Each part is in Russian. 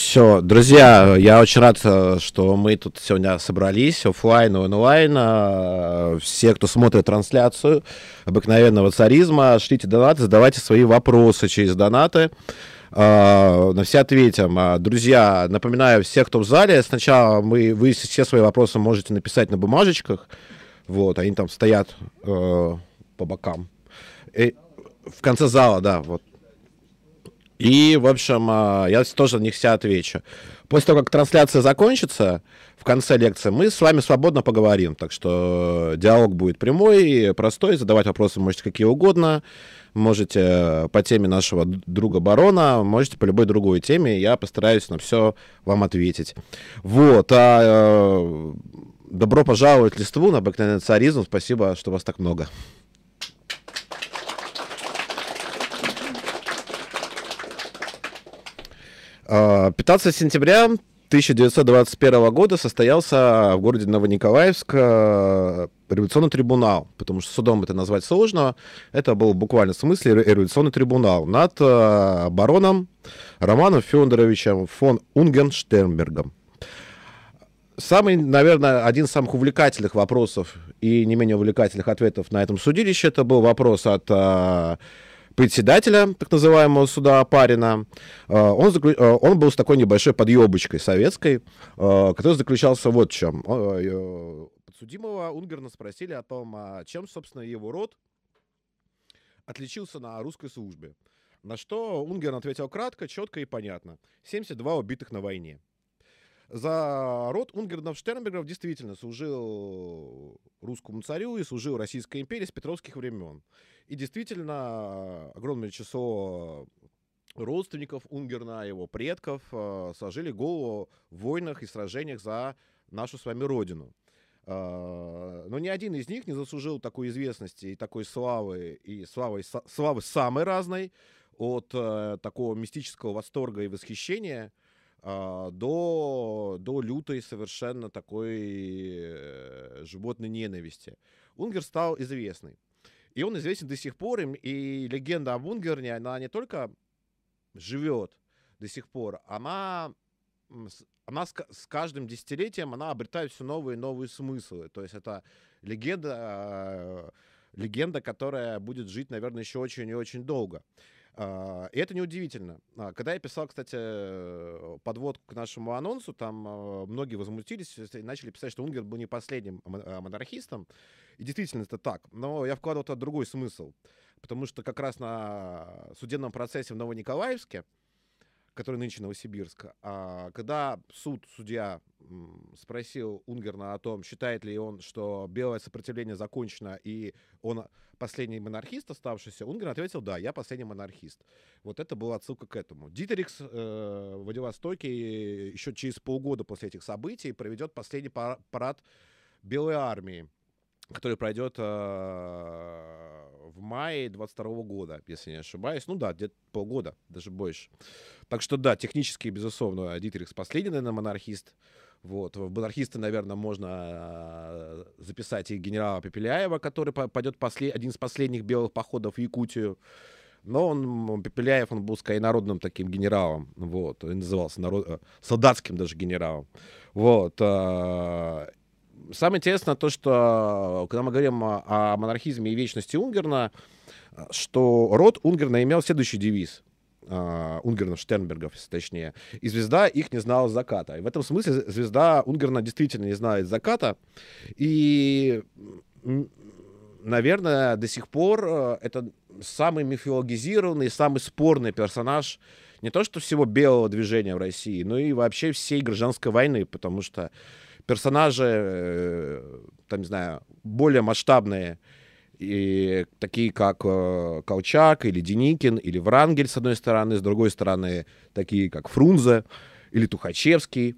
Все, друзья, я очень рад, что мы тут сегодня собрались, оффлайн и онлайн. Все, кто смотрит трансляцию обыкновенного царизма, шлите донаты, задавайте свои вопросы через донаты. На все ответим. Друзья, напоминаю, все, кто в зале, сначала вы все свои вопросы можете написать на бумажечках. Вот, они там стоят по бокам. И в конце зала, да, вот. И, в общем, я тоже на них все отвечу. После того, как трансляция закончится, в конце лекции мы с вами свободно поговорим. Так что диалог будет прямой, простой, задавать вопросы можете какие угодно. Можете по теме нашего друга барона, можете по любой другой теме. Я постараюсь на все вам ответить. Вот. Добро пожаловать в Листву на обыкновенный царизм. Спасибо, что вас так много. 15 сентября 1921 года состоялся в городе Новониколаевск революционный трибунал, потому что судом это назвать сложно. Это был буквально в смысле революционный трибунал над бароном Романом Федоровичем фон Унгern-Штернбергом. Самый, наверное, один из самых увлекательных вопросов и не менее увлекательных ответов на этом судилище, это был вопрос от председателя так называемого суда Апарина. Он был с такой небольшой подъебочкой советской, который заключался вот в чем. Подсудимого Унгерна спросили о том, чем, собственно, его род отличился на русской службе. На что Унгерн ответил кратко, четко и понятно. 72 убитых на войне. За род Унгернов-Штернбергов действительно служил русскому царю и служил Российской империи с петровских времен. И действительно огромное число родственников Унгерна, его предков, сложили голову в войнах и сражениях за нашу с вами родину. Но ни один из них не заслужил такой известности и такой славы, и славы самой разной, от такого мистического восторга и восхищения до лютой совершенно такой животной ненависти. Унгер стал известный. И он известен до сих пор, и легенда об Унгерне, она не только живет до сих пор, она с каждым десятилетием она обретает все новые и новые смыслы. То есть это легенда, которая будет жить, наверное, еще очень и очень долго. И это неудивительно. Когда я писал, кстати, подводку к нашему анонсу, там многие возмутились и начали писать, что Унгерн был не последним монархистом. И действительно это так. Но я вкладывал туда другой смысл. Потому что как раз на судебном процессе в Новониколаевске, который нынче Новосибирск, когда судья спросил Унгерна о том, считает ли он, что белое сопротивление закончено, и он последний монархист оставшийся, Унгерн ответил: да, я последний монархист. Вот это была отсылка к этому. Дитерикс в Владивостоке еще через полгода после этих событий проведет последний парад Белой армии, который пройдет в мае 22 года, если не ошибаюсь. Ну да, где-то полгода, даже больше. Так что да, технически, безусловно, Дитерикс последний, наверное, монархист. Вот. В монархисты, наверное, можно записать и генерала Пепеляева, который пойдет один из последних белых походов в Якутию. Но Пепеляев, он был скорее народным таким генералом. Вот. Он назывался солдатским даже генералом. Вот. Самое интересное то, что когда мы говорим о монархизме и вечности Унгерна, что род Унгерна имел следующий девиз. Унгернов-Штернбергов, точнее. И звезда их не знала с заката. И в этом смысле звезда Унгерна действительно не знает с заката. И, наверное, до сих пор это самый мифологизированный, самый спорный персонаж не то что всего белого движения в России, но и вообще всей гражданской войны, потому что персонажи, там, не знаю, более масштабные, и такие как Колчак или Деникин или Врангель, с одной стороны, с другой стороны, такие как Фрунзе или Тухачевский,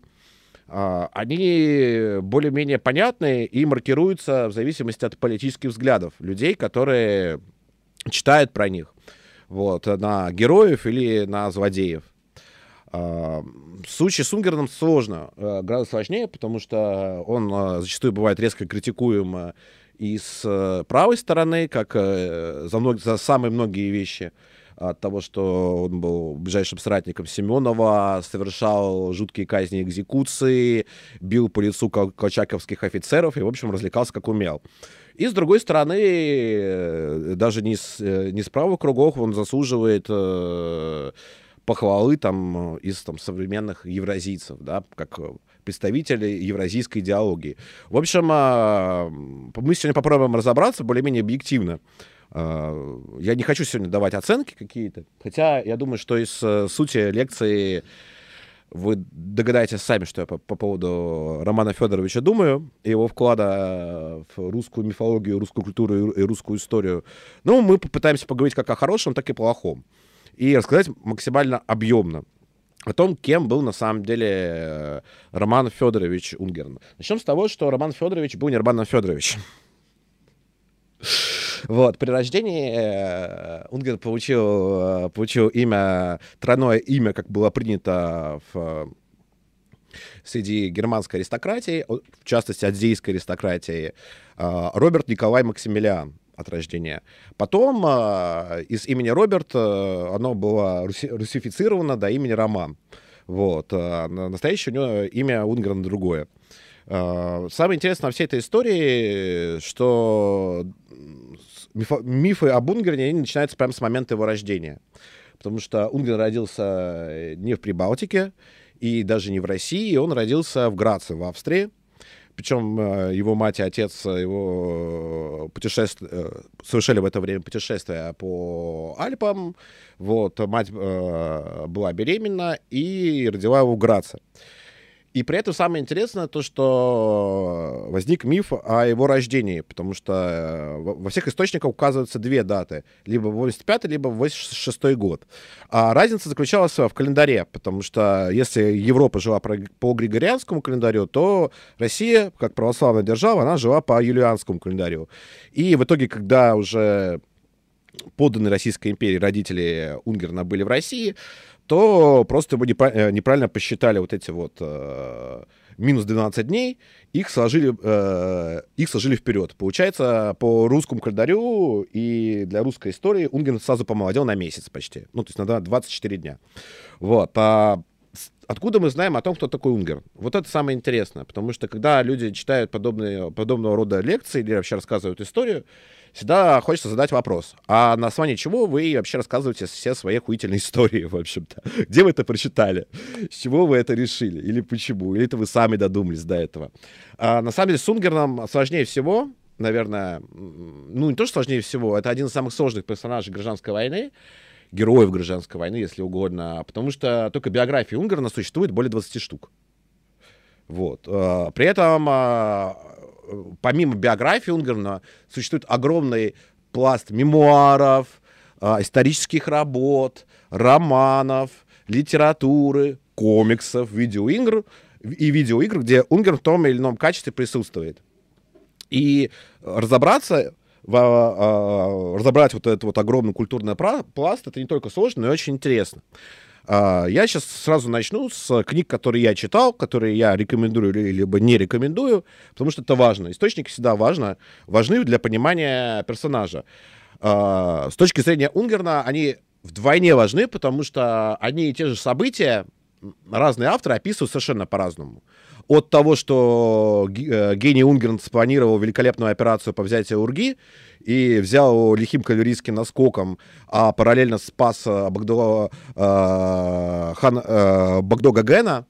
они более-менее понятны и маркируются в зависимости от политических взглядов людей, которые читают про них, вот, на героев или на злодеев. В случае с Унгерном сложно, гораздо сложнее, потому что он зачастую бывает резко критикуем и с правой стороны, как за самые многие вещи, от того, что он был ближайшим соратником Семенова, совершал жуткие казни и экзекуции, бил по лицу колчаковских офицеров и, в общем, развлекался как умел. И, с другой стороны, даже не с правых кругов он заслуживает похвалы там, из там, современных евразийцев, да, как представители евразийской идеологии. В общем, мы сегодня попробуем разобраться более-менее объективно. Я не хочу сегодня давать оценки какие-то, хотя я думаю, что из сути лекции вы догадаетесь сами, что я по поводу Романа Федоровича думаю, его вклада в русскую мифологию, русскую культуру и русскую историю. Ну, мы попытаемся поговорить как о хорошем, так и плохом. И рассказать максимально объемно о том, кем был на самом деле Роман Федорович Унгерн. Начнем с того, что Роман Федорович был не Роман Федорович. Вот, при рождении Унгерн получил имя, тройное имя, как было принято среди германской аристократии, в частности, адзейской аристократии, Роберт Николай Максимилиан от рождения. Потом из имени Роберт оно было русифицировано до имени Роман. Вот. Настоящее у него имя Унгерна другое. Самое интересное во всей этой истории, что мифы об Унгерне они начинаются прямо с момента его рождения. Потому что Унгерн родился не в Прибалтике и даже не в России, он родился в Граце, в Австрии. Причем его мать и отец его совершали в это время путешествия по Альпам. Вот, мать была беременна и родила его в Граце. И при этом самое интересное то, что возник миф о его рождении, потому что во всех источниках указываются две даты, либо 85-й, либо 86-й год. А разница заключалась в календаре, потому что если Европа жила по григорианскому календарю, то Россия, как православная держава, она жила по юлианскому календарю. И в итоге, когда уже подданные Российской империи родители Унгерна были в России, то просто его неправильно посчитали вот эти вот минус 12 дней, их сложили вперед. Получается, по русскому календарю и для русской истории Унгерн сразу помолодел на месяц почти. Ну, то есть на 24 дня. Вот. Откуда мы знаем о том, кто такой Унгерн? Вот это самое интересное, потому что когда люди читают подобного рода лекции или вообще рассказывают историю, всегда хочется задать вопрос. А на основании чего вы вообще рассказываете все свои охуительные истории, в общем-то? Где вы это прочитали? С чего вы это решили? Или почему? Или это вы сами додумались до этого? На самом деле с Унгерном сложнее всего, наверное, ну не то, что сложнее всего, это один из самых сложных персонажей гражданской войны, героев гражданской войны, если угодно, потому что только биографии Унгерна существует более 20 штук. Вот. При этом помимо биографии Унгерна существует огромный пласт мемуаров, исторических работ, романов, литературы, комиксов, видеоигр, где Унгерн в том или ином качестве присутствует. И разобрать вот этот вот огромный культурный пласт, это не только сложно, но и очень интересно. Я сейчас сразу начну с книг, которые я читал, которые я рекомендую либо не рекомендую, потому что это важно. Источники всегда важны для понимания персонажа. С точки зрения Унгерна они вдвойне важны, потому что одни и те же события разные авторы описывают совершенно по-разному. От того, что гений Унгерн спланировал великолепную операцию по взятию Урги и взял его лихим кавалерийским наскоком, а параллельно спас Багдо Гогена,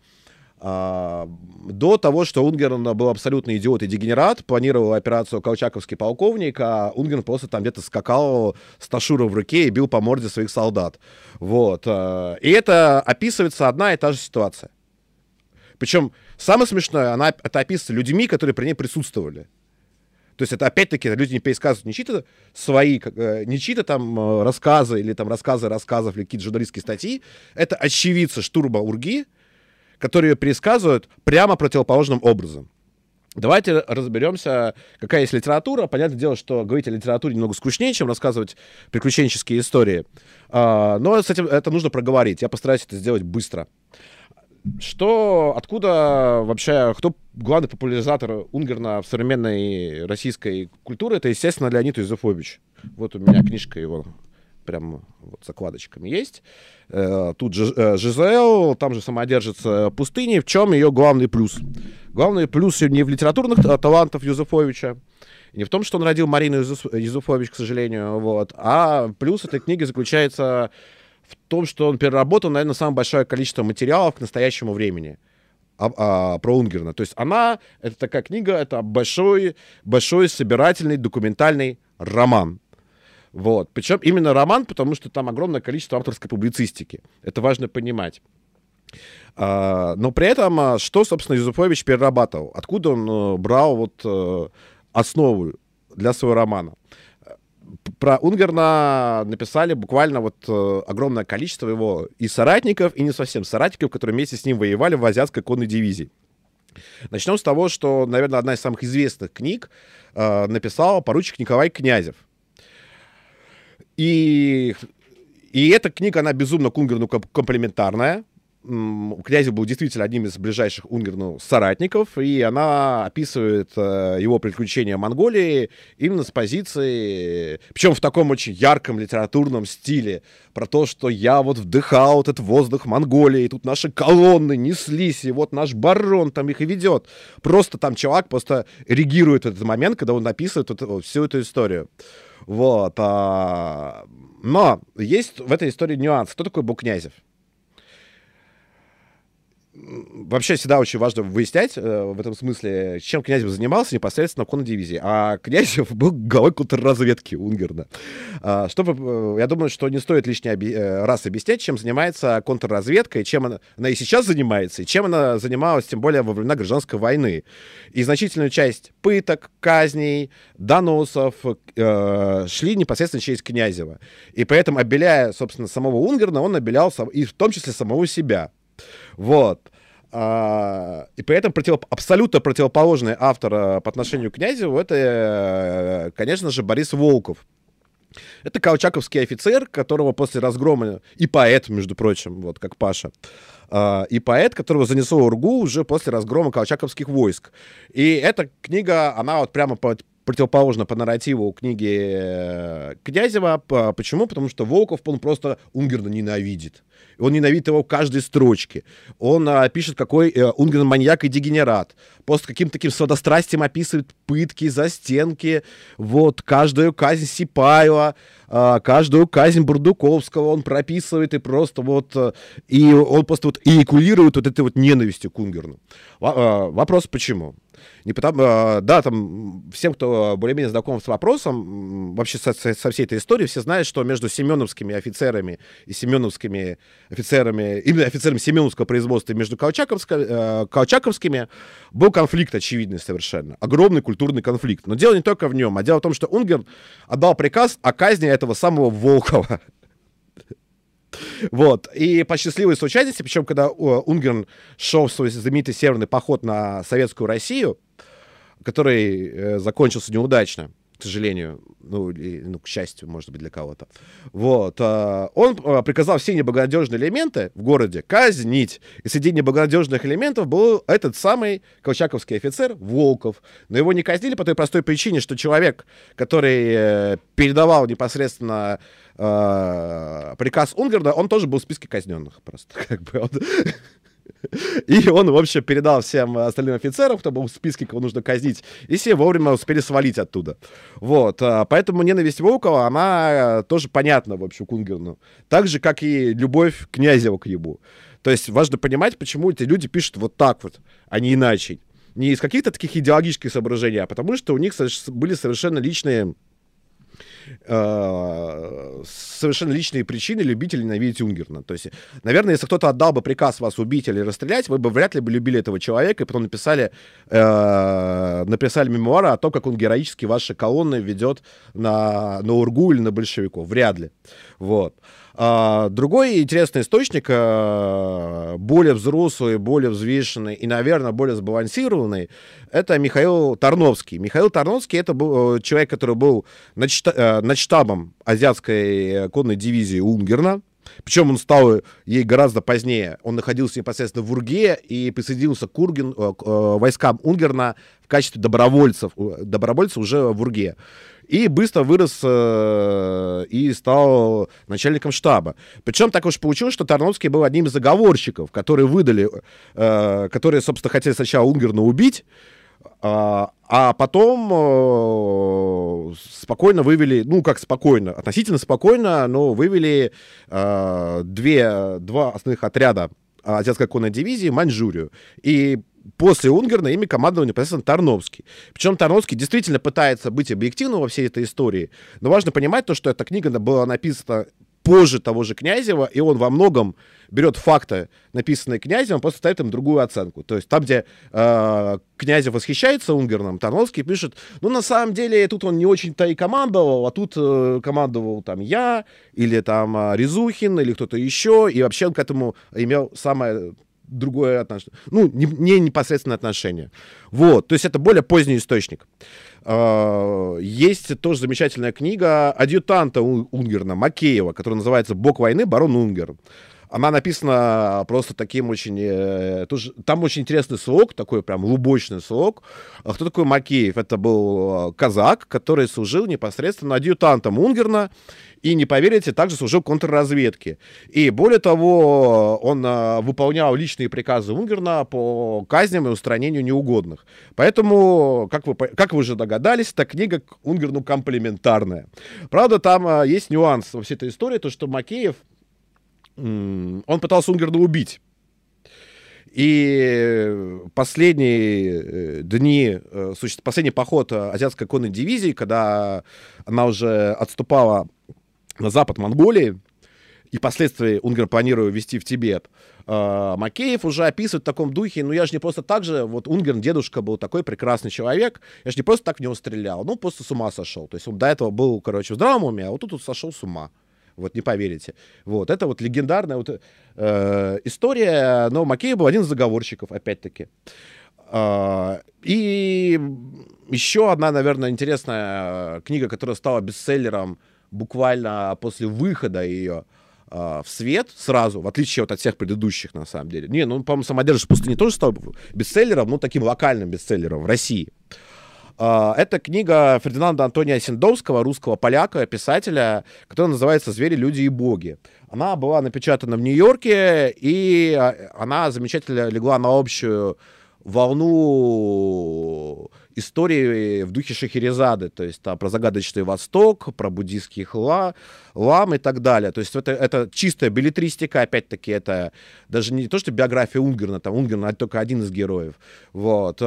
до того, что Унгерн был абсолютный идиот и дегенерат, планировал операцию колчаковский полковник, а Унгерн просто там где-то скакал с ташуром в руке и бил по морде своих солдат. Вот. И это описывается одна и та же ситуация. Причем самое смешное, это описывается людьми, которые при ней присутствовали. То есть это опять-таки люди не пересказывают не чьи-то свои, не чьи-то там рассказы или там рассказов или какие-то журналистские статьи. Это очевидцы штурма Урги, которые пересказывают прямо противоположным образом. Давайте разберемся, какая есть литература. Понятное дело, что говорить о литературе немного скучнее, чем рассказывать приключенческие истории. Но с этим это нужно проговорить. Я постараюсь это сделать быстро. Откуда вообще, кто главный популяризатор Унгерна в современной российской культуре? Это, естественно, Леонид Юзефович. Вот у меня книжка его прям вот закладочками есть. Тут ЖЗЛ, там же самодержится пустыни. В чем ее главный плюс? Главный плюс не в литературных талантах Юзефовича, не в том, что он родил Марину Юзефович, к сожалению, вот, а плюс этой книги заключается в том, что он переработал, наверное, самое большое количество материалов к настоящему времени про Унгерна. То есть это такая книга, это большой собирательный документальный роман. Вот. Причем именно роман, потому что там огромное количество авторской публицистики. Это важно понимать. Но при этом, что, собственно, Юзефович перерабатывал? Откуда он брал вот основу для своего романа? Про Унгерна написали буквально вот огромное количество его и соратников, и не совсем соратников, которые вместе с ним воевали в азиатской конной дивизии. Начнем с того, что, наверное, одна из самых известных книг написал поручик Николай Князев. И эта книга, она безумно к Унгерну комплементарная. Князев был действительно одним из ближайших Унгерну соратников, и она описывает его приключения в Монголии именно с позиции, причем в таком очень ярком литературном стиле, про то, что я вот вдыхал вот этот воздух Монголии, и тут наши колонны неслись, и вот наш барон там их и ведет. Просто там чувак просто реагирует в этот момент, когда он описывает всю эту историю. Вот. Но есть в этой истории нюанс. Кто такой был Князев? Вообще всегда очень важно выяснять в этом смысле, чем Князев занимался непосредственно в конной дивизии. А Князев был главой контрразведки Унгерна. Я думаю, что не стоит лишний раз объяснять, чем занимается контрразведка, и чем она и сейчас занимается, и чем она занималась, тем более во времена гражданской войны. И значительную часть пыток, казней, доносов шли непосредственно через Князева. И поэтому, обеляя, собственно, самого Унгерна, он обелял и в том числе самого себя. Вот. И при этом абсолютно противоположный автор по отношению к Князеву — это, конечно же, Борис Волков. Это колчаковский офицер, которого после разгрома, и поэт, между прочим, вот как Паша, и поэт, которого занесло в Ургу уже после разгрома колчаковских войск. И эта книга, она вот прямо противоположна по нарративу книги Князева. Почему? Потому что Волков, он просто Унгерна ненавидит. Он ненавидит его в каждой строчке. Он пишет, какой Унгерн маньяк и дегенерат. Просто каким-то таким сладострастием описывает пытки, застенки, вот, каждую казнь Сипаева, каждую казнь Бурдуковского он прописывает, и просто вот, и он просто вот эякулирует вот этой вот ненавистью к Унгерну. Вопрос, почему? Не потому, да, там всем, кто более-менее знаком с вопросом, вообще со всей этой историей, все знают, что между семеновскими офицерами и семеновскими офицерами, именно офицерами семеновского производства, и между колчаковскими был конфликт очевидный совершенно. Огромный культурный конфликт. Но дело не только в нем, а дело в том, что Унгерн отдал приказ о казни этого самого Волкова. Вот. И по счастливой случайности, причем когда Унгерн шел в свой знаменитый северный поход на Советскую Россию, который закончился неудачно, к сожалению, к счастью, может быть, для кого-то. Вот. Он приказал все неблагонадежные элементы в городе казнить. И среди неблагонадежных элементов был этот самый колчаковский офицер Волков. Но его не казнили по той простой причине, что человек, который передавал непосредственно приказ Унгерна, он тоже был в списке казненных просто. Как бы он... И он, в общем, передал всем остальным офицерам, кто был в списке, кого нужно казнить, и все вовремя успели свалить оттуда. Вот. Поэтому ненависть Волкова, она тоже понятна, в общем, к Унгерну. Так же, как и любовь Князева к нему. То есть важно понимать, почему эти люди пишут вот так вот, а не иначе. Не из каких-то таких идеологических соображений, а потому что у них были совершенно личные причины любителей ненавидеть Унгерна. То есть, наверное, если кто-то отдал бы приказ вас убить или расстрелять, вы бы вряд ли бы любили этого человека, и потом написали мемуары о том, как он героически ваши колонны ведет на Ургу или на большевиков. Вряд ли. Вот. Другой интересный источник, более взрослый, более взвешенный и, наверное, более сбалансированный, это Михаил Тарновский. Михаил Тарновский — это был человек, который был начштабом азиатской конной дивизии Унгерна. Причем он стал ей гораздо позднее. Он находился непосредственно в Урге и присоединился к войскам Унгерна в качестве добровольцев уже в Урге. И быстро вырос и стал начальником штаба. Причем так уж получилось, что Тарновский был одним из заговорщиков, которые которые, собственно, хотели сначала Унгерна убить, а потом спокойно вывели, ну как спокойно, относительно спокойно, но вывели два основных отряда азиатской конной дивизии в Маньчжурию. И после Унгерна ими командовал непосредственно Тарновский. Причем Тарновский действительно пытается быть объективным во всей этой истории, но важно понимать то, что эта книга была написана позже того же Князева, и он во многом берет факты, написанные Князевым, просто ставит им другую оценку. То есть там, где Князев восхищается Унгерном, Тарновский пишет, ну, на самом деле, тут он не очень-то и командовал, а тут командовал там я, или там Резухин, или кто-то еще, и вообще он к этому имел самое другое отношение, ну, не непосредственное отношение. Вот, то есть это более поздний источник. Есть тоже замечательная книга адъютанта Унгерна, Макеева, которая называется «Бог войны. Барон Унгерн». Она написана просто таким очень... там очень интересный слог, такой прям лубочный слог. Кто такой Макеев? Это был казак, который служил непосредственно адъютантом Унгерна, и, не поверите, также служил в контрразведке. И более того, он выполнял личные приказы Унгерна по казням и устранению неугодных. Поэтому, как вы уже догадались, эта книга к Унгерну комплементарная. Правда, там есть нюанс во всей этой истории, то, что Макеев, он пытался Унгерна убить. И последние дни, последний поход азиатской конной дивизии, когда она уже отступала на запад Монголии, и впоследствии Унгер планирует вести в Тибет, Макеев уже описывает в таком духе, ну я же не просто так же, вот Унгерн, дедушка, был такой прекрасный человек, я же не просто так в него стрелял, ну просто с ума сошел. То есть он до этого был, короче, в здравом уме, а вот тут сошел с ума. Вот не поверите. Вот это вот легендарная история, но Макеев был один из заговорщиков, опять-таки. И еще одна, наверное, интересная книга, которая стала бестселлером буквально после выхода ее в свет сразу, в отличие от всех предыдущих, на самом деле. Не, ну, по-моему, «Самодержец в пустыне» тоже стал бестселлером, ну, таким локальным бестселлером в России. Это книга Фердинанда Антония Осендовского, русского поляка, писателя, которая называется «Звери, люди и боги». Она была напечатана в Нью-Йорке, и она замечательно легла на общую волну истории в духе Шахерезады, то есть там про загадочный Восток, про буддийских лам и так далее. То есть это чистая беллетристика, опять-таки, это даже не то, что биография Унгерна, там Унгерн только один из героев. Вот.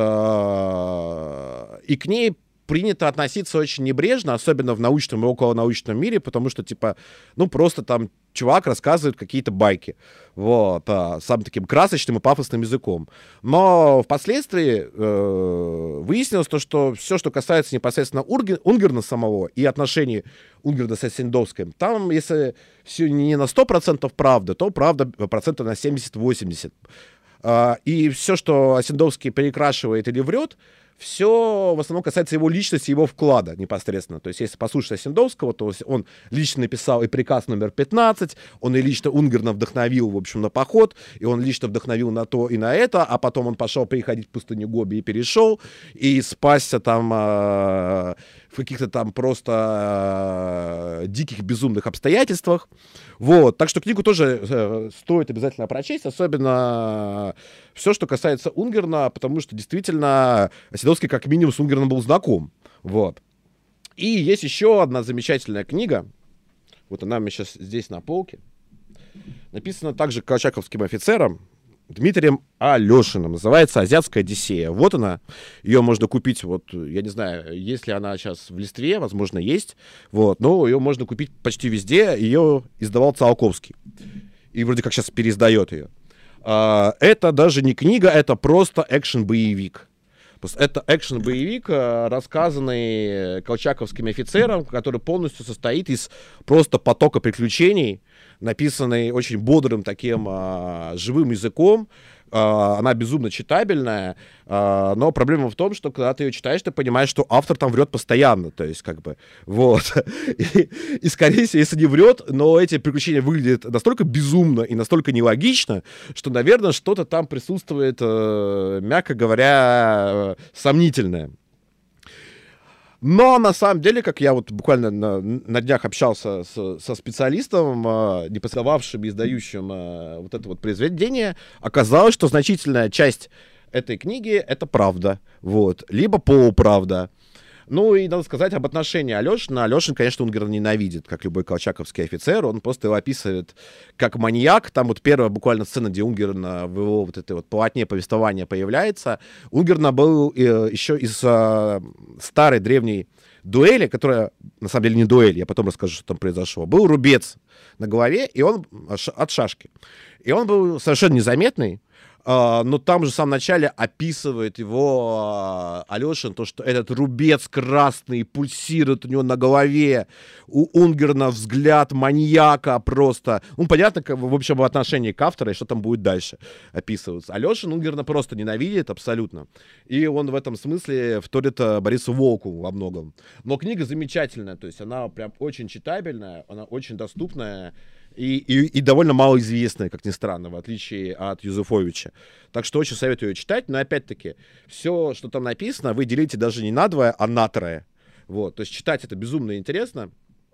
И к ней принято относиться очень небрежно, особенно в научном и околонаучном мире, потому что, типа, ну, просто там чувак рассказывает какие-то байки, вот, самым таким красочным и пафосным языком. Но впоследствии выяснилось то, что все, что касается непосредственно Унгерна самого и отношений Унгерна с Осендовским, там, если все не на 100% правда, то правда процентов на 70-80. И все, что Осендовский перекрашивает или врет, все в основном касается его личности, его вклада непосредственно. То есть, если послушать Осендовского, то он лично написал и приказ номер 15, он и лично Унгерна вдохновил, в общем, на поход, и он лично вдохновил на то и на это, а потом он пошел переходить в пустыню Гоби и перешел, и спасся там в каких-то там просто диких, безумных обстоятельствах. Вот. Так что книгу тоже стоит обязательно прочесть, особенно все, что касается Унгерна, потому что действительно Осендовский как минимум с Унгерном был знаком. Вот. И есть еще одна замечательная книга. Вот она у меня сейчас здесь на полке. Написана также колчаковским офицером Дмитрием Алешиным. Называется «Азиатская Одиссея». Вот она. Ее можно купить, вот, я не знаю, если она сейчас в Листве, возможно, есть. Вот, но ее можно купить почти везде. Ее издавал Циолковский. И вроде как сейчас переиздает ее. Это даже не книга, это просто экшен-боевик. Это экшен-боевик, рассказанный колчаковским офицером, который полностью состоит из просто потока приключений, написанный очень бодрым таким живым языком. Она безумно читабельная, но проблема в том, что когда ты ее читаешь, ты понимаешь, что автор там врет постоянно, то есть как бы, вот. И скорее всего, если не врет, но эти приключения выглядят настолько безумно и настолько нелогично, что, наверное, что-то там присутствует, мягко говоря, сомнительное. Но на самом деле, как я вот буквально на днях общался со специалистом, не посылавшим и издающим вот это вот произведение, оказалось, что значительная часть этой книги — это правда, вот, либо полуправда. Ну и надо сказать об отношении Алешина. Алешин, конечно, Унгерна ненавидит, как любой колчаковский офицер. Он просто его описывает как маньяк. Там вот первая буквально сцена, где Унгерна в его вот этой вот полотне повествования появляется. Унгерна был еще из старой древней дуэли, которая, на самом деле, не дуэль, я потом расскажу, что там произошло. Был рубец на голове, и он от шашки. И он был совершенно незаметный. Но там же в самом начале описывает его Алешин, то, что этот рубец красный пульсирует у него на голове, у Унгерна взгляд маньяка просто. Ну, понятно, в общем, в отношении к автору, и что там будет дальше описываться. Алешин Унгерна просто ненавидит абсолютно. И он в этом смысле вторит Борису Волку во многом. Но книга замечательная, то есть она прям очень читабельная, она очень доступная. И довольно малоизвестная, как ни странно, в отличие от Юзефовича. Так что очень советую ее читать. Но опять-таки, все, что там написано, вы делите даже не на двое, а на трое. Вот. То есть читать это безумно интересно.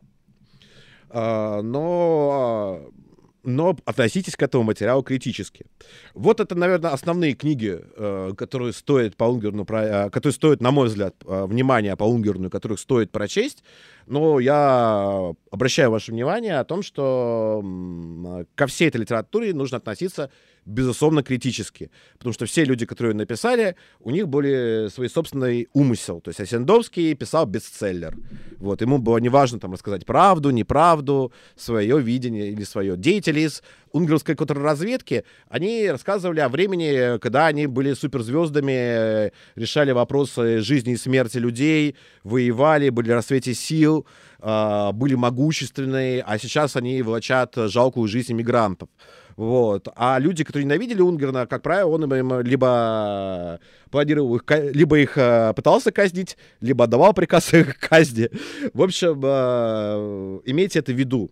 Но относитесь к этому материалу критически. Вот это, наверное, основные книги, которые стоят по Унгерну, которые стоят, на мой взгляд, внимания по Унгерну, которых стоит прочесть. Но я обращаю ваше внимание о том, что ко всей этой литературе нужно относиться, безусловно, критически. Потому что все люди, которые ее написали, у них были свой собственный умысел. То есть Осендовский писал бестселлер. Вот. Ему было неважно там рассказать правду, неправду, свое видение или свое. Деятели из унгерской контрразведки, они рассказывали о времени, когда они были суперзвездами, решали вопросы жизни и смерти людей, воевали, были в расцвете сил, были могущественные, а сейчас они влачат жалкую жизнь мигрантов. Вот. А люди, которые ненавидели Унгерна, как правило, он им либо планировал их, либо их пытался казнить, либо отдавал приказ их казни. В общем, имейте это в виду.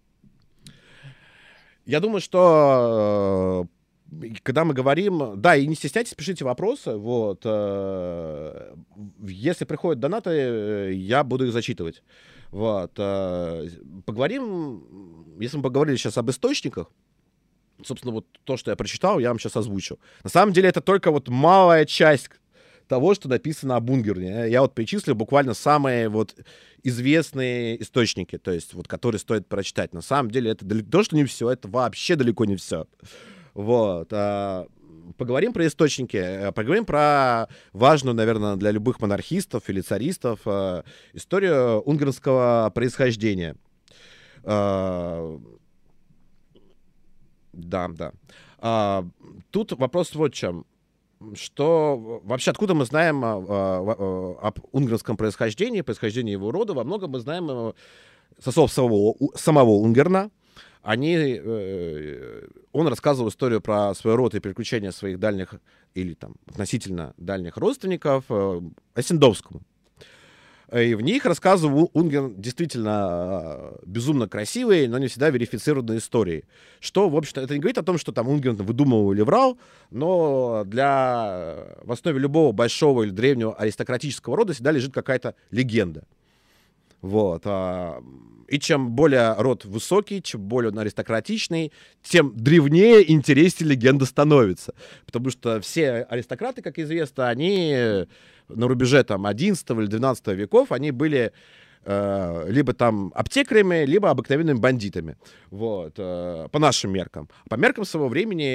Я думаю, что когда мы говорим... Да, и не стесняйтесь, пишите вопросы. Вот. Если приходят донаты, я буду их зачитывать. Вот. Поговорим... Если мы поговорили сейчас об источниках, собственно, вот то, что я прочитал, я вам сейчас озвучу. На самом деле, это только вот малая часть того, что написано об Унгерне. Я вот перечислил буквально самые вот известные источники, то есть вот которые стоит прочитать. На самом деле, это то, что не все, это вообще далеко не все. Вот. Поговорим про источники, поговорим про важную, наверное, для любых монархистов или царистов историю унгерского происхождения. Да. Тут вопрос вот в чем. Что вообще откуда мы знаем об унгерском происхождении его рода? Во многом мы знаем со слов самого Унгерна. Он рассказывал историю про свой род и приключения своих дальних или там относительно дальних родственников Осендовскому. И в них рассказывал Унгерн действительно безумно красивые, но не всегда верифицированные истории. Что, в общем-то, это не говорит о том, что там Унгерн выдумывал или врал, но в основе любого большого или древнего аристократического рода всегда лежит какая-то легенда. Вот. И чем более род высокий, чем более он аристократичный, тем древнее и интереснее легенда становится. Потому что все аристократы, как известно, они на рубеже там 11 или 12 веков, они были либо там аптекарями, либо обыкновенными бандитами. Вот. По нашим меркам. По меркам своего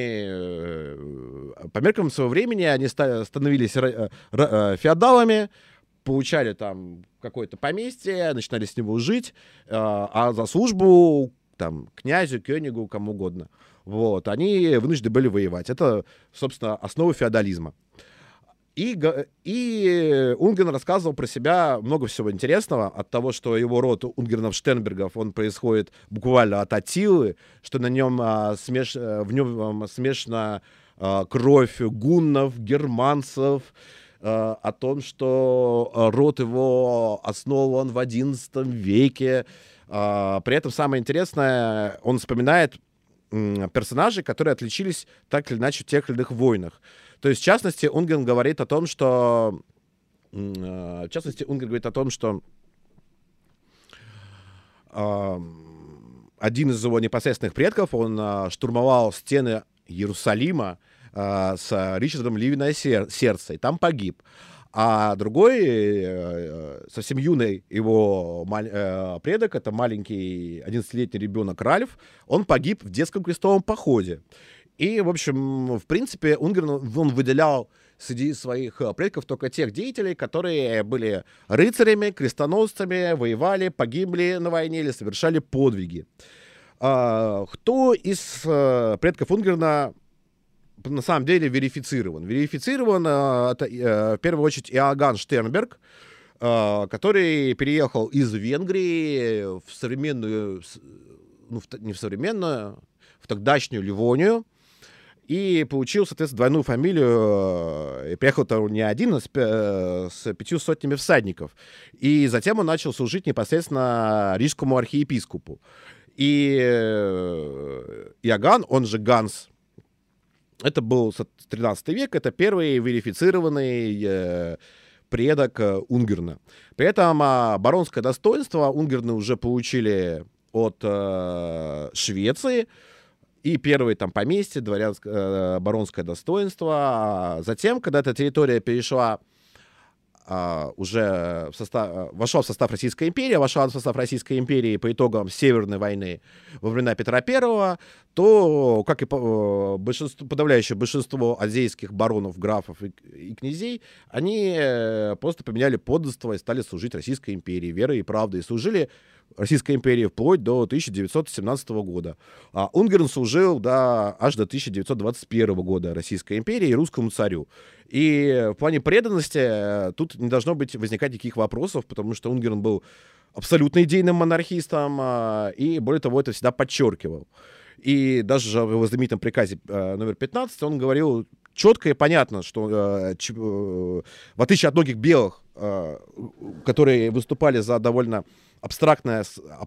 времени они становились феодалами, получали там какое-то поместье, начинали с него жить, а за службу там князю, кёнигу, кому угодно. Вот, они вынуждены были воевать. Это, собственно, основа феодализма. И Унгерн рассказывал про себя много всего интересного, от того, что его род Унгернов-Штернбергов, он происходит буквально от Аттилы, что в нем смешана кровь гуннов, германцев, о том, что род его основан в XI веке. При этом самое интересное, он вспоминает персонажей, которые отличились так или иначе в тех или иных войнах. То есть, в частности, Унгерн говорит о том, что один из его непосредственных предков, он штурмовал стены Иерусалима с Ричардом Ливиное сердце, и там погиб. А другой, совсем юный его предок, это маленький 11-летний ребенок Ральф, он погиб в детском крестовом походе. И, в общем, в принципе, Унгерн, он выделял среди своих предков только тех деятелей, которые были рыцарями, крестоносцами, воевали, погибли на войне или совершали подвиги. Кто из предков Унгерна на самом деле верифицирован? Верифицирован это, в первую очередь, Иоганн Штернберг, который переехал из Венгрии в современную, не в современную, в тогдашнюю Ливонию, и получил, соответственно, двойную фамилию, и приехал-то не один, а с 5 сотнями всадников. И затем он начал служить непосредственно рижскому архиепископу. И Иоганн, он же Ганс, это был 13 век, это первый верифицированный предок Унгерна. При этом баронское достоинство Унгерны уже получили от Швеции, и первые там поместья, дворянское, баронское достоинство. Затем, когда эта территория перешла уже вошла в состав Российской империи по итогам Северной войны во времена Петра I, то, как и подавляющее большинство азейских баронов, графов и князей, они просто поменяли подданство и стали служить Российской империи верой и правдой. И служили Российской империи вплоть до 1917 года. А Унгерн служил аж до 1921 года Российской империи и русскому царю. И в плане преданности тут не должно возникать никаких вопросов, потому что Унгерн был абсолютно идейным монархистом, и, более того, это всегда подчеркивал. И даже в его знаменитом приказе номер 15 он говорил четко и понятно, что в отличие от многих белых, которые выступали за довольно абстрактный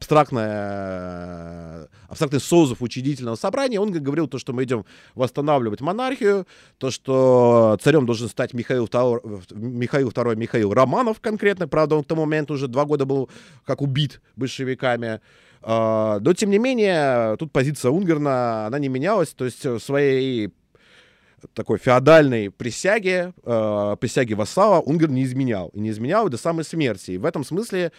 созыв учредительного собрания, он говорил то, что мы идем восстанавливать монархию, то, что царем должен стать Михаил II, Михаил Романов конкретно, правда, он к тому моменту уже 2 года был как убит большевиками, но, тем не менее, тут позиция Унгерна, она не менялась, то есть в своей такой феодальной присяге вассала Унгерн не изменял. И не изменял до самой смерти. И в этом смысле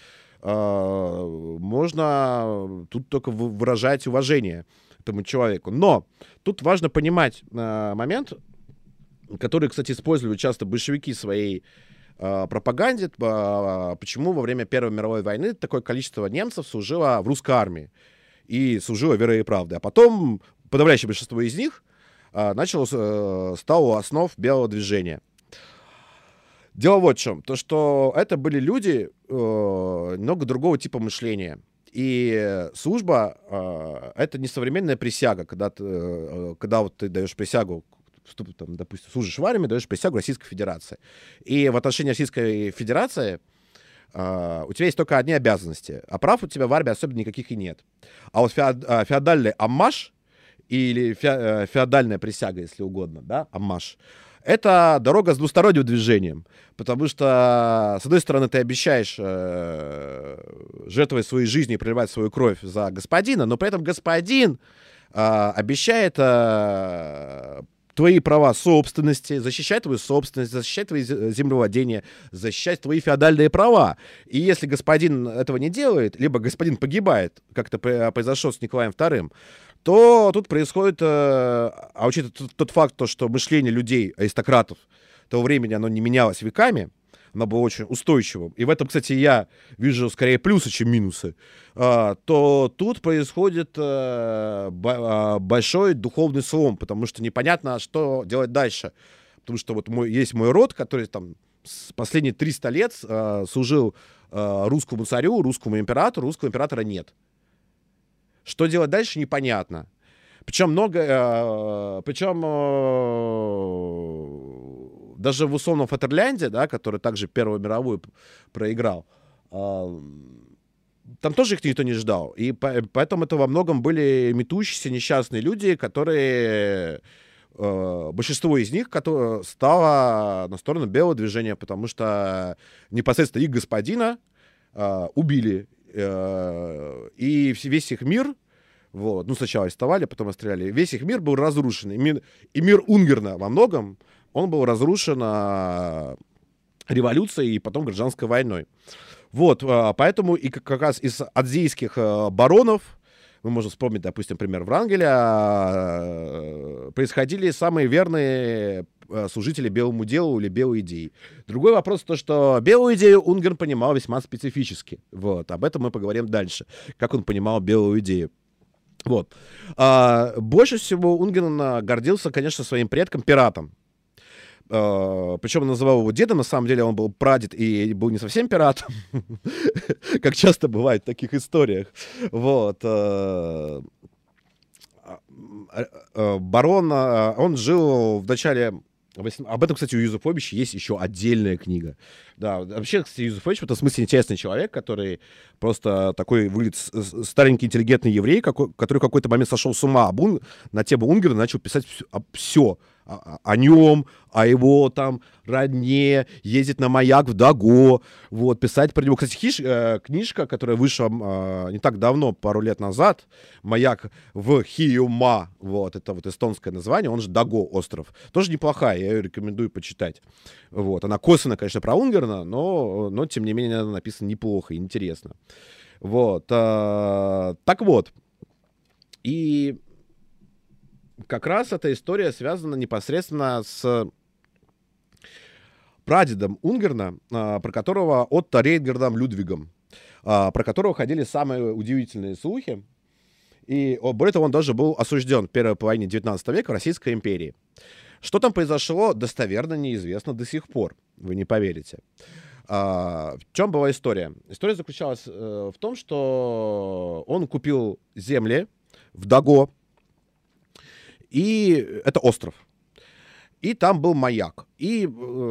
можно тут только выражать уважение этому человеку. Но тут важно понимать момент, который, кстати, использовали часто большевики в своей пропаганде, почему во время Первой мировой войны такое количество немцев служило в русской армии и служило верой и правдой. А потом подавляющее большинство из них стал у основ белого движения. Дело вот в чем. То, что это были люди немного другого типа мышления. И служба это не современная присяга, когда вот ты даешь присягу, там, допустим, служишь в армии, даешь присягу Российской Федерации. И в отношении Российской Федерации у тебя есть только одни обязанности, а прав у тебя в армии особенно никаких и нет. А вот феодальный аммаж или феодальная присяга, если угодно, да, аммаж, это дорога с двусторонним движением, потому что, с одной стороны, ты обещаешь жертвовать своей жизнью и проливать свою кровь за господина, но при этом господин обещает твои права собственности, защищать твою собственность, защищать твои землевладения, защищать твои феодальные права. И если господин этого не делает, либо господин погибает, как это произошло с Николаем II, то тут происходит, учитывая тот факт, что мышление людей, аристократов того времени, оно не менялось веками, оно было очень устойчивым. И в этом, кстати, я вижу скорее плюсы, чем минусы. То тут происходит большой духовный слом, потому что непонятно, что делать дальше. потому что вот есть мой род, который там последние 300 лет служил русскому царю, русскому императору, русского императора нет. Что делать дальше, непонятно. Причем даже в условном Фатерлянде, да, который также Первую мировую проиграл, там тоже их никто не ждал. И поэтому это во многом были метущиеся несчастные люди, которые... большинство из них стало на сторону белого движения, потому что непосредственно их господина убили. И весь их мир, вот, ну, сначала арестовали, потом расстреляли, весь их мир был разрушен. И мир Унгерна во многом, он был разрушен революцией и потом гражданской войной. Вот, поэтому и как раз из адзейских баронов, мы можем вспомнить, допустим, пример Врангеля, происходили самые верные служители белому делу или белой идеи. Другой вопрос то, что белую идею Унгерн понимал весьма специфически. Вот, об этом мы поговорим дальше, как он понимал белую идею. Вот. Больше всего Унгерн гордился, конечно, своим предком-пиратом. Причем он называл его дедом, на самом деле он был прадед и был не совсем пиратом, как часто бывает в таких историях. Вот. Барон, он жил в начале... Об этом, кстати, у Юзефовича есть еще отдельная книга. Да, вообще, кстати, Юзефович в этом смысле интересный человек, который просто такой выглядит старенький интеллигентный еврей, который в какой-то момент сошел с ума на тему Унгерна, начал писать все о нем, о его там родне, ездить на маяк в Даго, вот, писать про него. Кстати, книжка, которая вышла не так давно, пару лет назад, «Маяк в Хиюма», вот, это вот эстонское название, он же Даго остров, тоже неплохая, я ее рекомендую почитать. Вот, она косвенно, конечно, про Унгерна, но тем не менее, она написана неплохо и интересно. Вот, так вот, и... как раз эта история связана непосредственно с прадедом Унгерна, про которого Отто Рейнгардом Людвигом, про которого ходили самые удивительные слухи. И более того, он даже был осужден в первой половине 19 века в Российской империи. Что там произошло, достоверно неизвестно до сих пор. Вы не поверите. В чем была история? История заключалась в том, что он купил земли в Даго, и это остров. И там был маяк. И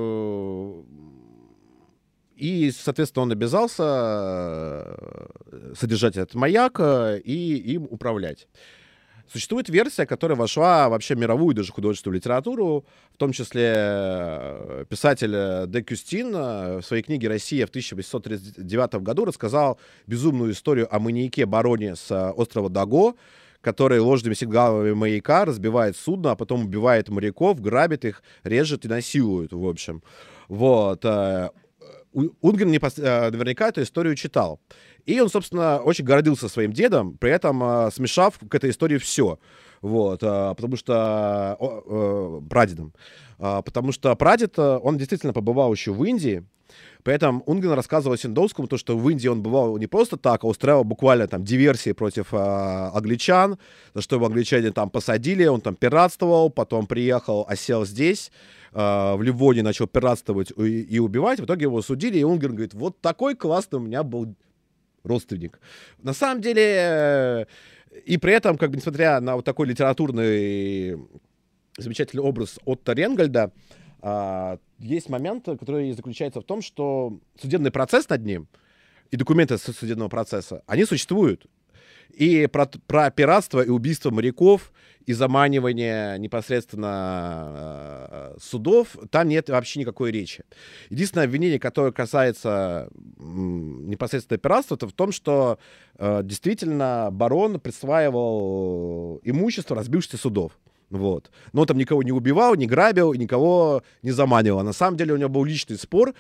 соответственно, он обязался содержать этот маяк и им управлять. Существует версия, которая вошла вообще в мировую даже художественную литературу, в том числе писатель Де Кюстин в своей книге «Россия» в 1839 году рассказал безумную историю о маньяке-бароне с острова Даго, который ложными сигналами маяка разбивает судно, а потом убивает моряков, грабит их, режет и насилует, в общем. Вот. Унгерн наверняка эту историю читал. И он, собственно, очень гордился своим дедом, при этом смешав к этой истории все. Вот, потому что... прадедом. Потому что прадед, он действительно побывал еще в Индии. При этом Унгерн рассказывал Синдовскому, то, что в Индии он бывал не просто так, а устраивал буквально там диверсии против англичан, за что его англичане там посадили, он там пиратствовал, потом приехал, осел здесь, в Ливоне начал пиратствовать и убивать, в итоге его судили, и Унгерн говорит, вот такой классный у меня был родственник. На самом деле, и при этом, как бы, несмотря на вот такой литературный замечательный образ Отто Ренгольда, есть момент, который заключается в том, что судебный процесс над ним и документы судебного процесса, они существуют. И про пиратство и убийство моряков и заманивание непосредственно судов там нет вообще никакой речи. Единственное обвинение, которое касается непосредственно пиратства, это в том, что действительно барон присваивал имущество разбившихся судов. Вот. Но он там никого не убивал, не грабил, никого не заманивал. А на самом деле у него был личный спор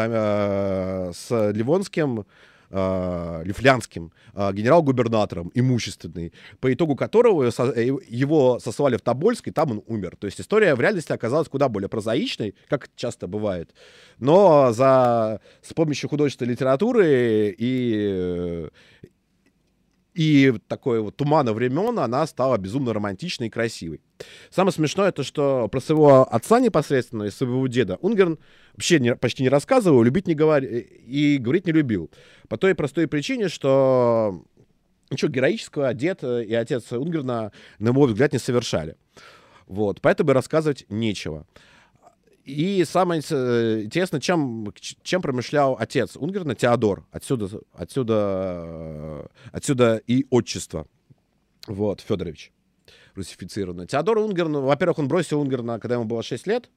с ливонским, лифлянским генерал-губернатором, имущественный, по итогу которого его сослали в Тобольск, и там он умер. То есть история в реальности оказалась куда более прозаичной, как часто бывает. Но с помощью художественной литературы и и такой вот тумана времен она стала безумно романтичной и красивой. Самое смешное то, что про своего отца непосредственно и своего деда Унгерн вообще почти не рассказывал, любить не и говорить не любил. По той простой причине, что ничего героического дед и отец Унгерна, на мой взгляд, не совершали. Вот, поэтому рассказывать нечего. И самое интересное, чем промышлял отец Унгерна, Теодор. Отсюда и отчество. Вот, Федорович, русифицированное. Теодор Унгерн, во-первых, он бросил Унгерна, когда ему было 6 лет,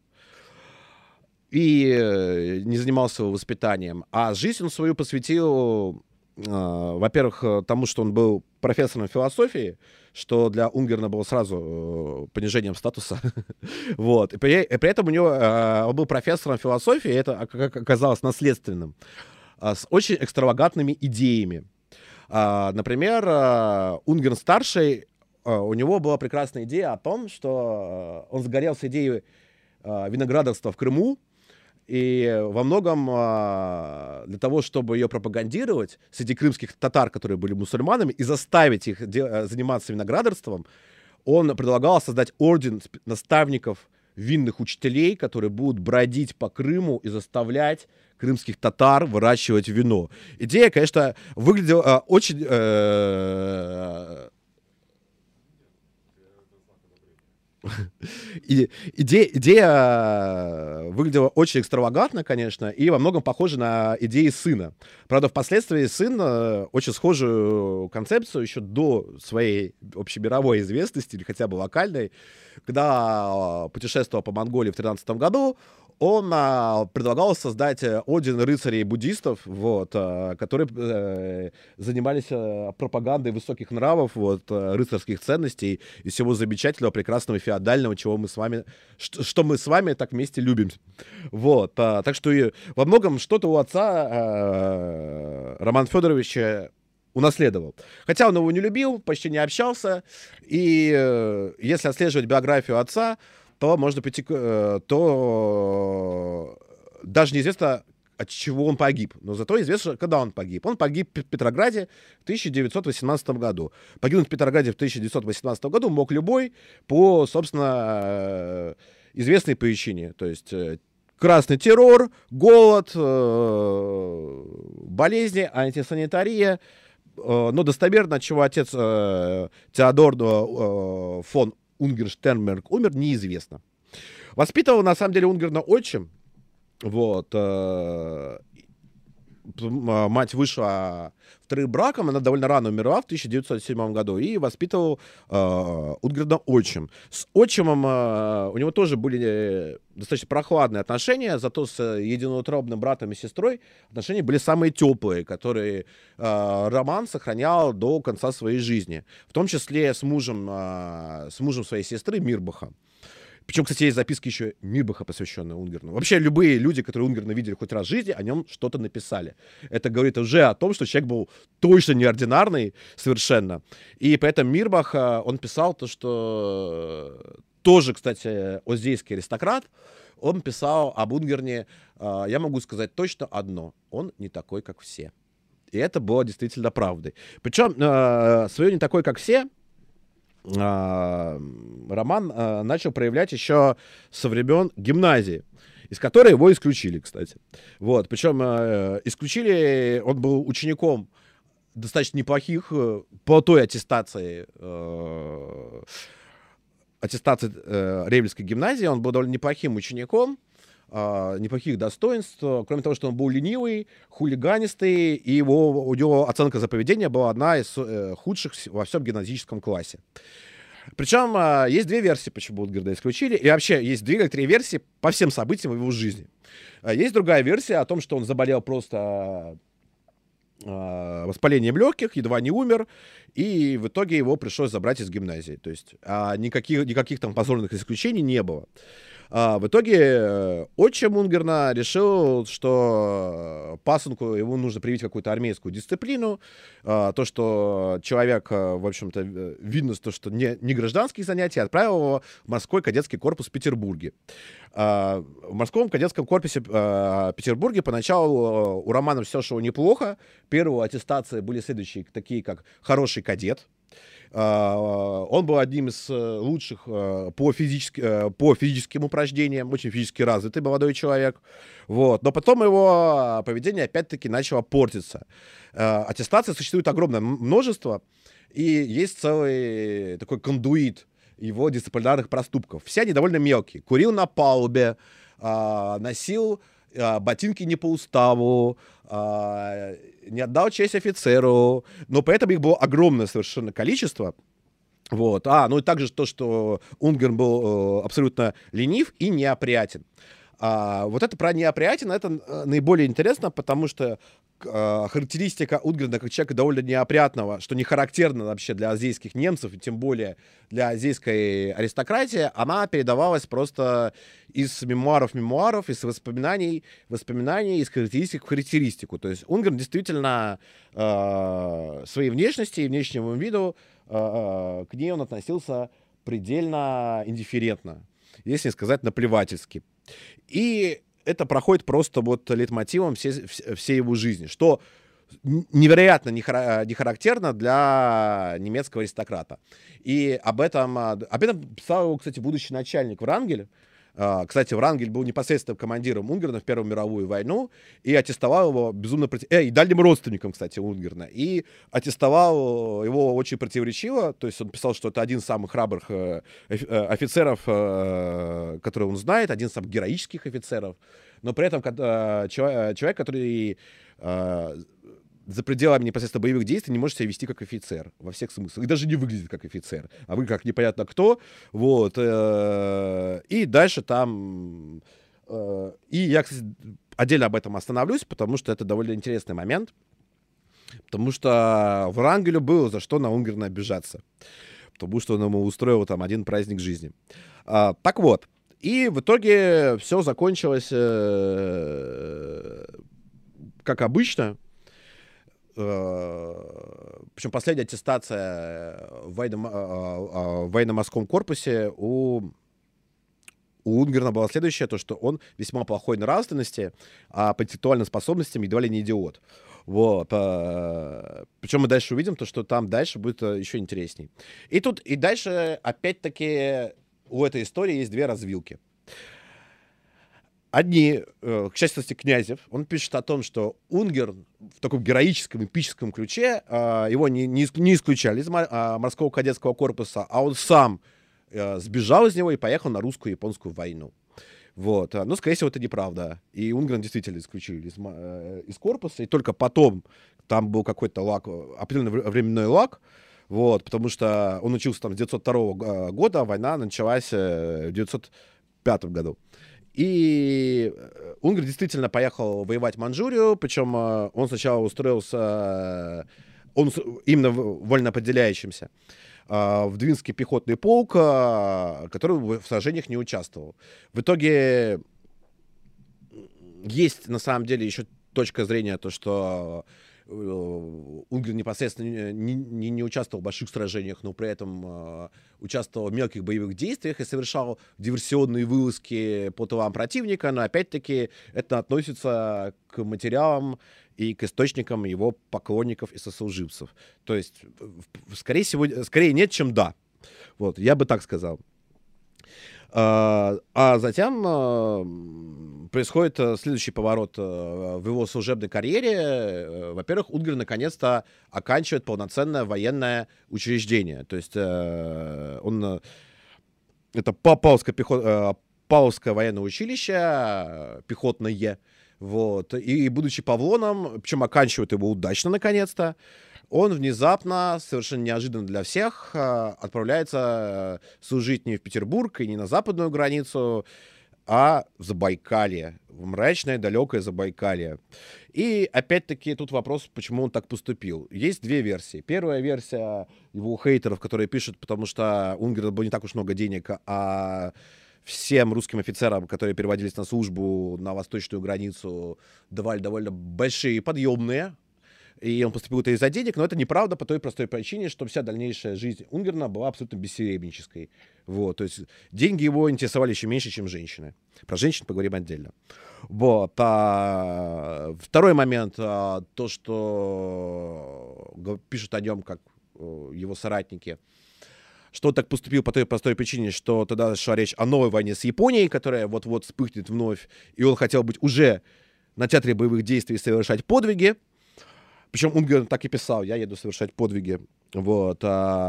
и не занимался его воспитанием. А жизнь он свою посвятил, во-первых, тому, что он был профессором философии, что для Унгерна было сразу понижением статуса. Вот. И при этом у него он был профессором философии, это, как оказалось, наследственным, с очень экстравагантными идеями. Например, Унгерн-старший, у него была прекрасная идея о том, что он загорелся идеей виноградарства в Крыму, и во многом для того, чтобы ее пропагандировать среди крымских татар, которые были мусульманами, и заставить их заниматься виноградарством, он предлагал создать орден наставников, винных учителей, которые будут бродить по Крыму и заставлять крымских татар выращивать вино. Идея, конечно, выглядела очень... Идея выглядела очень экстравагантно, конечно, и во многом похожа на идеи сына. Правда, впоследствии сын очень схожую концепцию еще до своей общемировой известности, или хотя бы локальной, когда путешествовал по Монголии в 13 году, он предлагал создать орден рыцарей-буддистов, вот, которые занимались пропагандой высоких нравов, вот, рыцарских ценностей и всего замечательного, прекрасного, феодального, что мы с вами так вместе любим. Вот, так что во многом что-то у отца Роман Федорович унаследовал. Хотя он его не любил, почти не общался, и если отслеживать биографию отца, то можно прийти, то даже неизвестно, от чего он погиб. Но зато известно, когда он погиб. Он погиб в Петрограде в 1918 году. Погибнуть в Петрограде в 1918 году мог любой по, собственно, известной причине. То есть красный террор, голод, болезни, антисанитария. Но достоверно, от чего отец Теодор фон Унгерн-Штернберг умер, неизвестно. Воспитывал, на самом деле, Унгерна отчим. Вот. Мать вышла вторым браком, она довольно рано умерла в 1907 году, и воспитывал Унгерна отчим. С отчимом у него тоже были достаточно прохладные отношения, зато с единоутробным братом и сестрой отношения были самые теплые, которые Роман сохранял до конца своей жизни, в том числе с мужем своей сестры Мирбаха. Причем, кстати, есть записки еще Мирбаха, посвященные Унгерну. Вообще, любые люди, которые Унгерна видели хоть раз в жизни, о нем что-то написали. Это говорит уже о том, что человек был точно неординарный совершенно. И поэтому Мирбах, он писал то, что тоже, кстати, оздейский аристократ, он писал об Унгерне, я могу сказать точно одно: он не такой, как все. И это было действительно правдой. Причем свое «не такой, как все» Роман начал проявлять еще со времен гимназии, из которой его исключили, кстати. Вот, причем исключили, он был учеником достаточно неплохих по той аттестации Ревельской гимназии, он был довольно неплохим учеником, неплохих достоинств, кроме того, что он был ленивый, хулиганистый, и у него оценка за поведение была одна из худших во всем гимназическом классе. Причем есть две версии, почему Унгерна исключили, и вообще есть 2 или 3 версии по всем событиям в его жизни. Есть другая версия о том, что он заболел просто воспалением легких, едва не умер, и в итоге его пришлось забрать из гимназии. То есть никаких там позорных исключений не было. В итоге отчим Унгерна решил, что пасынку ему нужно привить какую-то армейскую дисциплину. То, что человек, в общем-то, видно, что не гражданские занятия, отправил его в морской кадетский корпус в Петербурге. В морском кадетском корпусе Петербурге поначалу у Романа все шло неплохо. Первые аттестации были следующие, такие как «хороший кадет». Он был одним из лучших по физическим упражнениям, очень физически развитый молодой человек. Вот. Но потом его поведение опять-таки начало портиться. Аттестаций существует огромное множество, и есть целый такой кондуит его дисциплинарных проступков. Все они довольно мелкие. Курил на палубе, носил ботинки не по уставу, не отдал честь офицеру, но при этом их было огромное совершенно количество. Вот. Ну и также то, что Унгерн был абсолютно ленив и неопрятен. Вот это про неопрятен, это наиболее интересно, потому что характеристика Унгерна как человека довольно неопрятного, что не характерно вообще для азийских немцев, и тем более для азийской аристократии, она передавалась просто из мемуаров, из воспоминаний, из характеристик в характеристику. То есть Унгерн действительно своей внешности и внешнему виду к ней он относился предельно индифферентно, если не сказать наплевательски. И это проходит просто вот лейтмотивом всей его жизни, что невероятно не характерно для немецкого аристократа. И об этом писал, кстати, будущий начальник Врангель. Кстати, Врангель был непосредственно командиром Унгерна в Первую мировую войну и аттестовал его безумно... и дальним родственником, кстати, Унгерна. И аттестовал его очень противоречиво. То есть он писал, что это один из самых храбрых офицеров, которые он знает, один из самых героических офицеров. Но при этом человек, который за пределами непосредственно боевых действий не может себя вести как офицер во всех смыслах. И даже не выглядит как офицер. А вы как непонятно кто. Вот. И дальше там... И я, кстати, отдельно об этом остановлюсь, потому что это довольно интересный момент. Потому что Врангелю было за что на Унгерна обижаться. Потому что он ему устроил там один праздник жизни. Так вот. И в итоге все закончилось как обычно. Причем последняя аттестация в военно-морском корпусе у Унгерна была следующая, то, что он весьма плохой нравственности, а по интеллектуальным способностям едва ли не идиот. Вот. Причем мы дальше увидим, то, что там дальше будет еще интересней. И дальше, опять-таки, у этой истории есть две развилки. Одни, к частности, Князев, он пишет о том, что Унгерн в таком героическом, эпическом ключе, его не исключали из морского кадетского корпуса, а он сам сбежал из него и поехал на русско-японскую войну. Вот. Но, скорее всего, это неправда. И Унгерн действительно исключили из корпуса, и только потом там был какой-то лаг, определенный временной лаг, вот, потому что он учился там с 1902 года, а война началась в 1905 году. И Унгерн действительно поехал воевать в Манчжурию, причем он сначала устроился, он именно вольноопределяющимся, в Двинский пехотный полк, который в сражениях не участвовал. В итоге есть на самом деле еще точка зрения, то, что Унгерн непосредственно не участвовал в больших сражениях, но при этом участвовал в мелких боевых действиях и совершал диверсионные вылазки по тылам противника, но опять-таки это относится к материалам и к источникам его поклонников и сослуживцев. То есть, скорее нет, чем да. Вот, я бы так сказал. А затем происходит следующий поворот в его служебной карьере. Во-первых, Унгерн наконец-то оканчивает полноценное военное учреждение. То есть это Павловское военное училище, пехотное. Вот. И будучи павлоном, причем оканчивает его удачно наконец-то, он внезапно, совершенно неожиданно для всех, отправляется служить не в Петербург и не на западную границу, а в Забайкалье, в мрачное далекое Забайкалье. И опять-таки тут вопрос, почему он так поступил. Есть две версии. Первая версия его хейтеров, которые пишут, потому что у Унгерна было не так уж много денег, а всем русским офицерам, которые переводились на службу на восточную границу, давали довольно большие подъемные. И он поступил это из-за денег, но это неправда по той простой причине, что вся дальнейшая жизнь Унгерна была абсолютно бессеребренической. Вот, то есть деньги его интересовали еще меньше, чем женщины. Про женщин поговорим отдельно. Вот. Второй момент, то, что пишут о нем как его соратники, что он так поступил по той простой причине, что тогда шла речь о новой войне с Японией, которая вот-вот вспыхнет вновь, и он хотел быть уже на театре боевых действий и совершать подвиги. Причем Унгерн так и писал: я еду совершать подвиги. Вот.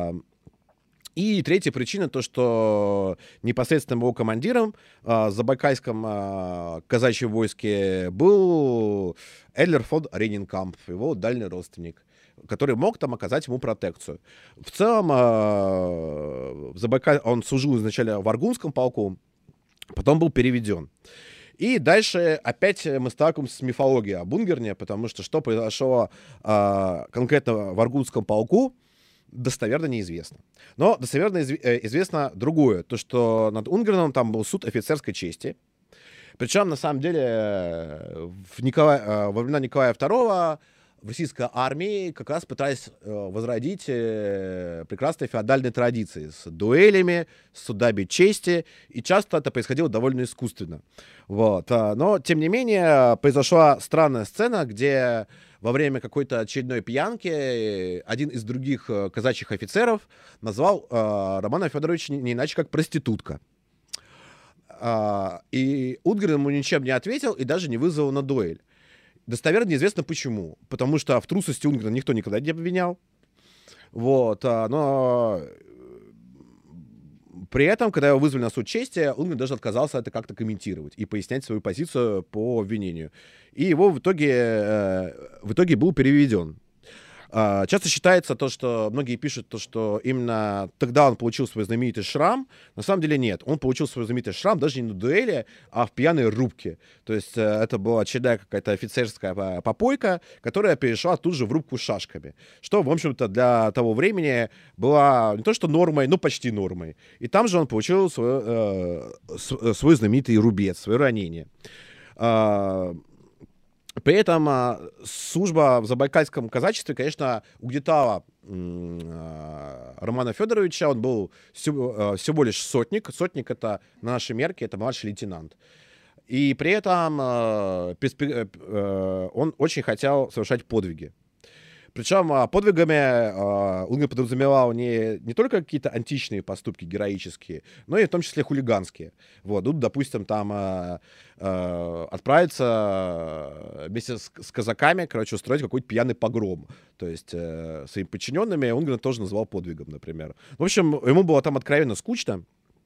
И третья причина, то, что непосредственным его командиром в Забайкальском казачьем войске был Эдлер фон Рейненкамп, его дальний родственник, который мог там оказать ему протекцию. В целом, в он служил изначально в Аргунском полку, потом был переведен. И дальше опять мы сталкиваемся с мифологией об Унгерне, потому что произошло конкретно в Аргунском полку, достоверно неизвестно. Но достоверно известно другое, то, что над Унгерном там был суд офицерской чести. Причем, на самом деле, во времена Николая II в российской армии как раз пытались возродить прекрасные феодальные традиции с дуэлями, с судами чести, и часто это происходило довольно искусственно. Вот. Но, тем не менее, произошла странная сцена, где во время какой-то очередной пьянки один из других казачьих офицеров назвал Романа Федоровича не иначе как проститутка. И Унгерн ему ничем не ответил и даже не вызвал на дуэль. Достоверно неизвестно почему. Потому что в трусости Унгерна никто никогда не обвинял. Вот. Но при этом, когда его вызвали на суд чести, Унгерн даже отказался это как-то комментировать и пояснять свою позицию по обвинению. И его в итоге был переведен. Часто считается то, что многие пишут, то, что именно тогда он получил свой знаменитый шрам. На самом деле нет. Он получил свой знаменитый шрам даже не на дуэли, а в пьяной рубке. То есть это была очередная какая-то офицерская попойка, которая перешла тут же в рубку с шашками. Что, в общем-то, для того времени была не то что нормой, но почти нормой. И там же он получил свой знаменитый рубец, свое ранение. При этом служба в Забайкальском казачестве, конечно, угнетала Романа Федоровича. Он был всего лишь сотник. Сотник — это на наши мерки, это младший лейтенант. И при этом он очень хотел совершать подвиги. Причем подвигами Унгерн подразумевал не только какие-то античные поступки героические, но и в том числе хулиганские. Вот, тут, допустим, там отправиться вместе с казаками, короче, устроить какой-то пьяный погром. То есть своими подчиненными Унгерн тоже называл подвигом, например. В общем, ему было там откровенно скучно.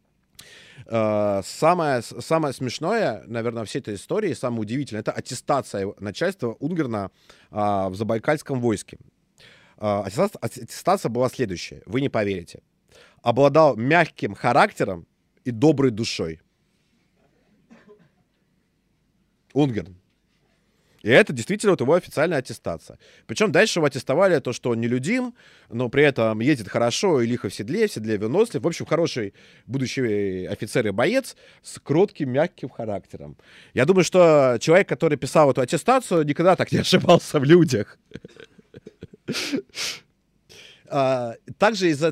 Самое смешное, наверное, всей этой истории, самое удивительное, это аттестация начальства Унгерна в Забайкальском войске. Аттестация была следующая, вы не поверите. Обладал мягким характером и доброй душой. Унгерн. И это действительно вот его официальная аттестация. Причем дальше его аттестовали то, что он нелюдим, но при этом едет хорошо и лихо в седле вынослив. В общем, хороший будущий офицер и боец с кротким, мягким характером. Я думаю, что человек, который писал эту аттестацию, никогда так не ошибался в людях. Также из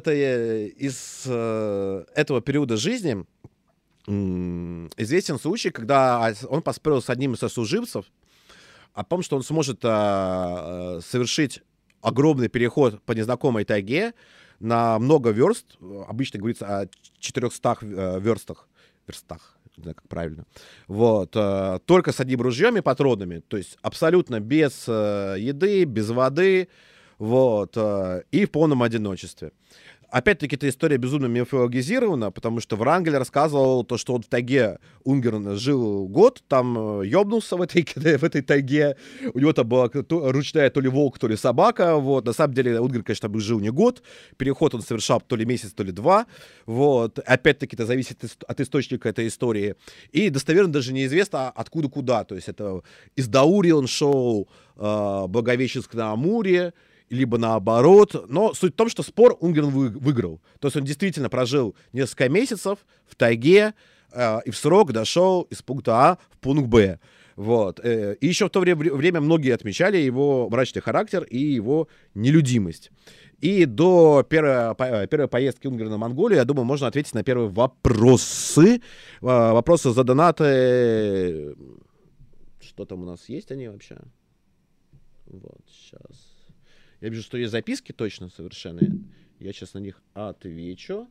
этого периода жизни известен случай, когда он поспорил с одним из сослуживцев о том, что он сможет совершить огромный переход по незнакомой тайге на много верст, обычно говорится о 400 верстах, не знаю, как правильно, вот, только с одним ружьем и патронами, то есть абсолютно без еды, без воды, вот, и в полном одиночестве. Опять-таки, эта история безумно мифологизирована, потому что Врангель рассказывал то, что он в тайге Унгерн жил год, там ёбнулся в этой тайге, у него там была ручная то ли волк, то ли собака, вот, на самом деле Унгерн, конечно, жил не год, переход он совершал то ли месяц, то ли два, вот, опять-таки, это зависит от источника этой истории, и достоверно даже неизвестно, откуда куда, то есть это из Даурии он шел, Благовещенск на Амуре, либо наоборот. Но суть в том, что спор Унгерн выиграл. То есть он действительно прожил несколько месяцев в тайге, и в срок дошел из пункта А в пункт Б. Вот. И еще в то время многие отмечали его мрачный характер и его нелюдимость. И до первой поездки Унгара на Монголию, я думаю, можно ответить на первые вопросы. Вопросы за донаты. Что там у нас есть они вообще? Вот, сейчас. Я вижу, что есть записки точно совершенно. Я сейчас на них отвечу.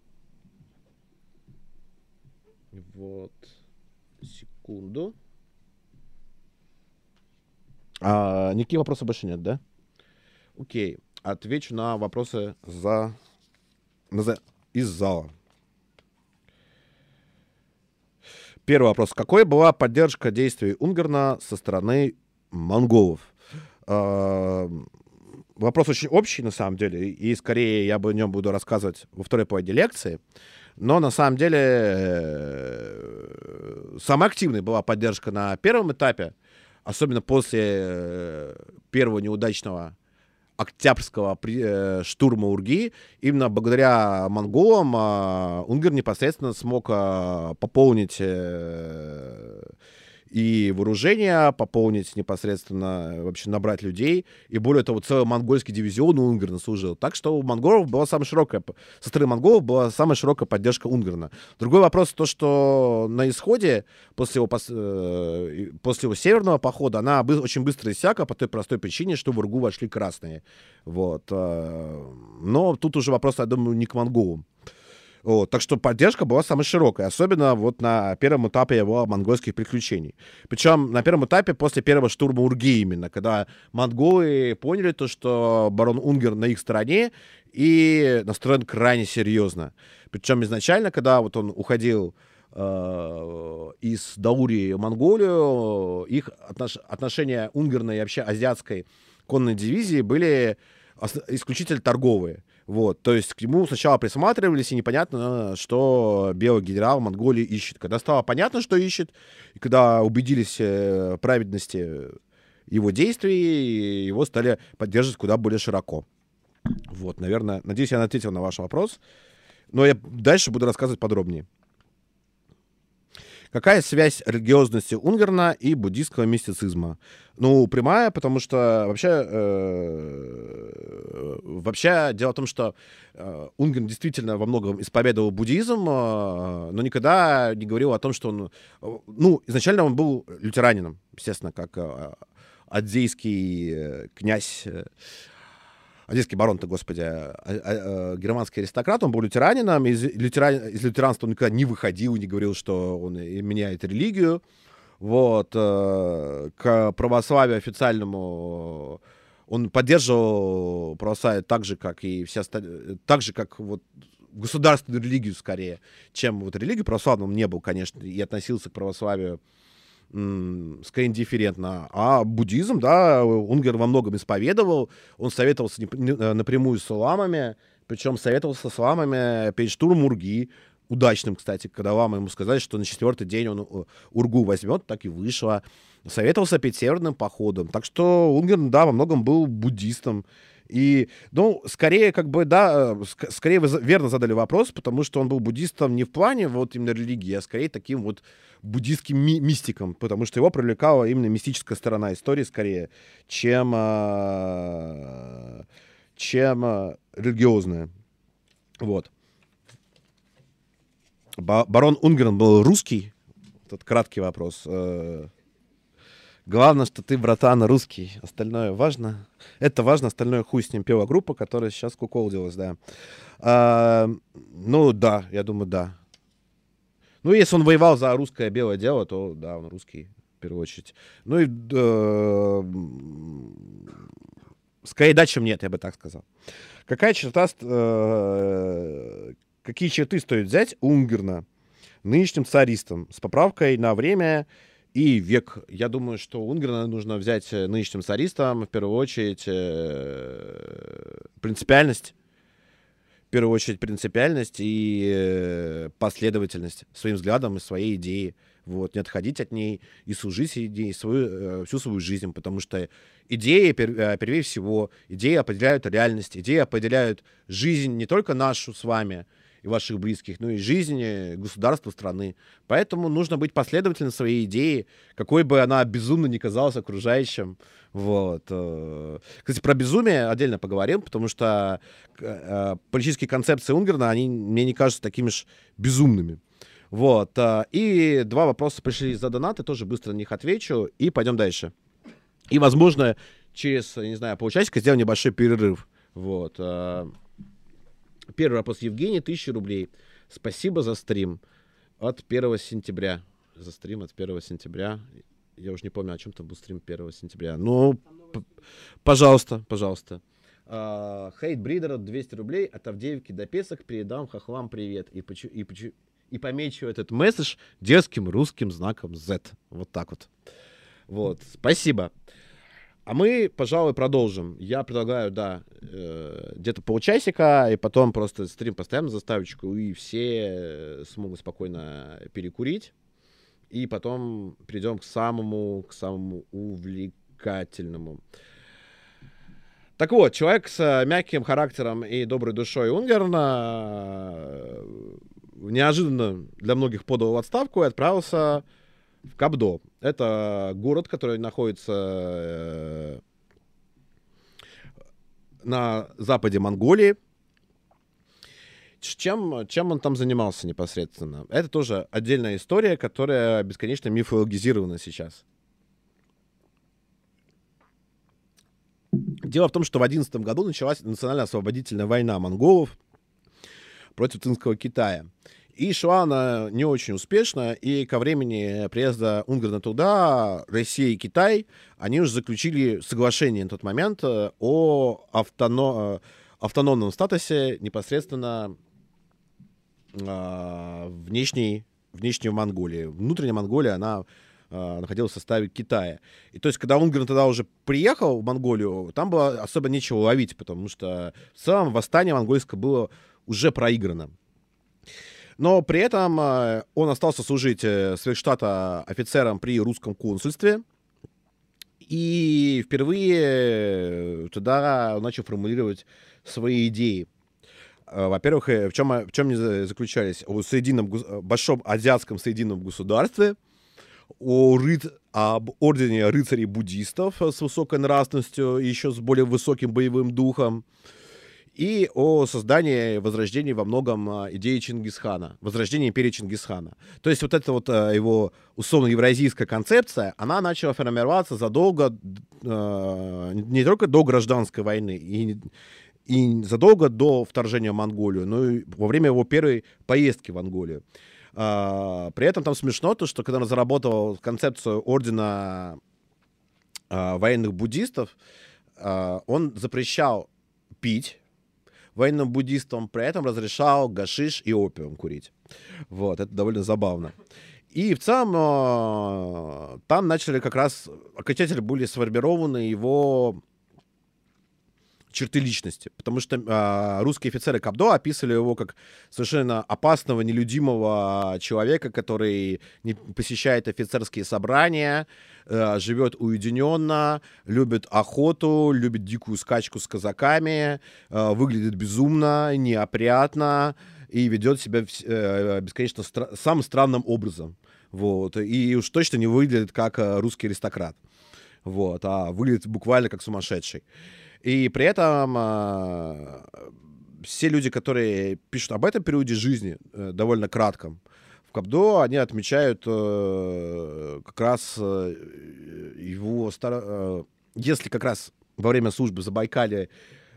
Вот. Секунду. Никаких вопросов больше нет, да? Окей. Отвечу на вопросы из зала. Первый вопрос. Какой была поддержка действий Унгерна со стороны монголов? Вопрос очень общий, на самом деле, и скорее я о нем буду рассказывать во второй половине лекции. Но на самом деле самая активная была поддержка на первом этапе, особенно после первого неудачного октябрьского штурма Урги. Именно благодаря монголам Унгар непосредственно смог пополнить и вооружение, пополнить непосредственно, вообще набрать людей. И более того, целый монгольский дивизион у Унгерна служил. Так что у монголов была самая широкая, со стороны монголов была самая широкая поддержка Унгерна. Другой вопрос, то, что на исходе, после его северного похода, она очень быстро иссякла по той простой причине, что в Ургу вошли красные. Вот. Но тут уже вопрос, я думаю, не к монголам. Вот, так что поддержка была самой широкой, особенно вот на первом этапе его монгольских приключений. Причем на первом этапе, после первого штурма Урги именно, когда монголы поняли то, что барон Унгер на их стороне и настроен крайне серьезно. Причем изначально, когда вот он уходил из Даурии в Монголию, их отношения Унгерной и вообще азиатской конной дивизии были исключительно торговые. Вот, то есть к нему сначала присматривались, и непонятно, что белый генерал в Монголии ищет. Когда стало понятно, что ищет, и когда убедились в праведности его действий, его стали поддерживать куда более широко. Вот, наверное, надеюсь, я ответил на ваш вопрос. Но я дальше буду рассказывать подробнее. Какая связь религиозности Унгерна и буддийского мистицизма? Ну, прямая, потому что вообще дело в том, что Унгерн действительно во многом исповедовал буддизм, но никогда не говорил о том, что он... Ну, изначально он был лютеранином, естественно, как адзейский князь... Одесский барон-то, господи, германский аристократ, он был лютеранином, из лютеранства он никогда не выходил, не говорил, что он меняет религию. Вот, к православию официальному он поддерживал православие так же, как и все остальные, так же, как вот государственную религию скорее, чем вот религию православную он не был, конечно, и относился к православию скорее индифферентно. А буддизм, да, Унгер во многом исповедовал, он советовался напрямую с ламами, причем советовался с ламами перед штурмом Урги, удачным, кстати, когда ламы ему сказали, что на 4-й день он Ургу возьмет, так и вышло. Советовался перед северным походом. Так что Унгер, да, во многом был буддистом. И, ну, скорее, как бы, да, скорее вы верно задали вопрос, потому что он был буддистом не в плане вот именно религии, а скорее таким вот буддистским мистиком, потому что его привлекала именно мистическая сторона истории скорее, чем религиозная. Вот. Барон Унгерн был русский? Тут краткий вопрос. Главное, что ты, братан, русский. Остальное важно. Это важно, остальное хуй с ним. Пела группа, которая сейчас куколдилась, да. Ну, да, я думаю, да. Ну, если он воевал за русское белое дело, то, да, он русский, в первую очередь. Ну, и скорее да, чем нет, я бы так сказал. Какие черты стоит взять у Унгерна нынешним царистам с поправкой на время и век? Я думаю, что Унгерна нужно взять нынешним царистам в первую очередь принципиальность. В первую очередь принципиальность и последовательность своим взглядом и своей идеей. Вот, не отходить от ней и служить идее всю свою жизнь, потому что идеи, первее всего, идеи определяют реальность, идеи определяют жизнь не только нашу с вами, и ваших близких, но и жизнь государства, страны. Поэтому нужно быть последовательным в своей идее, какой бы она безумно ни казалась окружающим. Вот. Кстати, про безумие отдельно поговорим, потому что политические концепции Унгерна, они мне не кажутся такими же безумными. Вот. И два вопроса пришли за донаты, тоже быстро на них отвечу, и пойдем дальше. И, возможно, через, не знаю, полчасика сделаем небольшой перерыв. Вот. Первый вопрос Евгений, 1000 рублей. Спасибо за стрим от 1 сентября. За стрим от 1 сентября. Я уже не помню, о чем там был стрим 1 сентября. Ну, пожалуйста, пожалуйста. Хейт Бридер, 200 рублей. От Авдеевки до Песок передам хохлам привет. И помечу этот месседж детским русским знаком Z. Вот так вот. Вот, спасибо. А мы, пожалуй, продолжим. Я предлагаю, да, где-то полчасика, и потом просто стрим поставим на заставочку, и все смогут спокойно перекурить. И потом перейдем к самому увлекательному. Так вот, человек с мягким характером и доброй душой Унгерна неожиданно для многих подал в отставку и отправился в Кабдо. Это город, который находится на западе Монголии. Чем он там занимался непосредственно? Это тоже отдельная история, которая бесконечно мифологизирована сейчас. Дело в том, что в 2011 году началась национально-освободительная война монголов против Цинского Китая. И шла она не очень успешно, и ко времени приезда Унгерна туда, Россия и Китай, они уже заключили соглашение на тот момент о автономном статусе непосредственно внешней Монголии. Внутренняя Монголия, она находилась в составе Китая. И то есть, когда Унгерн тогда уже приехал в Монголию, там было особо нечего ловить, потому что в целом восстание монгольское было уже проиграно. Но при этом он остался служить сверхштата офицером при русском консульстве. И впервые туда он начал формулировать свои идеи. Во-первых, в чем они заключались? О большом азиатском соединенном государстве, об ордене рыцарей-буддистов с высокой нравственностью и еще с более высоким боевым духом, и о создании, возрождении во многом идеи Чингисхана, возрождении империи Чингисхана. То есть вот эта вот его условно-евразийская концепция, она начала формироваться задолго, не только до гражданской войны, и задолго до вторжения в Монголию, но и во время его первой поездки в Монголию. При этом там смешно то, что когда он разработал концепцию ордена военных буддистов, он запрещал пить военным буддистам, при этом разрешал гашиш и опиум курить. Вот, это довольно забавно. И в целом там начали как раз окончательно были сформированы его черты личности, потому что русские офицеры Кабдо описывали его как совершенно опасного, нелюдимого человека, который не посещает офицерские собрания, живет уединенно, любит охоту, любит дикую скачку с казаками, выглядит безумно, неопрятно и ведет себя бесконечно самым странным образом. Вот. И уж точно не выглядит как русский аристократ. Вот. А выглядит буквально как сумасшедший. И при этом все люди, которые пишут об этом периоде жизни, довольно кратком, в Кабдо, они отмечают как раз его... Если как раз во время службы в Забайкалье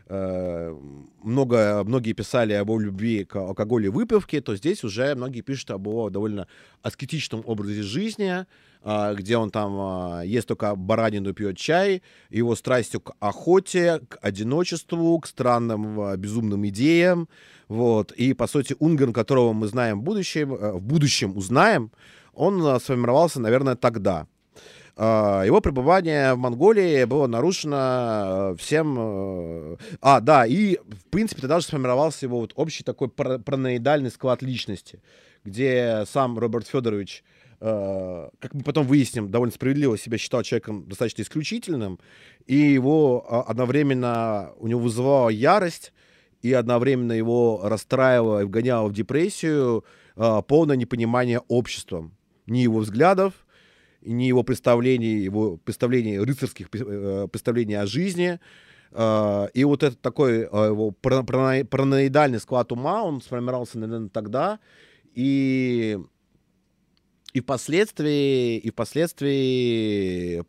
многие писали об его любви к алкоголю и выпивке, то здесь уже многие пишут об его довольно аскетичном образе жизни, где он там ест только баранину, пьет чай, его страстью к охоте, к одиночеству, к странным безумным идеям. Вот. И, по сути, Унгерн, которого мы знаем в будущем узнаем, он сформировался, наверное, тогда. Его пребывание в Монголии было нарушено всем... и, в принципе, тогда же сформировался его вот общий такой параноидальный склад личности, где сам Роберт Федорович, как мы потом выясним, довольно справедливо себя считал человеком достаточно исключительным, и его одновременно у него вызывала ярость и одновременно его расстраивало и вгоняло в депрессию полное непонимание обществом. Ни его взглядов, ни его представлений рыцарских представлений о жизни. И вот этот такой его параноидальный склад ума, он сформировался, наверное, тогда. И впоследствии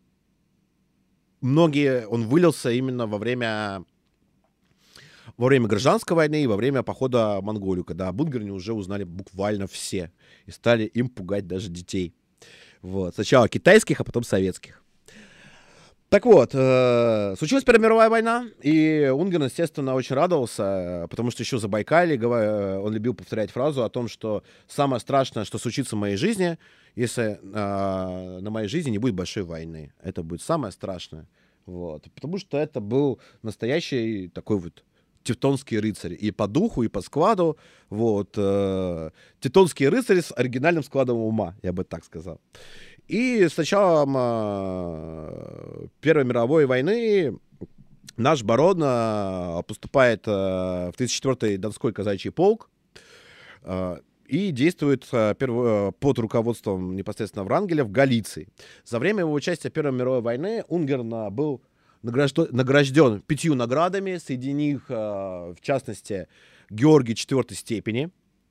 он вылился именно во время гражданской войны и во время похода в Монголию, когда об Унгерне уже узнали буквально все и стали им пугать даже детей. Вот. Сначала китайских, а потом советских. Так вот, случилась Первая мировая война, и Унгерн, естественно, очень радовался, потому что еще в Забайкалье он любил повторять фразу о том, что самое страшное, что случится в моей жизни, если на моей жизни не будет большой войны. Это будет самое страшное. Вот. Потому что это был настоящий такой вот тевтонский рыцарь. И по духу, и по складу. Вот. Тевтонский рыцарь с оригинальным складом ума, я бы так сказал. И с началом Первой мировой войны наш барон поступает в 34-й Донской казачий полк и действует под руководством непосредственно Врангеля в Галиции. За время его участия в Первой мировой войны Унгерн был награжден 5 наградами, среди них, в частности, Георгий IV степени.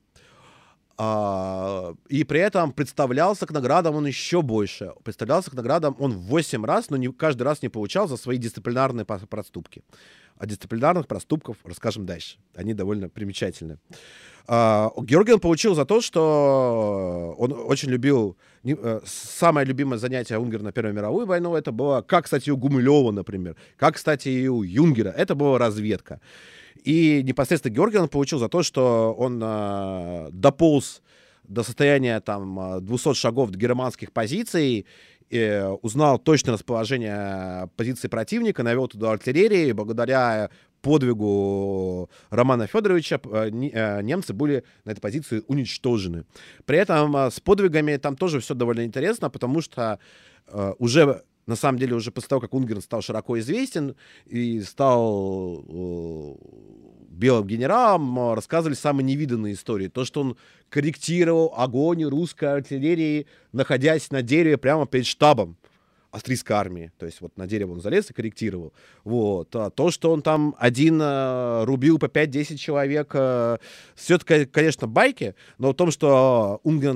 И при этом представлялся к наградам он еще больше. Представлялся к наградам он в 8 раз, но каждый раз не получал за свои дисциплинарные проступки. О дисциплинарных проступках расскажем дальше. Они довольно примечательны. Георгий он получил за то, что он очень любил... Самое любимое занятие Унгерна на Первую мировую войну, это было, как, кстати, у Гумилева, например, как, кстати, и у Юнгера, это была разведка. И непосредственно Георгий он получил за то, что он дополз до состояния там 200 шагов до германских позиций, узнал точное расположение позиций противника, навел туда артиллерии. Благодаря подвигу Романа Федоровича немцы были на этой позиции уничтожены. При этом с подвигами там тоже все довольно интересно, потому что уже... На самом деле, уже после того, как Унгерн стал широко известен и стал белым генералом, рассказывали самые невиданные истории. То, что он корректировал огонь русской артиллерии, находясь на дереве прямо перед штабом австрийской армии. То есть вот на дерево он залез и корректировал. Вот. То, что он там один рубил по 5-10 человек, все это, конечно, байки, но о том, что Унгерн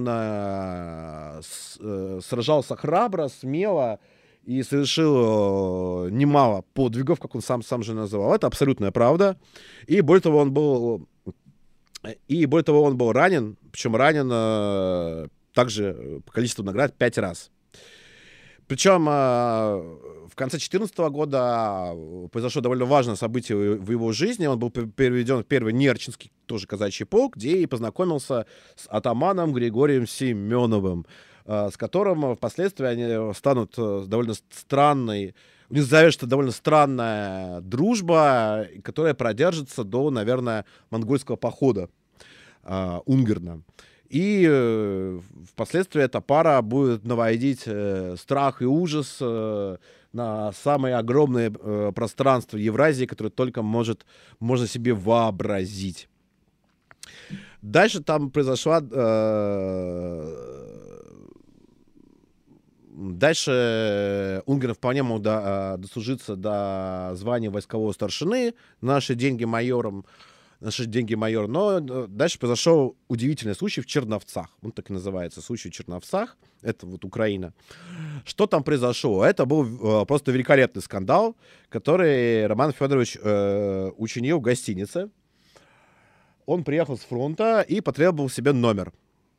сражался храбро, смело, и совершил немало подвигов, как он сам же называл. Это абсолютная правда. И более того, он был ранен, причем ранен также по количеству наград 5 раз. Причем в конце 2014 года произошло довольно важное событие в его жизни. Он был переведен в первый Нерчинский, тоже казачий полк, где и познакомился с атаманом Григорием Семеновым, с которым впоследствии они станут довольно странной, у них завяжется довольно странная дружба, которая продержится до, наверное, монгольского похода Унгерна. И впоследствии эта пара будет наводить страх и ужас на самые огромные пространства Евразии, которые только можно себе вообразить. Дальше там произошла... Дальше Унгерн вполне мог дослужиться до звания войскового старшины, наши деньги майор, но дальше произошел удивительный случай в Черновцах. Он так и называется, случай в Черновцах. Это вот Украина. Что там произошло? Это был просто великолепный скандал, который Роман Федорович учинил в гостинице. Он приехал с фронта и потребовал себе номер.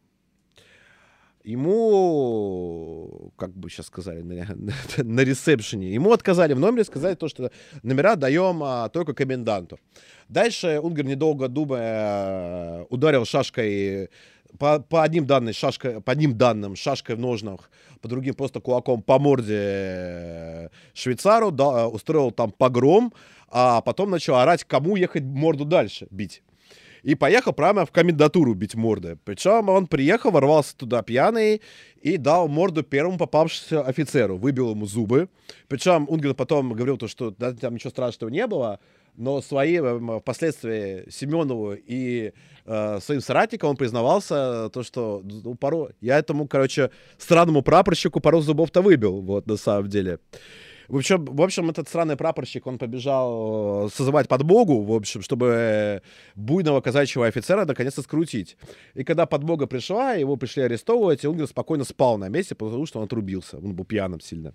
Ему, как бы сейчас сказали, на ресепшене, ему отказали в номере, сказали то, что номера даем только коменданту. Дальше Унгерн, недолго думая, ударил шашкой, по одним данным шашкой в ножнах, по другим просто кулаком по морде швейцару, устроил там погром, а потом начал орать, кому ехать морду дальше бить. И поехал прямо в комендатуру бить морды. Причем он приехал, ворвался туда пьяный и дал морду первому попавшемуся офицеру, выбил ему зубы. Причем Унгерн потом говорил, то, что да, там ничего страшного не было, но впоследствии Семенову и своим соратникам он признавался, то, что ну, пару, я этому, короче, странному прапорщику пару зубов-то выбил, вот, на самом деле. В общем, этот странный прапорщик, он побежал созывать подмогу, в общем, чтобы буйного казачьего офицера наконец-то скрутить. И когда подмога пришла, его пришли арестовывать, и Унгер спокойно спал на месте, потому что он отрубился. Он был пьяным сильно.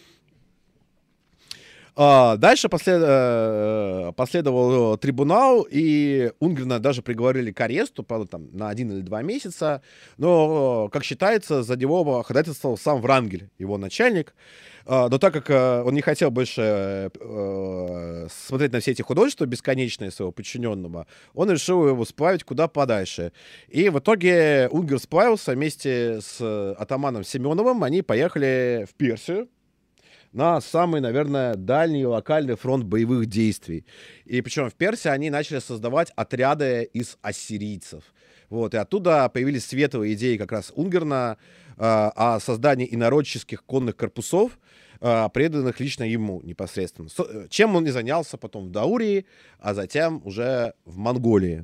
Дальше последовал трибунал, и Унгрена даже приговорили к аресту, правда, там, на 1 или 2 месяца. Но, как считается, за него ходатайствовал сам Врангель, его начальник. Но так как он не хотел больше смотреть на все эти художества бесконечные своего подчиненного, он решил его сплавить куда подальше. И в итоге Унгер сплавился вместе с атаманом Семеновым. Они поехали в Персию на самый, наверное, дальний локальный фронт боевых действий. И причем в Персии они начали создавать отряды из ассирийцев. Вот, и оттуда появились светлые идеи как раз Унгерна о создании инородческих конных корпусов, преданных лично ему непосредственно. Чем он и занялся потом в Даурии, а затем уже в Монголии.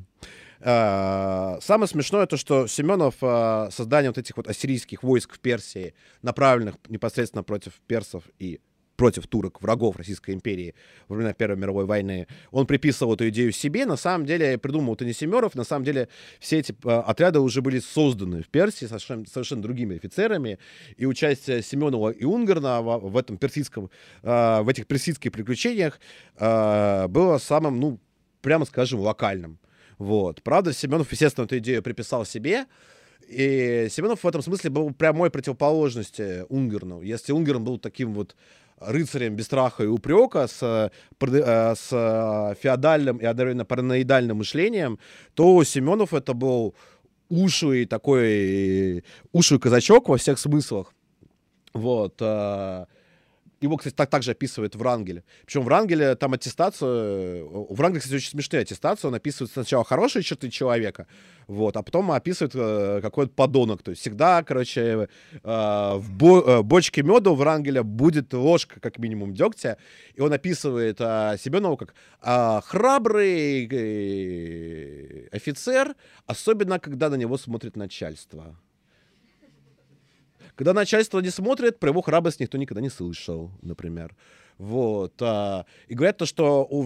Самое смешное то, что Семенов создание вот этих вот ассирийских войск в Персии, направленных непосредственно против персов и против турок, врагов Российской империи во времена Первой мировой войны, он приписывал эту идею себе. На самом деле придумал это не Семеров, на самом деле все эти отряды уже были созданы в Персии совершенно другими офицерами, и участие Семенова и Унгерна в этих персидских приключениях было самым, ну, прямо скажем, локальным. Вот. Правда, Семенов, естественно, эту идею приписал себе, и Семенов в этом смысле был прямой противоположности Унгерну. Если Унгерн был таким вот рыцарем без страха и упрека, с феодальным и одновременно параноидальным мышлением, то Семенов это был ушлый казачок во всех смыслах. Вот. Его, кстати, также описывает Врангель. Причем Врангель там аттестацию... У Врангеля, кстати, очень смешная аттестация. Он описывает сначала хорошие черты человека, вот, а потом описывает какой-то подонок. То есть всегда, короче, в бочке меда у Врангеля будет ложка, как минимум, дегтя. И он описывает Семенова как храбрый офицер, особенно когда на него смотрит начальство. Когда начальство не смотрит, про его храбрость никто никогда не слышал, например. Вот. И говорят то,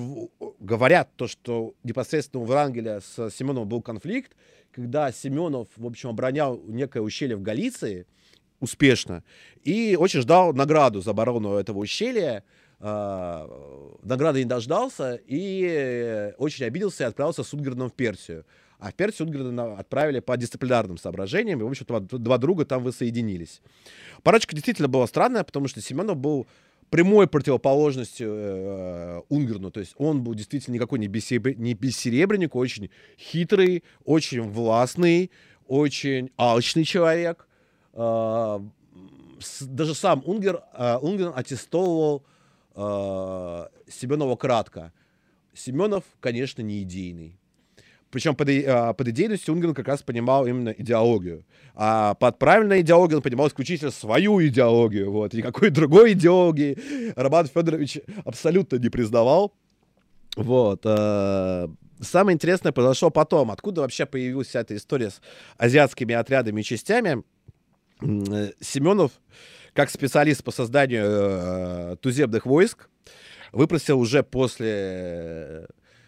что непосредственно у Врангеля с Семеновым был конфликт, когда Семенов, в общем, оборонял некое ущелье в Галиции успешно и очень ждал награду за оборону этого ущелья. Награды не дождался и очень обиделся и отправился с Унгерном в Персию. А в Персию Унгерна отправили по дисциплинарным соображениям, и, в общем-то, два друга там воссоединились. Парочка действительно была странная, потому что Семенов был прямой противоположностью Унгерну. То есть он был действительно никакой не бессеребренник, очень хитрый, очень властный, очень алчный человек. Даже сам Унгерн аттестовывал Семенова кратко. Семенов, конечно, не идейный. Причем под идейностью Унгерн как раз понимал именно идеологию. А под правильной идеологией он понимал исключительно свою идеологию. Вот. Никакой другой идеологии Роман Федорович абсолютно не признавал. Вот. Самое интересное произошло потом. Откуда вообще появилась вся эта история с азиатскими отрядами и частями? Семенов, как специалист по созданию туземных войск, выпросил уже после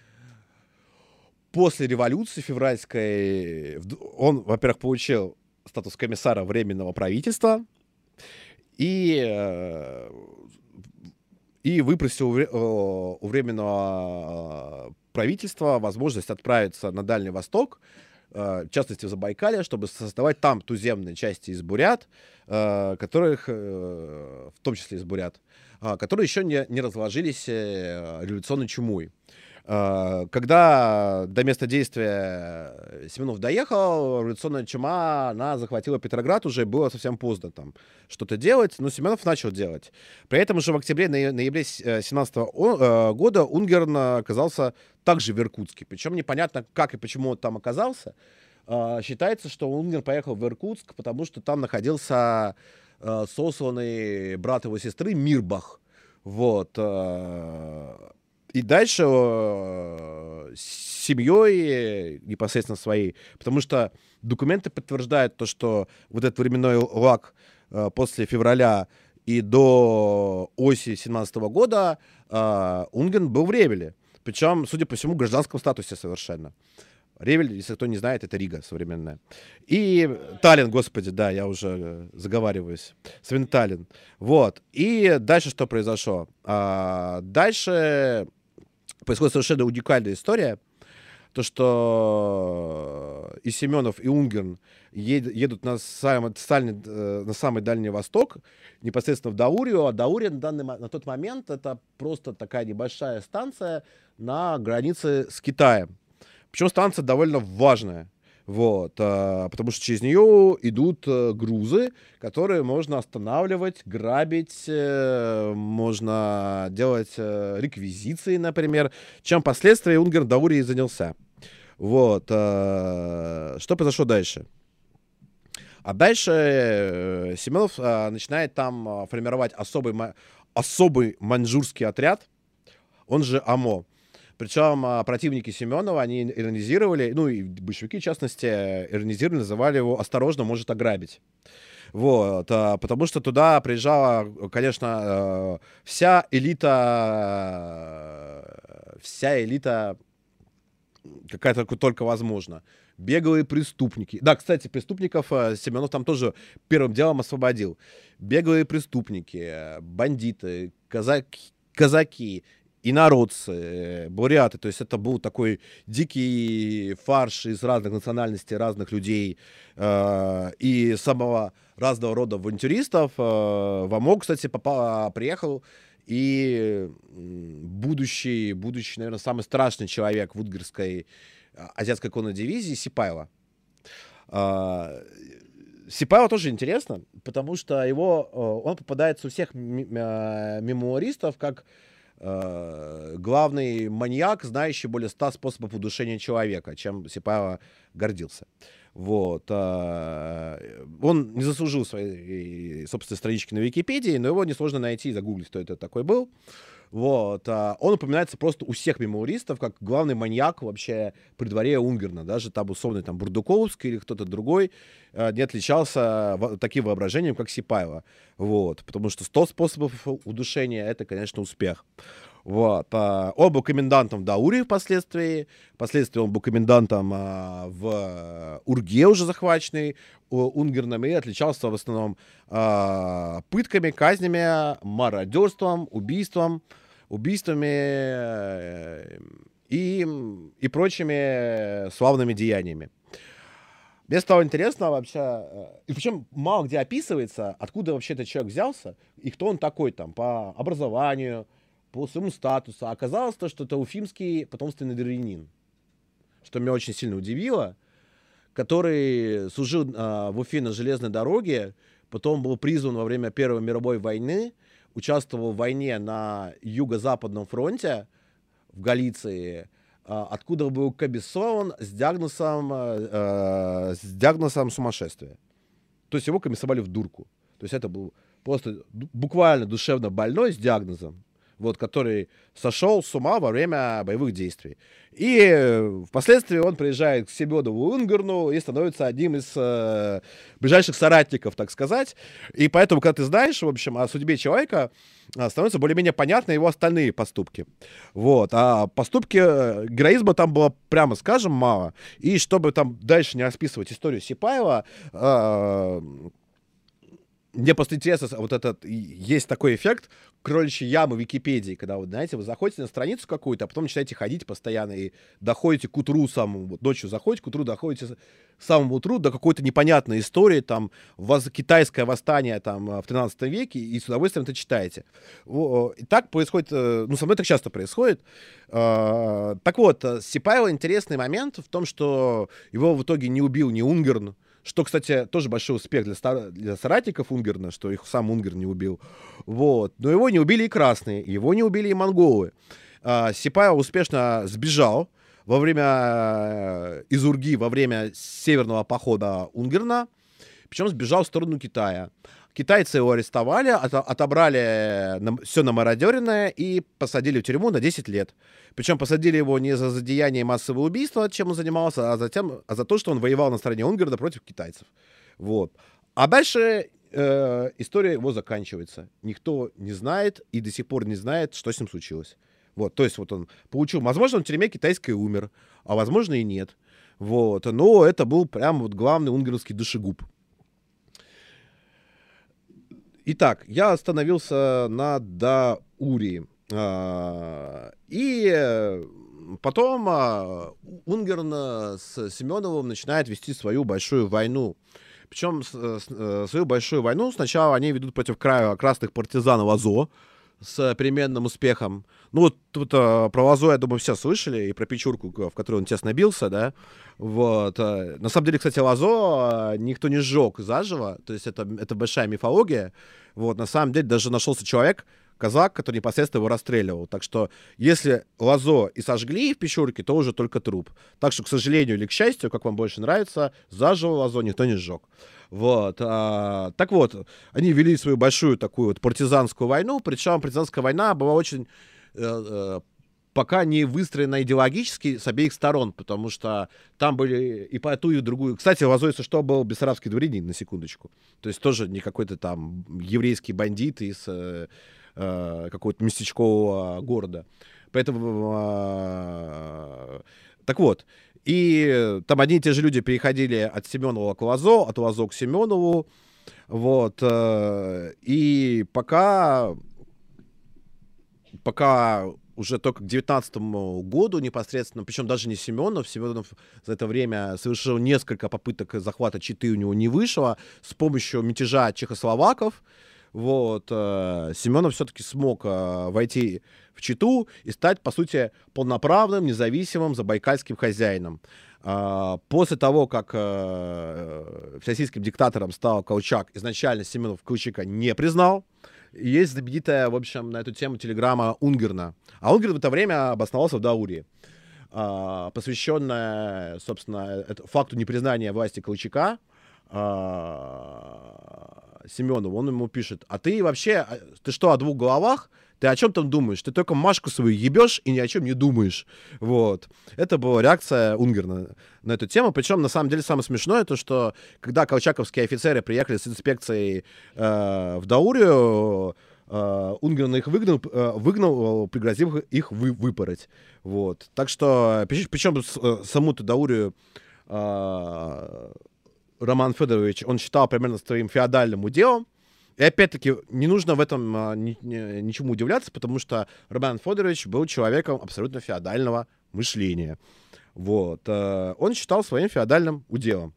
революции февральской, он, во-первых, получил статус комиссара Временного правительства и выпросил у Временного правительства возможность отправиться на Дальний Восток, в частности в Забайкалье, чтобы создавать там туземные части из бурят, которых, в том числе из бурят, которые еще не разложились революционной чумой. Когда до места действия Семенов доехал, революционная чума, она захватила Петроград, уже было совсем поздно там что-то делать, но Семенов начал делать. При этом уже в октябре-ноябре 17 года Унгерн оказался также в Иркутске. Причем непонятно, как и почему он там оказался. Считается, что Унгер поехал в Иркутск, потому что там находился сосланный брат его сестры Мирбах. Вот. И дальше с семьей непосредственно своей, потому что документы подтверждают то, что вот этот временной лаг после февраля и до осени 2017 года Унген был в Ревеле. Причем, судя по всему, в гражданском статусе совершенно. Ревель, если кто не знает, это Рига современная. И Таллин, господи, да, я уже заговариваюсь. Свинталлин. Вот. И дальше что произошло? Дальше происходит совершенно уникальная история. То, что и Семенов, и Унгерн едут на самый Дальний Восток, непосредственно в Даурию. А Даурия на тот момент это просто такая небольшая станция на границе с Китаем. Причем станция довольно важная. Вот, потому что через нее идут грузы, которые можно останавливать, грабить, можно делать реквизиции, например, чем впоследствии Унгерн Даурией занялся. Вот, что произошло дальше? А дальше Семенов начинает там формировать особый маньчжурский отряд, он же АМО. Причем противники Семенова, они иронизировали, ну и большевики, в частности, иронизировали, называли его «осторожно, может ограбить». Вот, потому что туда приезжала, конечно, вся элита какая-то только возможно. Беглые преступники. Да, кстати, преступников Семенов там тоже первым делом освободил. Беглые преступники, бандиты, казаки, инородцы, буряты. То есть это был такой дикий фарш из разных национальностей, разных людей и самого разного рода авантюристов. В АМО, кстати, приехал и будущий, наверное, самый страшный человек в Унгерской азиатской конной дивизии Сипайло. Сипайло тоже интересно, потому что он попадается у всех мемуаристов как главный маньяк, знающий более 100 способов удушения человека, чем Сипайло гордился. Вот. Он не заслужил своей собственной странички на Википедии, но его несложно найти и загуглить, кто это такой был. Вот. Он упоминается просто у всех мемуаристов как главный маньяк вообще при дворе Унгерна. Даже там условный там Бурдуковский или кто-то другой не отличался таким воображением, как Сипайло. Вот. Потому что 100 способов удушения — это, конечно, успех. Вот. Он был комендантом в Даурии впоследствии. Впоследствии он был комендантом в Урге, уже захваченный Унгерном, и отличался в основном пытками, казнями, мародерством, убийствами и прочими славными деяниями. Мне стало интересно вообще, и причем мало где описывается, откуда вообще этот человек взялся, и кто он такой там по образованию, по своему статусу. Оказалось то, что это уфимский потомственный дворянин, что меня очень сильно удивило, который служил в Уфе на железной дороге, потом был призван во время Первой мировой войны, участвовал в войне на Юго-Западном фронте в Галиции, откуда был комиссован с диагнозом сумасшествия. То есть его комиссовали в дурку. То есть это был просто буквально душевно больной с диагнозом, вот, который сошел с ума во время боевых действий. И впоследствии он приезжает к Семенову Унгерну и становится одним из ближайших соратников, так сказать. И поэтому, когда ты знаешь, в общем, о судьбе человека, становятся более-менее понятны его остальные поступки. Вот. А поступки героизма там было, прямо скажем, мало. И чтобы там дальше не расписывать историю Сипайлова, мне просто интересно, вот этот, есть такой эффект кроличьей ямы в Википедии, когда, вот, знаете, вы заходите на страницу какую-то, а потом начинаете ходить постоянно и доходите к утру самому, вот, ночью заходите к утру, доходите к самому утру до какой-то непонятной истории, там, китайское восстание там в 13 веке, и с удовольствием это читаете. И так происходит, ну, со мной так часто происходит. Так вот, с Сипайло интересный момент в том, что его в итоге не убил ни Унгерн, что, кстати, тоже большой успех для соратников Унгерна, что их сам Унгерн не убил. Вот. Но его не убили и красные, его не убили и монголы. Сипайло успешно сбежал во время Изурги, во время северного похода Унгерна, причем сбежал в сторону Китая. Китайцы его арестовали, отобрали все намародеренное и посадили в тюрьму на 10 лет. Причем посадили его не за задеяние массового убийства, чем он занимался, а за то, что он воевал на стороне Унгерна против китайцев. Вот. А дальше история его заканчивается. Никто не знает и до сих пор не знает, что с ним случилось. Вот, то есть вот он получил, возможно, он в тюрьме китайской умер, а возможно и нет. Вот, но это был прям вот главный унгерский душегуб. Итак, я остановился на Даурии. И потом Унгерн с Семеновым начинает вести свою большую войну. Причем свою большую войну сначала они ведут против красных партизан Лазо с переменным успехом. Ну вот тут про Лазо, я думаю, все слышали, и про Печурку, в которой он тесно бился, да. Вот. На самом деле, кстати, Лазо никто не сжег заживо, то есть это большая мифология. Вот. На самом деле даже нашелся человек, казак, который непосредственно его расстреливал. Так что если Лазо и сожгли в Печурке, то уже только труп. Так что, к сожалению или к счастью, как вам больше нравится, заживо Лазо никто не сжег. Вот. Так вот, они вели свою большую такую вот партизанскую войну, причем партизанская война была очень пока не выстроена идеологически с обеих сторон, потому что там были и по ту, и другую. Кстати, Лазо, если что, был бессарабский дворянин, на секундочку. То есть тоже не какой-то там еврейский бандит из какого-то местечкового города. Поэтому... Так вот. И там одни и те же люди переходили от Семенова к Лазо, от Лазо к Семенову. Вот. И пока уже только к 19-му году непосредственно, причем даже не Семенов за это время совершил несколько попыток захвата Читы, у него не вышло, с помощью мятежа чехословаков. Вот, Семенов все-таки смог войти в Читу и стать, по сути, полноправным, независимым забайкальским хозяином. После того, как всероссийским диктатором стал Колчак, изначально Семенов Колчака не признал. Есть знаменитая, в общем, на эту тему телеграмма Унгерна. А Унгерн в это время обосновался в Даурии, посвященная, собственно, факту непризнания власти Колчака Семенову. Он ему пишет: а ты вообще, ты что, о двух головах? Ты о чем там думаешь? Ты только Машку свою ебешь и ни о чем не думаешь. Вот. Это была реакция Унгерна на эту тему. Причем, на самом деле, самое смешное то, что когда колчаковские офицеры приехали с инспекцией в Даурию, Унгерн их выгнал, пригрозив их выпороть. Вот. Так что, причем саму-то Даурию Роман Федорович, он считал примерно своим феодальным уделом. И опять-таки, не нужно в этом ничему удивляться, потому что Роман Федорович был человеком абсолютно феодального мышления. Вот. Он считал своим феодальным уделом.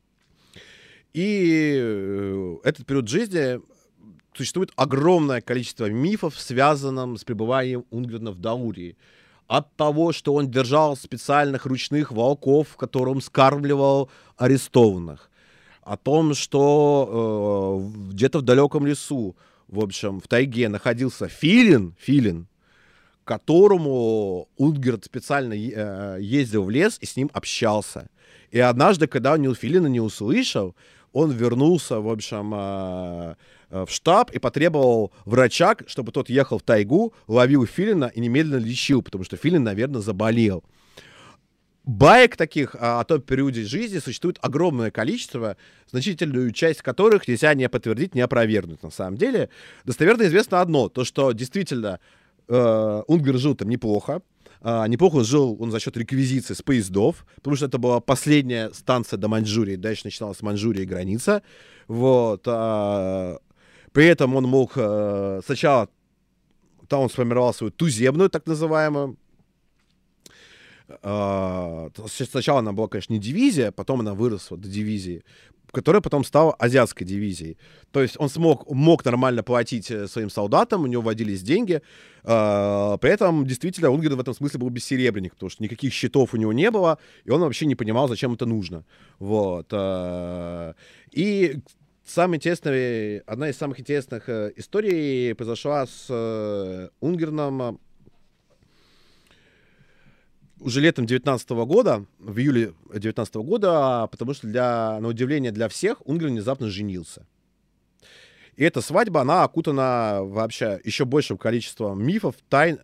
И этот период жизни существует огромное количество мифов, связанных с пребыванием Унгерна в Даурии. От того, что он держал специальных ручных волков, которым скармливал арестованных. О том, что где-то в далеком лесу, в общем, в тайге находился филин, которому Унгерн специально ездил в лес и с ним общался. И однажды, когда он филина не услышал, он вернулся, в общем, в штаб и потребовал врача, чтобы тот ехал в тайгу, ловил филина и немедленно лечил, потому что филин, наверное, заболел. Баек таких о том периоде жизни существует огромное количество, значительную часть которых нельзя не подтвердить, не опровергнуть. На самом деле, достоверно известно одно, то, что действительно Унгерн жил там неплохо. Неплохо он жил за счет реквизиции с поездов, потому что это была последняя станция до Маньчжурии, дальше начиналась Маньчжурия и граница. Вот. При этом он мог сначала, там он сформировал свою туземную, так называемую. Сначала она была, конечно, не дивизия, потом она выросла до дивизии, которая потом стала азиатской дивизией. То есть он мог нормально платить своим солдатам, у него водились деньги. При этом, действительно, Унгерн в этом смысле был бессеребренник, потому что никаких счетов у него не было, и он вообще не понимал, зачем это нужно. Вот. И одна из самых интересных историй произошла с Унгерном уже летом 19 года, в июле 19 года, потому что, на удивление для всех, Унгер внезапно женился. И эта свадьба, она окутана вообще еще большим количеством мифов, тайн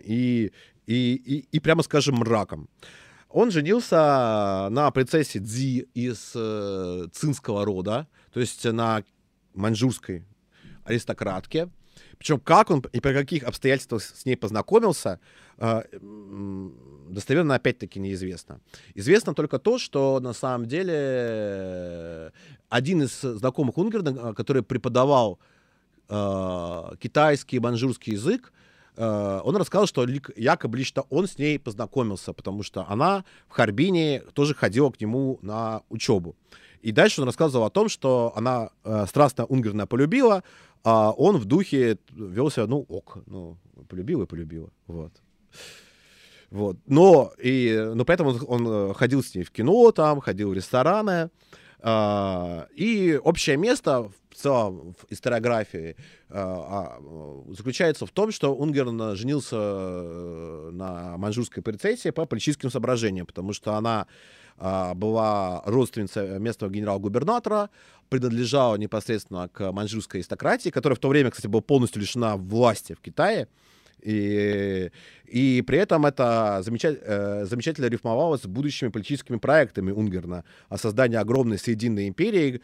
и прямо скажем, мраком. Он женился на принцессе Цзи из цинского рода, то есть на маньчжурской аристократке. Причем как он и при каких обстоятельствах с ней познакомился, достоверно опять-таки неизвестно. Известно только то, что на самом деле один из знакомых Унгерна, который преподавал китайский и маньчжурский язык, он рассказал, что якобы лично он с ней познакомился, потому что она в Харбине тоже ходила к нему на учебу. И дальше он рассказывал о том, что она страстно Унгерна полюбила, а он в духе вел себя, полюбила и полюбила. Вот. Но при этом он ходил с ней в кино, там, ходил в рестораны. И общее место в целом в историографии заключается в том, что Унгерн женился на маньчжурской принцессе по политическим соображениям, потому что она была родственницей местного генерал-губернатора, принадлежала непосредственно к маньчжурской аристократии, которая в то время, кстати, была полностью лишена власти в Китае. И при этом это замечательно рифмовалось с будущими политическими проектами Унгерна о создании огромной Срединной империи,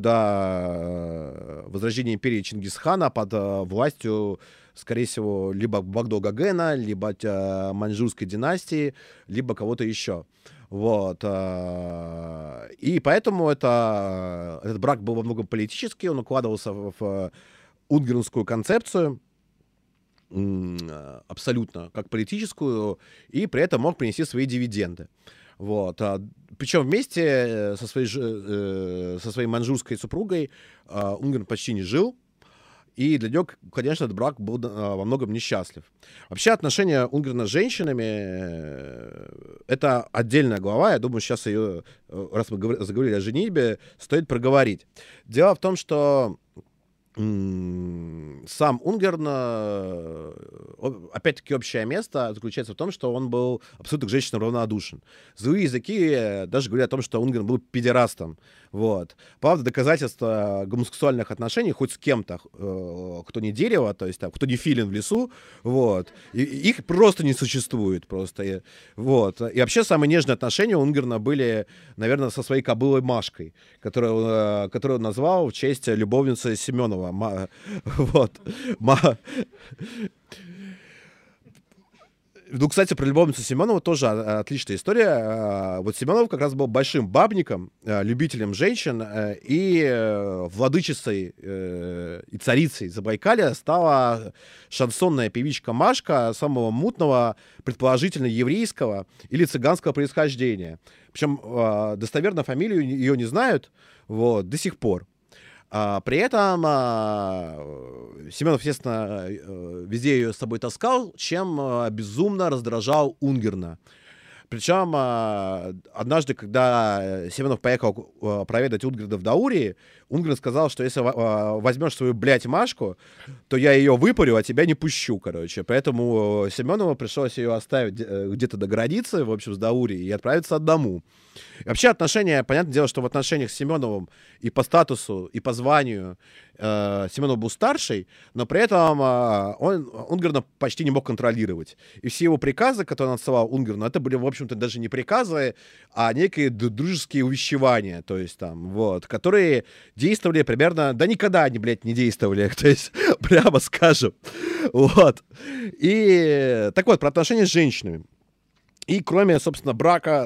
куда возрождение империи Чингисхана под властью, скорее всего, либо Багдо-Гогена, либо маньчжурской династии, либо кого-то еще. Вот. И поэтому этот брак был во многом политический, он укладывался в унгернскую концепцию, абсолютно как политическую, и при этом мог принести свои дивиденды. Вот. Причем вместе со своей маньчжурской супругой Унгерн почти не жил, и для него, конечно, этот брак был во многом несчастлив. Вообще отношения Унгерна с женщинами это отдельная глава. Я думаю, сейчас ее, раз мы заговорили о женитьбе, стоит проговорить. Дело в том, что сам Унгерн, опять-таки, общее место заключается в том, что он был абсолютно к женщинам равнодушен. Злые языки даже говорят о том, что Унгерн был педерастом. Вот. Правда, доказательства гомосексуальных отношений хоть с кем-то, кто не дерево, то есть там, кто не филин в лесу, вот, их просто не существует. Просто. Вот. И вообще самые нежные отношения у Унгерна были, наверное, со своей кобылой Машкой, которую он назвал в честь любовницы Семенова. Вот. Ну, кстати, про любовницу Семенова тоже отличная история. Вот Семенов как раз был большим бабником, любителем женщин, и владычицей и царицей Забайкалья стала шансонная певичка Машка самого мутного, предположительно еврейского или цыганского происхождения. Причем достоверно фамилию ее не знают до сих пор. При этом Семенов, естественно, везде ее с собой таскал, чем безумно раздражал Унгерна. Причем однажды, когда Семенов поехал проведать Унгерна в Даурии, Унгерн сказал, что если возьмешь свою, блядь, Машку, то я ее выпарю, а тебя не пущу, короче. Поэтому Семенову пришлось ее оставить где-то до границы, в общем, с Даурии, и отправиться одному. И вообще отношения, понятное дело, что в отношениях с Семеновым и по статусу, и по званию Семенов был старший, но при этом он Унгерна почти не мог контролировать. И все его приказы, которые он отсылал Унгерну, это были, в общем-то, даже не приказы, а некие дружеские увещевания, то есть там, которые действовали примерно, да никогда они, блядь, не действовали, то есть, прямо скажем. Вот. И так вот, про отношения с женщинами. И кроме, собственно, брака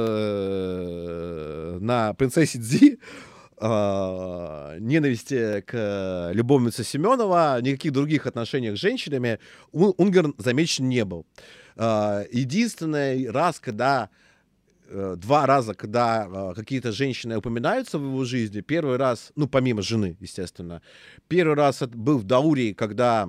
на принцессе Цзи, ненависти к любовнице Семенова, никаких других отношений с женщинами Унгерн замечен не был. Единственный раз, два раза, когда какие-то женщины упоминаются в его жизни, первый раз, помимо жены, естественно, первый раз это был в Даурии, когда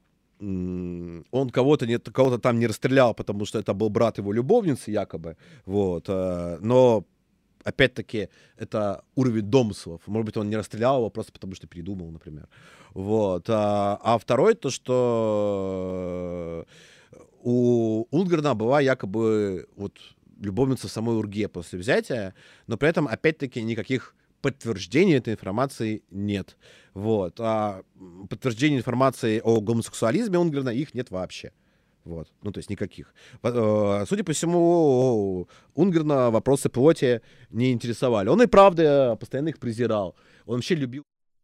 он кого-то там не расстрелял, потому что это был брат его любовницы, якобы. Но, опять-таки, это уровень домыслов. Может быть, он не расстрелял его просто потому, что передумал, например. А второе, то, что у Унгерна была якобы вот любовница в самой Урге после взятия, но при этом, опять-таки, никаких подтверждений этой информации нет. Вот. А подтверждений информации о гомосексуализме Унгерна их нет вообще. Вот. Ну, то есть никаких. Судя по всему, Унгерна вопросы плоти не интересовали. Он и правда постоянно их презирал. Он вообще любил...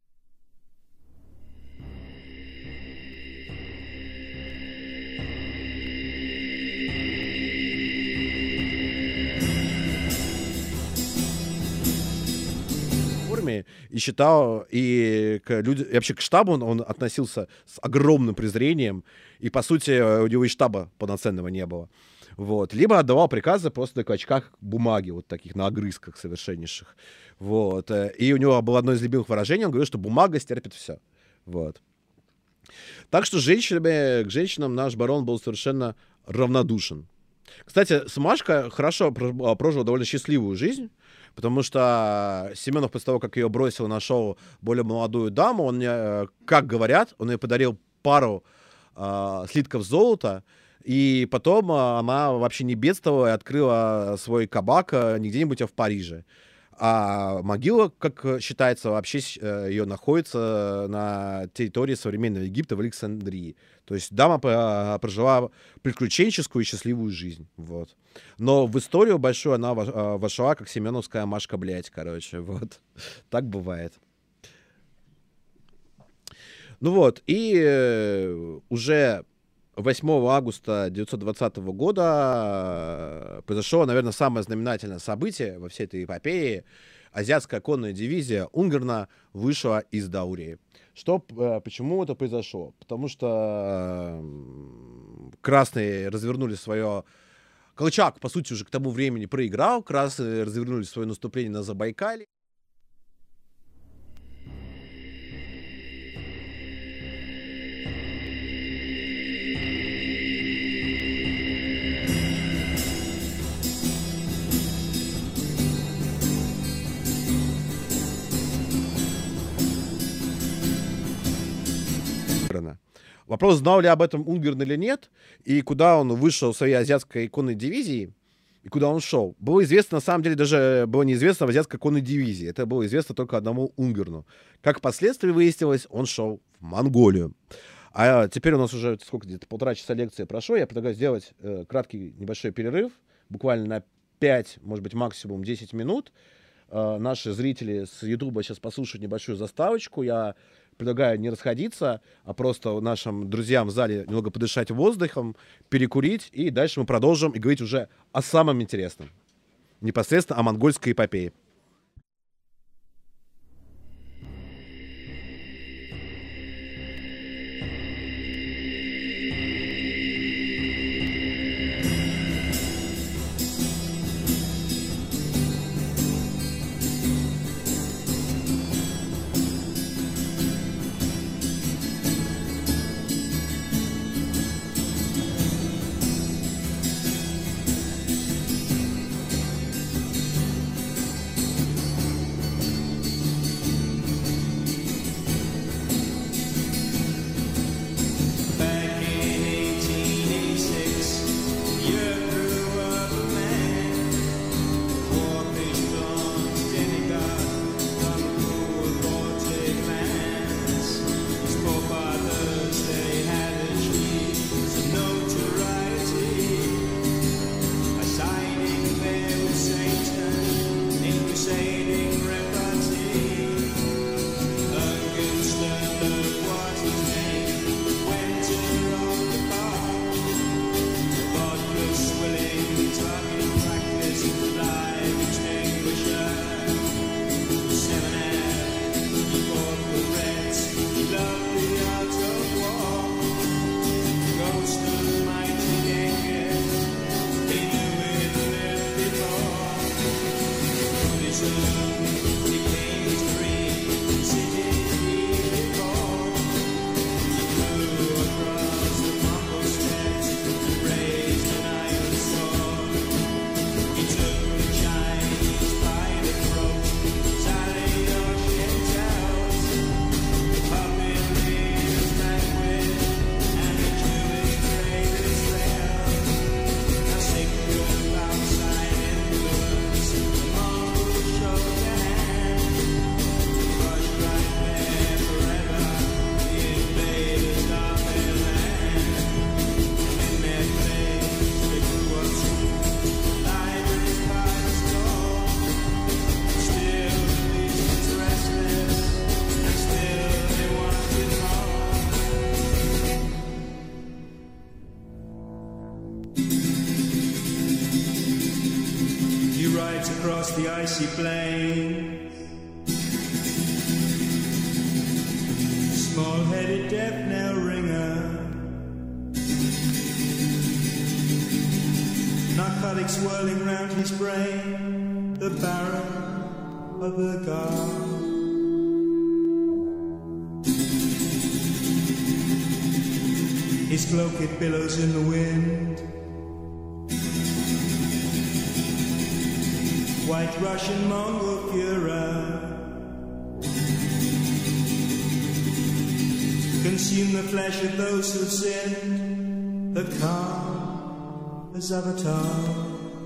И считал, и вообще к штабу он относился с огромным презрением, и, по сути, у него и штаба полноценного не было. Вот. Либо отдавал приказы просто на клочках бумаги, вот таких, на огрызках совершеннейших. Вот. И у него было одно из любимых выражений, он говорил, что бумага стерпит все. Вот. Так что к женщинам наш барон был совершенно равнодушен. Кстати, Смашка хорошо прожила довольно счастливую жизнь, потому что Семенов после того, как ее бросил, нашел более молодую даму, он мне, как говорят, он ей подарил пару слитков золота, и потом она вообще не бедствовала и открыла свой кабак не где-нибудь, а в Париже. А могила, как считается, вообще ее находится на территории современного Египта в Александрии. То есть дама прожила приключенческую и счастливую жизнь. Вот. Но в историю большую она вошла как семеновская Машка, блядь, короче. Вот. Так бывает. Ну вот, и уже 8 августа 1920 года произошло, наверное, самое знаменательное событие во всей этой эпопее. Азиатская конная дивизия Унгерна вышла из Даурии. Почему это произошло? Потому что красные развернули свое... Колчак, по сути, уже к тому времени проиграл. Красные развернули свое наступление на Забайкалье. Вопрос, знал ли об этом Унгерн или нет, и куда он вышел в своей азиатской конной дивизии, и куда он шел. Было известно, на самом деле, даже было неизвестно в азиатской конной дивизии. Это было известно только одному Унгерну. Как впоследствии выяснилось, он шел в Монголию. А теперь у нас уже, сколько, где-то 1,5 часа лекции прошло. Я предлагаю сделать краткий небольшой перерыв, буквально на 5, может быть, максимум 10 минут. Наши зрители с Ютуба сейчас послушают небольшую заставочку. Я предлагаю не расходиться, а просто нашим друзьям в зале немного подышать воздухом, перекурить, и дальше мы продолжим и говорить уже о самом интересном. Непосредственно о монгольской эпопее. across the icy plain. Small-headed deaf knell ringer, narcotics swirling round his brain, the Baron of the Guard. His cloak it billows in the wind. White Russian Mongol Führer, consume the flesh of those who've sinned. The Khan is Avatar.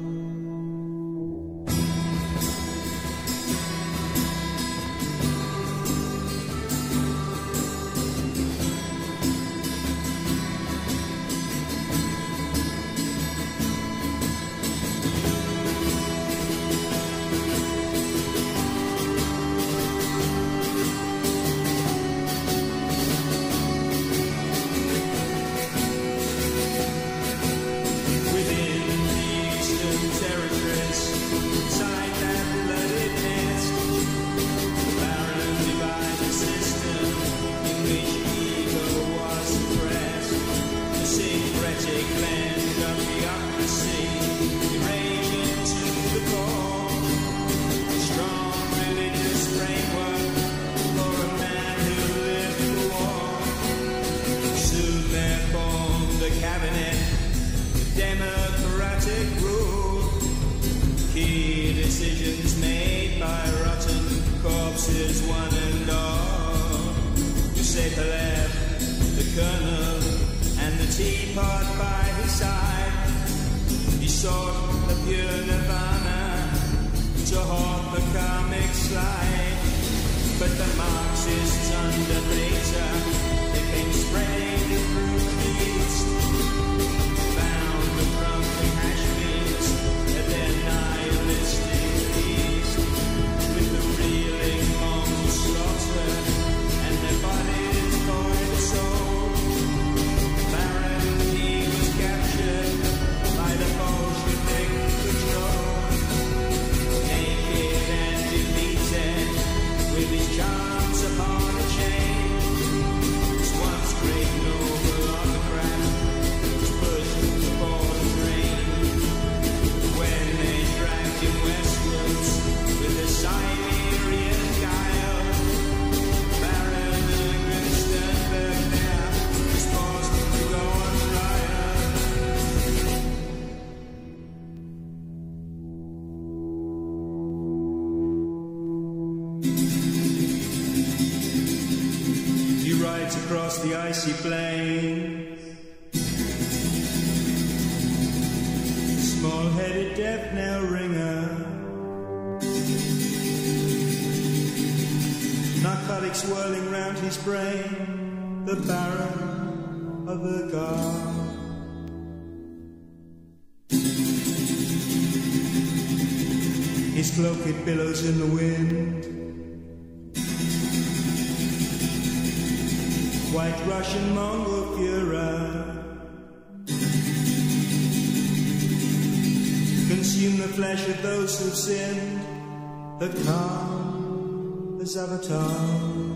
Across the icy plain, small-headed deaf knell ringer, narcotics swirling round his brain, the Baron of the Guard. His cloak it billows in the wind. White Russian Mongol Führer, consume the flesh of those who've sinned. The Khan is Avatar.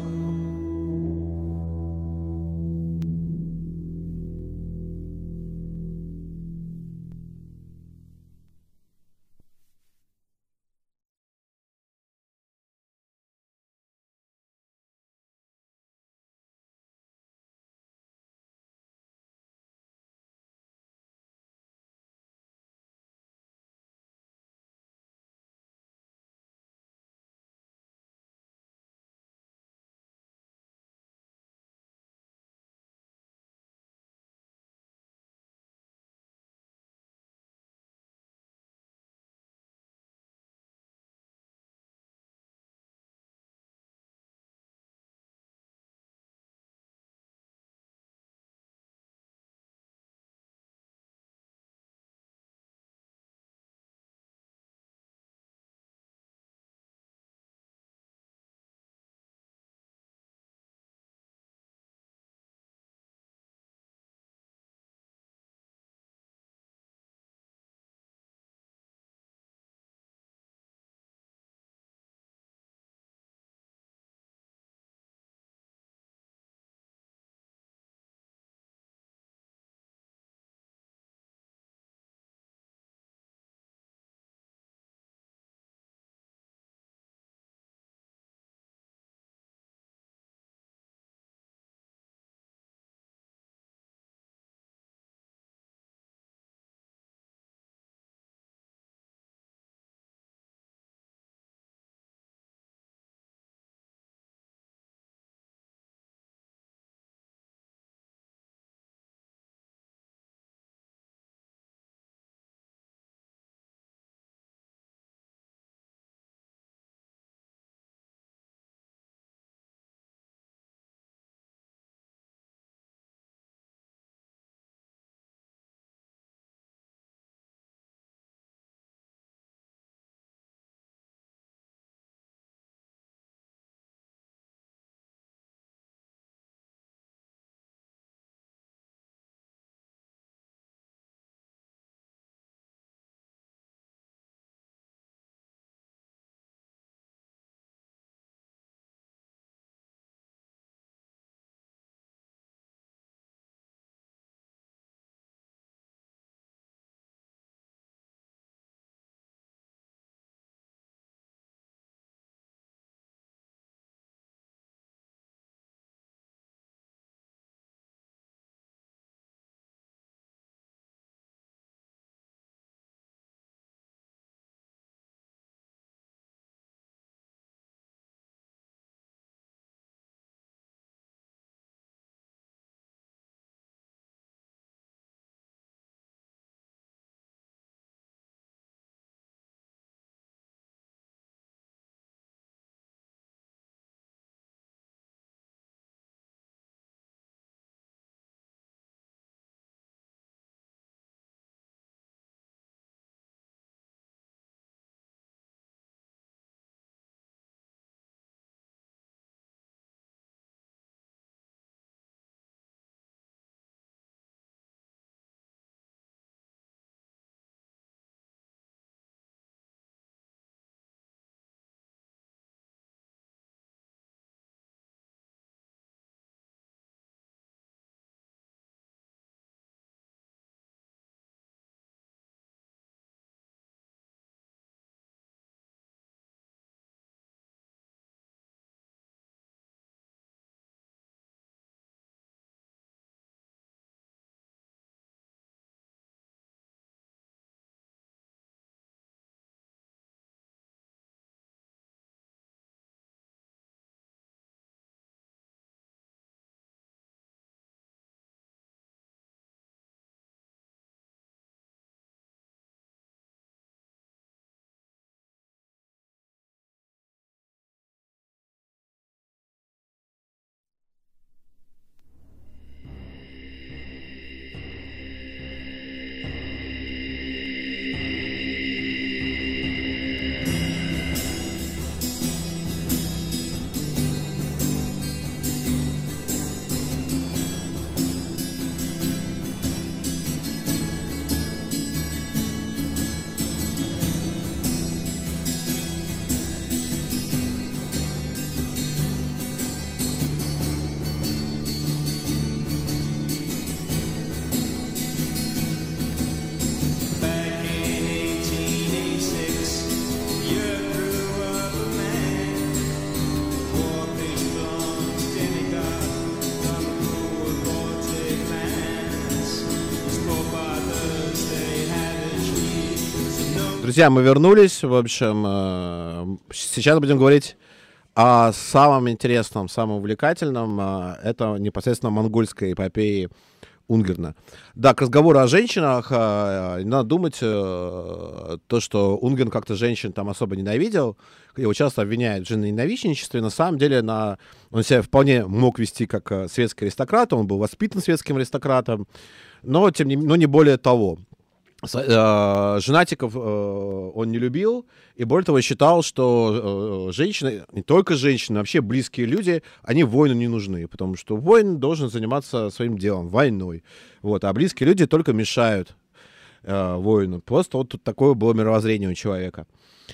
Друзья, мы вернулись. В общем, сейчас будем говорить о самом интересном, самом увлекательном. Это непосредственно монгольской эпопеи Унгерна. Да, к разговору о женщинах не надо думать, то, что Унгерн как-то женщин там особо ненавидел. Его часто обвиняют в женоненавистничестве. На самом деле он себя вполне мог вести как светский аристократ. Он был воспитан светским аристократом, но не более того. Женатиков он не любил, и более того считал, что женщины, не только женщины, вообще близкие люди, они воину не нужны, потому что воин должен заниматься своим делом, войной. Вот, а близкие люди только мешают воину. Просто вот тут такое было мировоззрение у человека.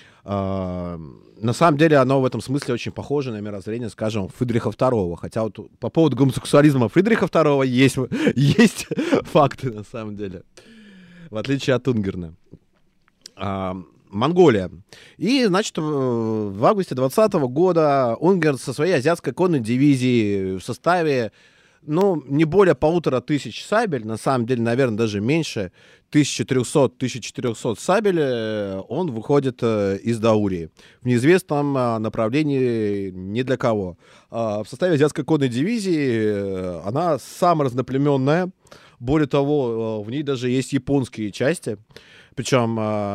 На самом деле оно в этом смысле очень похоже на мировоззрение, скажем, Фридриха II. Хотя вот по поводу гомосексуализма Фридриха II есть факты на самом деле. В отличие от Унгерна. Монголия. И, значит, в августе 2020 года Унгерн со своей азиатской конной дивизией в составе, не более 1500 сабель, на самом деле, наверное, даже меньше, 1300-1400 сабель, он выходит из Даурии. В неизвестном направлении ни для кого. В составе азиатской конной дивизии она самая разноплеменная. Более того, в ней даже есть японские части. Причем,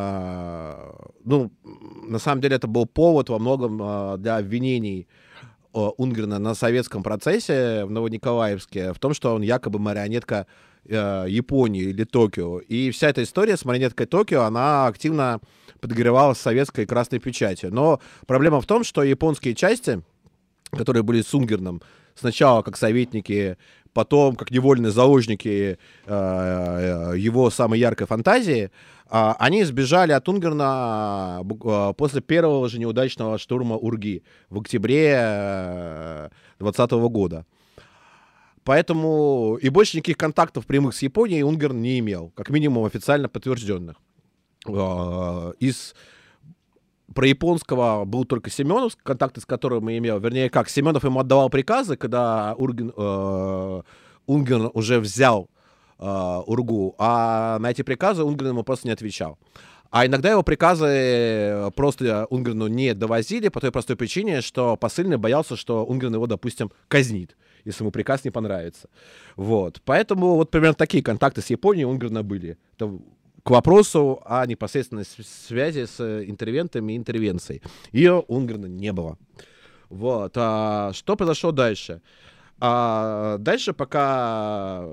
на самом деле, это был повод во многом для обвинений Унгерна на советском процессе в Новониколаевске в том, что он якобы марионетка Японии или Токио. И вся эта история с марионеткой Токио, она активно подогревалась советской красной печатью. Но проблема в том, что японские части, которые были с Унгерном, сначала как советники, потом как невольные заложники его самой яркой фантазии, они сбежали от Унгерна после первого же неудачного штурма Урги в октябре 2020 года. Поэтому и больше никаких контактов прямых с Японией Унгерн не имел, как минимум официально подтвержденных. Из прояпонского был только Семенов, контакты с которым я имел. Вернее, как, Семенов ему отдавал приказы, когда Унгерн уже взял Ургу, а на эти приказы Унгерн ему просто не отвечал. А иногда его приказы просто Унгерну не довозили по той простой причине, что посыльный боялся, что Унгерн его, допустим, казнит, если ему приказ не понравится. Вот. Поэтому вот примерно такие контакты с Японией у Унгерна были. Это к вопросу о непосредственной связи с интервентами и интервенцией. Ее у Унгерна не было. Вот. Что произошло дальше? Дальше, пока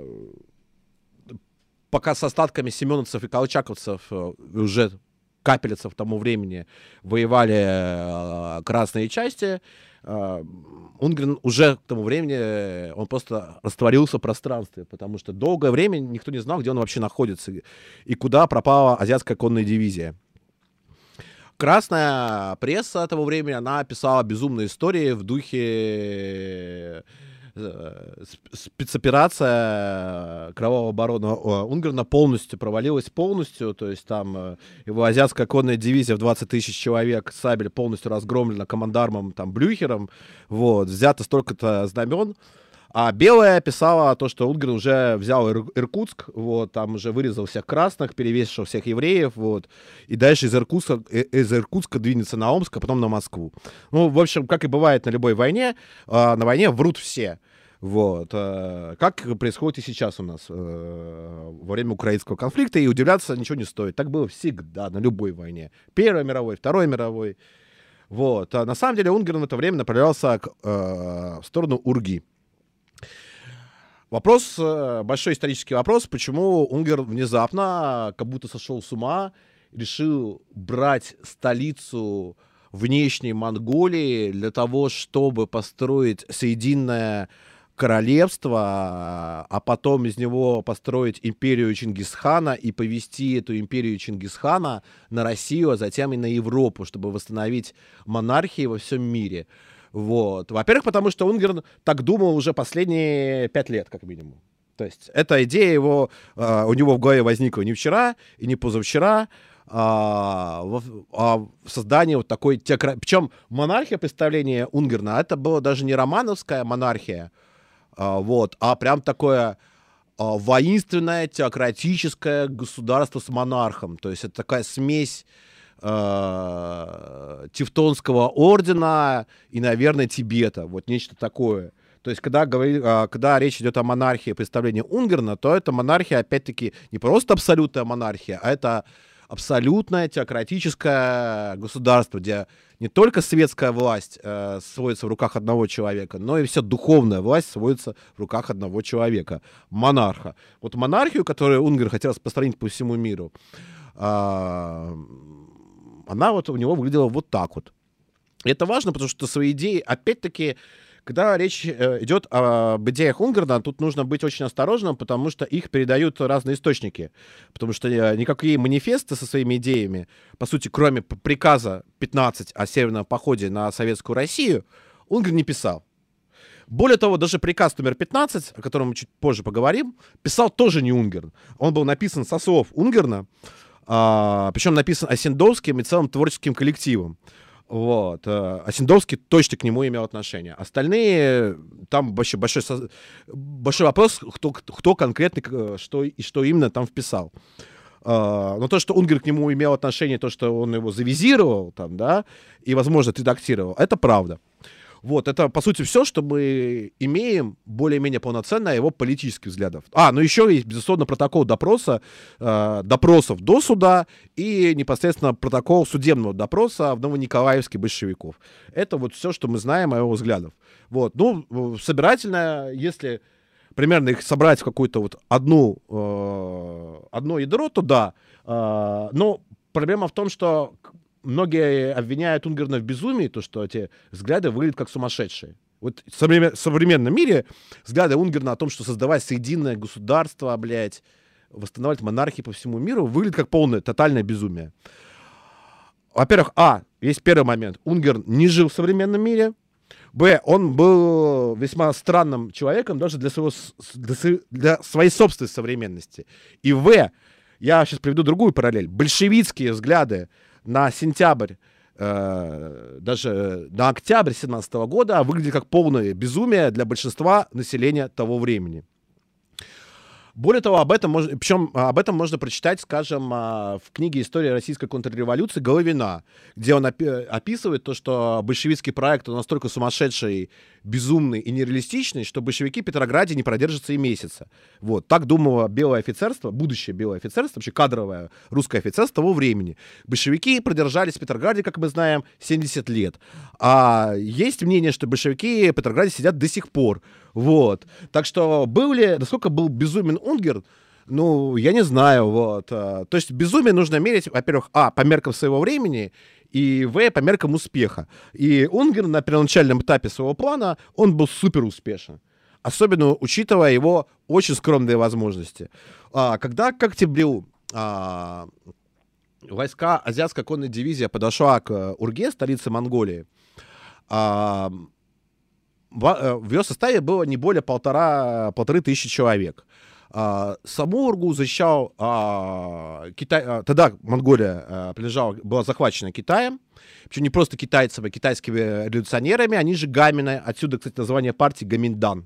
с остатками семеновцев и колчаковцев, уже капелецов к тому времени, воевали красные части, Унгерн уже к тому времени он просто растворился в пространстве, потому что долгое время никто не знал, где он вообще находится и куда пропала азиатская конная дивизия. Красная пресса того времени, она писала безумные истории в духе спецоперация кровавого барона Унгерна полностью провалилась полностью, то есть там его азиатская конная дивизия в 20 тысяч человек, сабель полностью разгромлена командармом там Блюхером, вот, взято столько-то знамен. А белая писала то, что Унгерн уже взял Иркутск, вот, там уже вырезал всех красных, перевесил всех евреев, вот, и дальше из Иркутска двинется на Омск, а потом на Москву. Ну, в общем, как и бывает на любой войне, на войне врут все. Вот. Как происходит и сейчас у нас во время украинского конфликта, и удивляться ничего не стоит. Так было всегда на любой войне. Первой мировой, Второй мировой. Вот. На самом деле Унгерн в это время направлялся в сторону Урги. Вопрос, большой исторический вопрос, почему Унгерн внезапно, как будто сошел с ума, решил брать столицу внешней Монголии для того, чтобы построить соединенное королевство, а потом из него построить империю Чингисхана и повести эту империю Чингисхана на Россию, а затем и на Европу, чтобы восстановить монархии во всем мире. Вот. Во-первых, потому что Унгерн так думал уже последние 5 лет, как минимум. То есть эта идея его, у него в голове возникла не вчера и не позавчера, создание вот такой теократии. Причем монархия, представление Унгерна, это была даже не романовская монархия, вот, а прям такое воинственное теократическое государство с монархом. То есть это такая смесь Тевтонского ордена и, наверное, Тибета. Вот нечто такое. То есть, когда речь идет о монархии представления Унгерна, то это монархия, опять-таки, не просто абсолютная монархия, а это абсолютное теократическое государство, где не только светская власть сводится в руках одного человека, но и вся духовная власть сводится в руках одного человека, монарха. Вот монархию, которую Унгер хотел распространить по всему миру, она вот у него выглядела вот так вот. И это важно, потому что свои идеи, опять-таки, когда речь идет об идеях Унгерна, тут нужно быть очень осторожным, потому что их передают разные источники. Потому что никакие манифесты со своими идеями, по сути, кроме приказа 15 о Северном походе на Советскую Россию, Унгер не писал. Более того, даже приказ номер 15, о котором мы чуть позже поговорим, писал тоже не Унгерн. Он был написан со слов Унгерна, причем написан Осендовским и целым творческим коллективом. Вот. Осендовский точно к нему имел отношение. Остальные, там большой вопрос, кто конкретно, что именно там вписал. Но то, что Унгер к нему имел отношение, то, что он его завизировал, там, да, и, возможно, редактировал, это правда. Вот, это, по сути, все, что мы имеем более-менее полноценно о его политических взглядах. Ну еще есть, безусловно, протокол допросов до суда и непосредственно протокол судебного допроса в Новониколаевске большевиков. Это вот все, что мы знаем о его взглядах. Вот, ну, собирательно, если примерно их собрать в какую-то вот одно ядро, то да. Но проблема в том, что многие обвиняют Унгерна в безумии, то, что эти взгляды выглядят как сумасшедшие. Вот в современном мире взгляды Унгерна о том, что создавать единое государство, блядь, восстанавливать монархии по всему миру, выглядит как полное, тотальное безумие. Во-первых, есть первый момент. Унгерн не жил в современном мире. Б, он был весьма странным человеком даже для своей собственной современности. И В, я сейчас приведу другую параллель. Большевистские взгляды на сентябрь, даже на октябрь 17 года выглядит как полное безумие для большинства населения того времени. Более того, об этом можно прочитать, скажем, в книге «История российской контрреволюции» Головина, где он описывает то, что большевистский проект настолько сумасшедший, безумный и нереалистичный, что большевики в Петрограде не продержатся и месяца. Вот. Так думало белое офицерство, будущее белое офицерство, вообще кадровое русское офицерство того времени. Большевики продержались в Петрограде, как мы знаем, 70 лет. А есть мнение, что большевики в Петрограде сидят до сих пор. Вот. Так что насколько был безумен Унгерн, ну, я не знаю, вот. То есть безумие нужно мерить, во-первых, по меркам своего времени, и по меркам успеха. И Унгерн на первоначальном этапе своего плана, он был супер успешен. Особенно учитывая его очень скромные возможности. Когда к октябрю войска Азиатской конной дивизии подошла к Урге, столице Монголии, в ее составе было не более 1500 человек. Саму Ургу защищал Китай. Тогда Монголия была захвачена Китаем. Причем не просто китайцами, а китайскими революционерами. Они же гамины. Отсюда, кстати, название партии Гаминдан.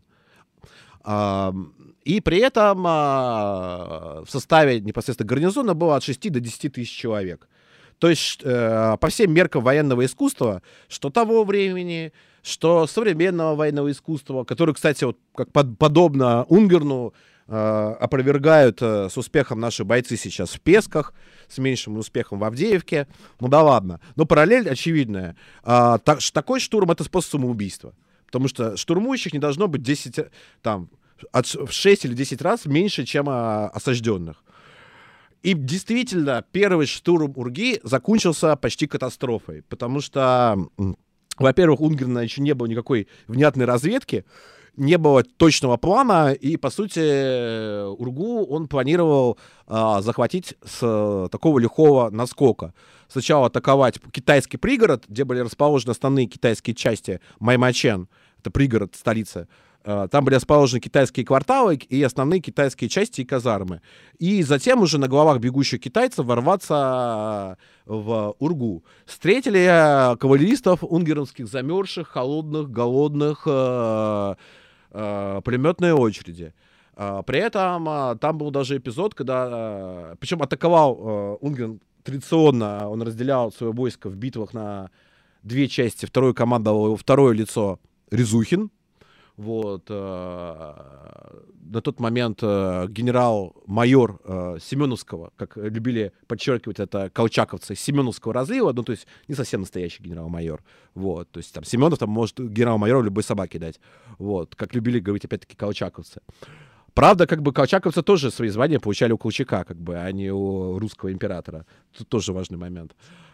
И при этом в составе непосредственно гарнизона было от 6 до 10 тысяч человек. То есть по всем меркам военного искусства, что того времени, что современного военного искусства, которое, кстати, вот, как подобно Унгерну, опровергают с успехом наши бойцы сейчас в Песках, с меньшим успехом в Авдеевке. Ну да ладно. Но параллель очевидная. Такой штурм — это способ самоубийства. Потому что штурмующих не должно быть в 6 или 10 раз меньше, чем осажденных. И действительно, первый штурм Урги закончился почти катастрофой. Потому что, во-первых, у Унгерна еще не было никакой внятной разведки, не было точного плана, и, по сути, Ургу он планировал захватить с такого лихого наскока. Сначала атаковать китайский пригород, где были расположены основные китайские части Маймачен, это пригород столицы. Там были расположены китайские кварталы и основные китайские части и казармы. И затем уже на головах бегущих китайцев ворваться в Ургу. Встретили кавалеристов унгернских замерзших, холодных, голодных, пулеметные очереди. При этом там был даже эпизод, когда... Причем атаковал Унгерн традиционно он разделял свое войско в битвах на две части. Вторую командовал его второе лицо Резухин. Вот. На тот момент генерал-майор Семеновского, как любили подчеркивать это колчаковцы, Семеновского разлива, ну, то есть не совсем настоящий генерал-майор. Вот. То есть там Семенов там может генерал-майора любой собаке дать. Вот. Как любили говорить, опять-таки, колчаковцы. Правда, как бы колчаковцы тоже свои звания получали у Колчака, как бы, а не у русского императора. Тут тоже важный момент.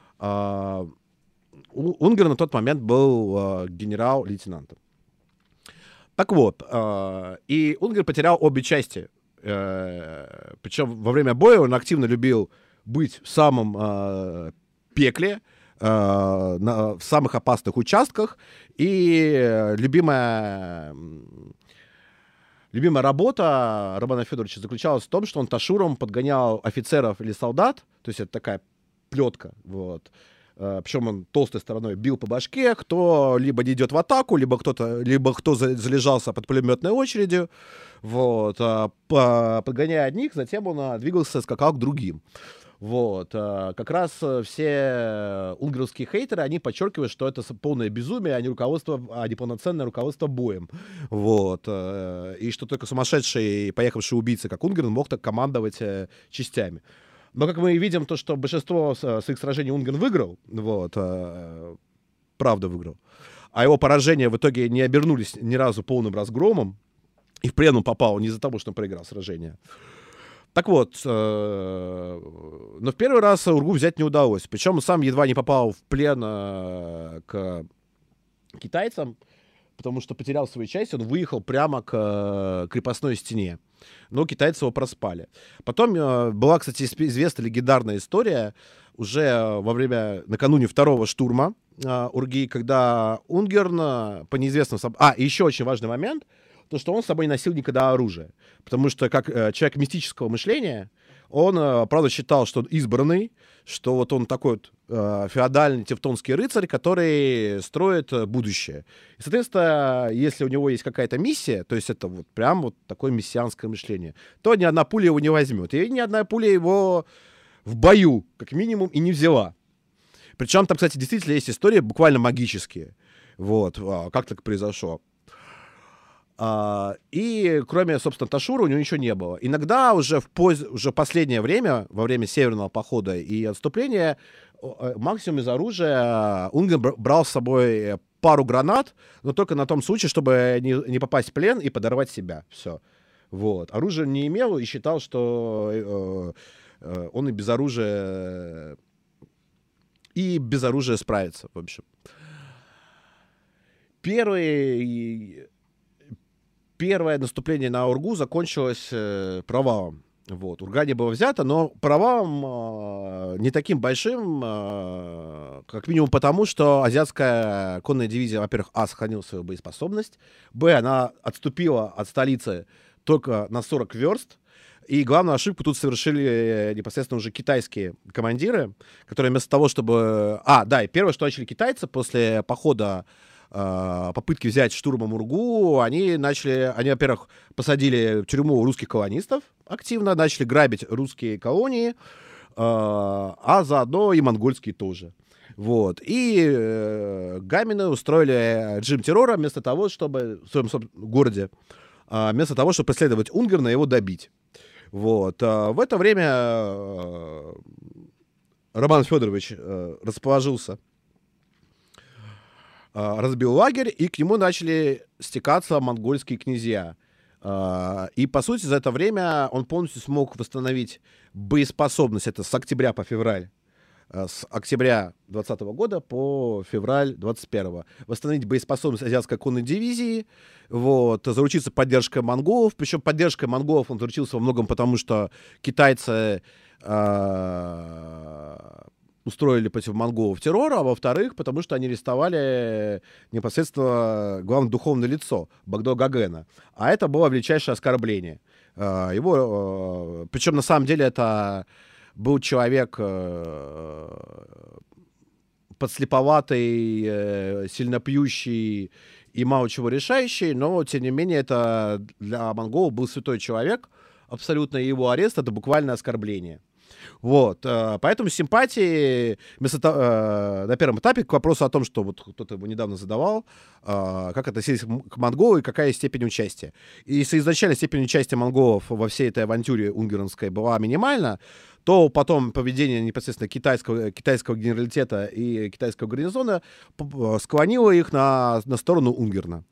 Унгер на тот момент был генерал-лейтенантом. Так вот, и Унгер потерял обе части. Причем во время боя он активно любил быть в самом пекле, в самых опасных участках. И любимая работа Романа Федоровича заключалась в том, что он ташуром подгонял офицеров или солдат. То есть это такая плетка, вот. Причем он толстой стороной бил по башке, кто либо не идет в атаку, либо кто залежался под пулеметной очередью, вот, подгоняя одних, затем он двигался, скакал к другим. Вот, как раз все унгеровские хейтеры, они подчеркивают, что это полное безумие, а не полноценное руководство боем. Вот, и что только сумасшедший, поехавший убийца, как Унгер, мог так командовать частями. Но, как мы видим, то, что большинство своих сражений Унгер выиграл, вот, правда выиграл, а его поражения в итоге не обернулись ни разу полным разгромом, и в плен он попал не из-за того, что он проиграл сражение. Так вот, но в первый раз Ургу взять не удалось. Причем он сам едва не попал в плен к китайцам, потому что потерял свою часть, он выехал прямо к крепостной стене. Но китайцы его проспали. Потом была, кстати, известна легендарная история уже накануне второго штурма Урги, когда Унгерн по неизвестным... и еще очень важный момент, то, что он с собой не носил никогда оружие. Потому что, как человек мистического мышления, он, правда, считал, что он избранный, что вот он такой вот феодальный тевтонский рыцарь, который строит будущее. И, соответственно, если у него есть какая-то миссия, то есть это вот прям вот такое мессианское мышление, то ни одна пуля его не возьмет. И ни одна пуля его в бою, как минимум, и не взяла. Причем там, кстати, действительно есть истории буквально магические. Вот, как так произошло. И кроме, собственно, ташура у него ничего не было. Иногда уже в последнее время, во время Северного похода и отступления, максимум из оружия Унгер брал с собой пару гранат, но только на том случае, чтобы не попасть в плен и подорвать себя. Все. Вот. Оружия не имел и считал, что он и без оружия справится, в общем. Первое наступление на Ургу закончилось провалом. Вот. Урга не была взята, но провалом не таким большим, как минимум потому, что азиатская конная дивизия, во-первых, сохранила свою боеспособность, она отступила от столицы только на 40 верст, и главную ошибку тут совершили непосредственно уже китайские командиры, которые вместо того, чтобы... и первое, что начали китайцы после похода, попытки взять штурмом Ургу, они, во-первых, посадили в тюрьму русских колонистов активно, начали грабить русские колонии, а заодно и монгольские тоже. Вот. И гамины устроили режим террора вместо того, чтобы в своем городе, вместо того, чтобы преследовать Унгерна и его добить. Вот. В это время Роман Федорович расположился, разбил лагерь, и к нему начали стекаться монгольские князья. И, по сути, за это время он полностью смог восстановить боеспособность. Это с октября по февраль. С октября 2020 года по февраль 2021. Восстановить боеспособность азиатской конной дивизии. Вот, заручиться поддержкой монголов. Причем поддержкой монголов он заручился во многом потому, что китайцы... устроили против монголов террор, а во-вторых, потому что они арестовали непосредственно главное духовное лицо Багдо Гогена. А это было величайшее оскорбление. Причем, на самом деле, это был человек подслеповатый, сильно пьющий и мало чего решающий, но, тем не менее, это для монголов был святой человек абсолютно, и его арест — это буквально оскорбление. Вот, поэтому симпатии на первом этапе к вопросу о том, что вот кто-то его недавно задавал, как относились к монголу и какая степень участия. И если изначально степень участия монголов во всей этой авантюре унгернской была минимальна, то потом поведение непосредственно китайского генералитета и китайского гарнизона склонило их на сторону Унгерна.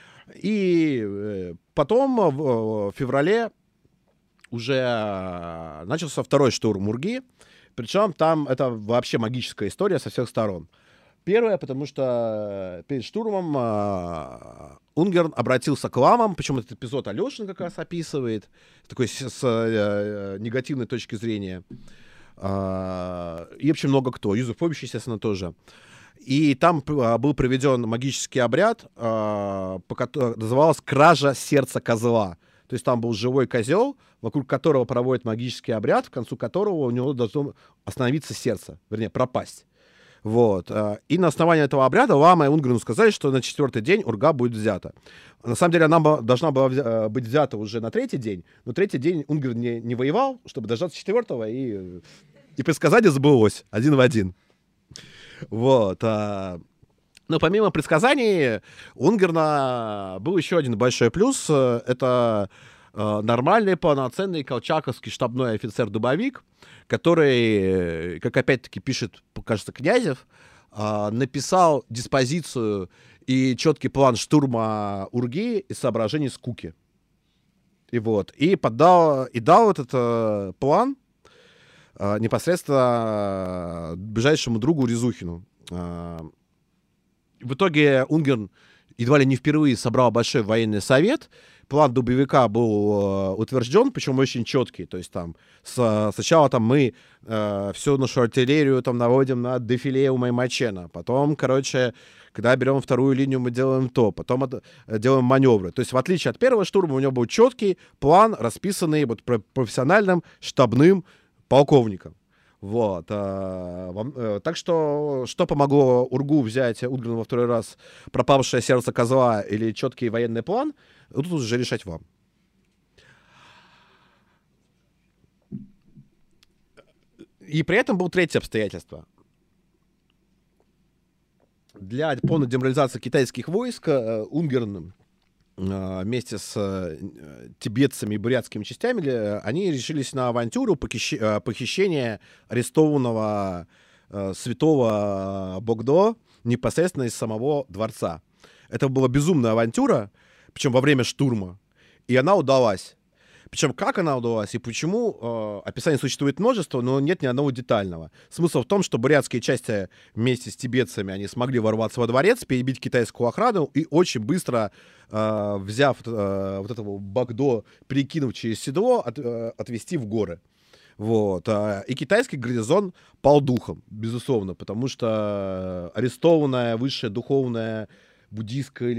И потом в феврале уже начался второй штурм Урги. Причем там это вообще магическая история со всех сторон. Первое, потому что перед штурмом Унгерн обратился к ламам, причем этот эпизод Алешин как раз описывает, такой с негативной точки зрения. И вообще много кто. Юзефович, естественно, тоже. И там был проведен магический обряд, называлось «Кража сердца козла». То есть там был живой козел, вокруг которого проводят магический обряд, к концу которого у него должно остановиться сердце, вернее, пропасть. Вот. И на основании этого обряда ламы Унгерну сказали, что на 4-й день Урга будет взята. На самом деле она должна была быть взята уже на 3-й день, но 3-й день Унгерн не воевал, чтобы дождаться 4-го, и предсказание сбылось 1 в 1. Вот. Но помимо предсказаний, у Унгерна был еще один большой плюс. Это нормальный, полноценный колчаковский штабной офицер-дубовик, который, как опять-таки пишет, кажется, Князев, написал диспозицию и четкий план штурма Урги из соображений скуки. И дал этот план непосредственно ближайшему другу Резухину. В итоге Унгерн едва ли не впервые собрал большой военный совет. План дубовика был утвержден, причем очень четкий. То есть там сначала там мы всю нашу артиллерию там наводим на дефиле у Маймачена. Потом, когда берем вторую линию, мы делаем то. Потом делаем маневры. То есть в отличие от первого штурма у него был четкий план, расписанный вот профессиональным штабным полковником. Вот. Так что помогло Ургу взять Унгерну во второй раз? Пропавшее сердце козла или четкий военный план? Тут уже решать вам. И при этом было третье обстоятельство. Для полной деморализации китайских войск Унгерн вместе с тибетцами и бурятскими частями они решились на авантюру похищения арестованного святого Богдо непосредственно из самого дворца. Это была безумная авантюра, причем во время штурма, и она удалась. Причем как она удалась и почему, описаний существует множество, но нет ни одного детального. Смысл в том, что бурятские части вместе с тибетцами они смогли ворваться во дворец, перебить китайскую охрану и очень быстро, взяв вот этого Богдо, перекинув через седло, отвезти в горы. Вот. И китайский гарнизон пал духом, безусловно, потому что арестованное высшее духовное буддийское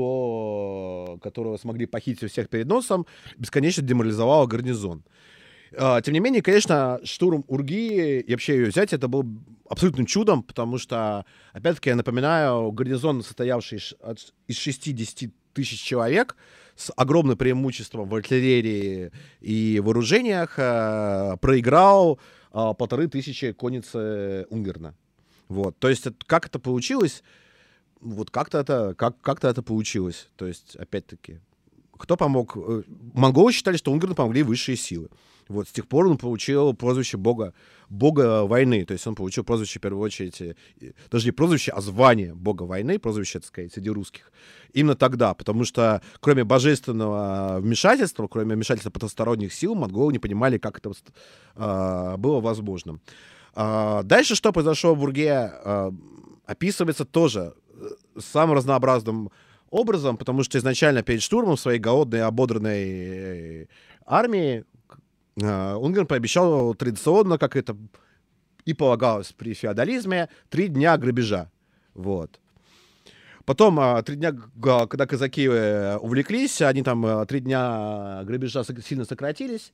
лицо, которого смогли похитить у всех перед носом, бесконечно деморализовало гарнизон. Тем не менее, конечно, штурм Урги и вообще ее взятие, это был абсолютным чудом, потому что, опять-таки, я напоминаю, гарнизон, состоявший из 60 тысяч человек, с огромным преимуществом в артиллерии и вооружениях, проиграл 1500 конницы Унгерна. Вот. То есть, как это получилось? Вот как-то это получилось. То есть, опять-таки, кто помог? Монголы считали, что Унгерну помогли высшие силы. Вот, с тех пор он получил прозвище бога войны. То есть он получил прозвище, в первую очередь, даже не прозвище, а звание бога войны, прозвище, так сказать, среди русских. Именно тогда, потому что кроме божественного вмешательства, кроме вмешательства потусторонних сил, монголы не понимали, как это было возможным. Дальше, что произошло в Урге, описывается тоже самым разнообразным образом, потому что изначально перед штурмом своей голодной, ободранной армии Унгерн пообещал традиционно, как это и полагалось при феодализме, 3 дня грабежа. Вот. Потом 3 дня, когда казаки увлеклись, они там 3 дня грабежа сильно сократились.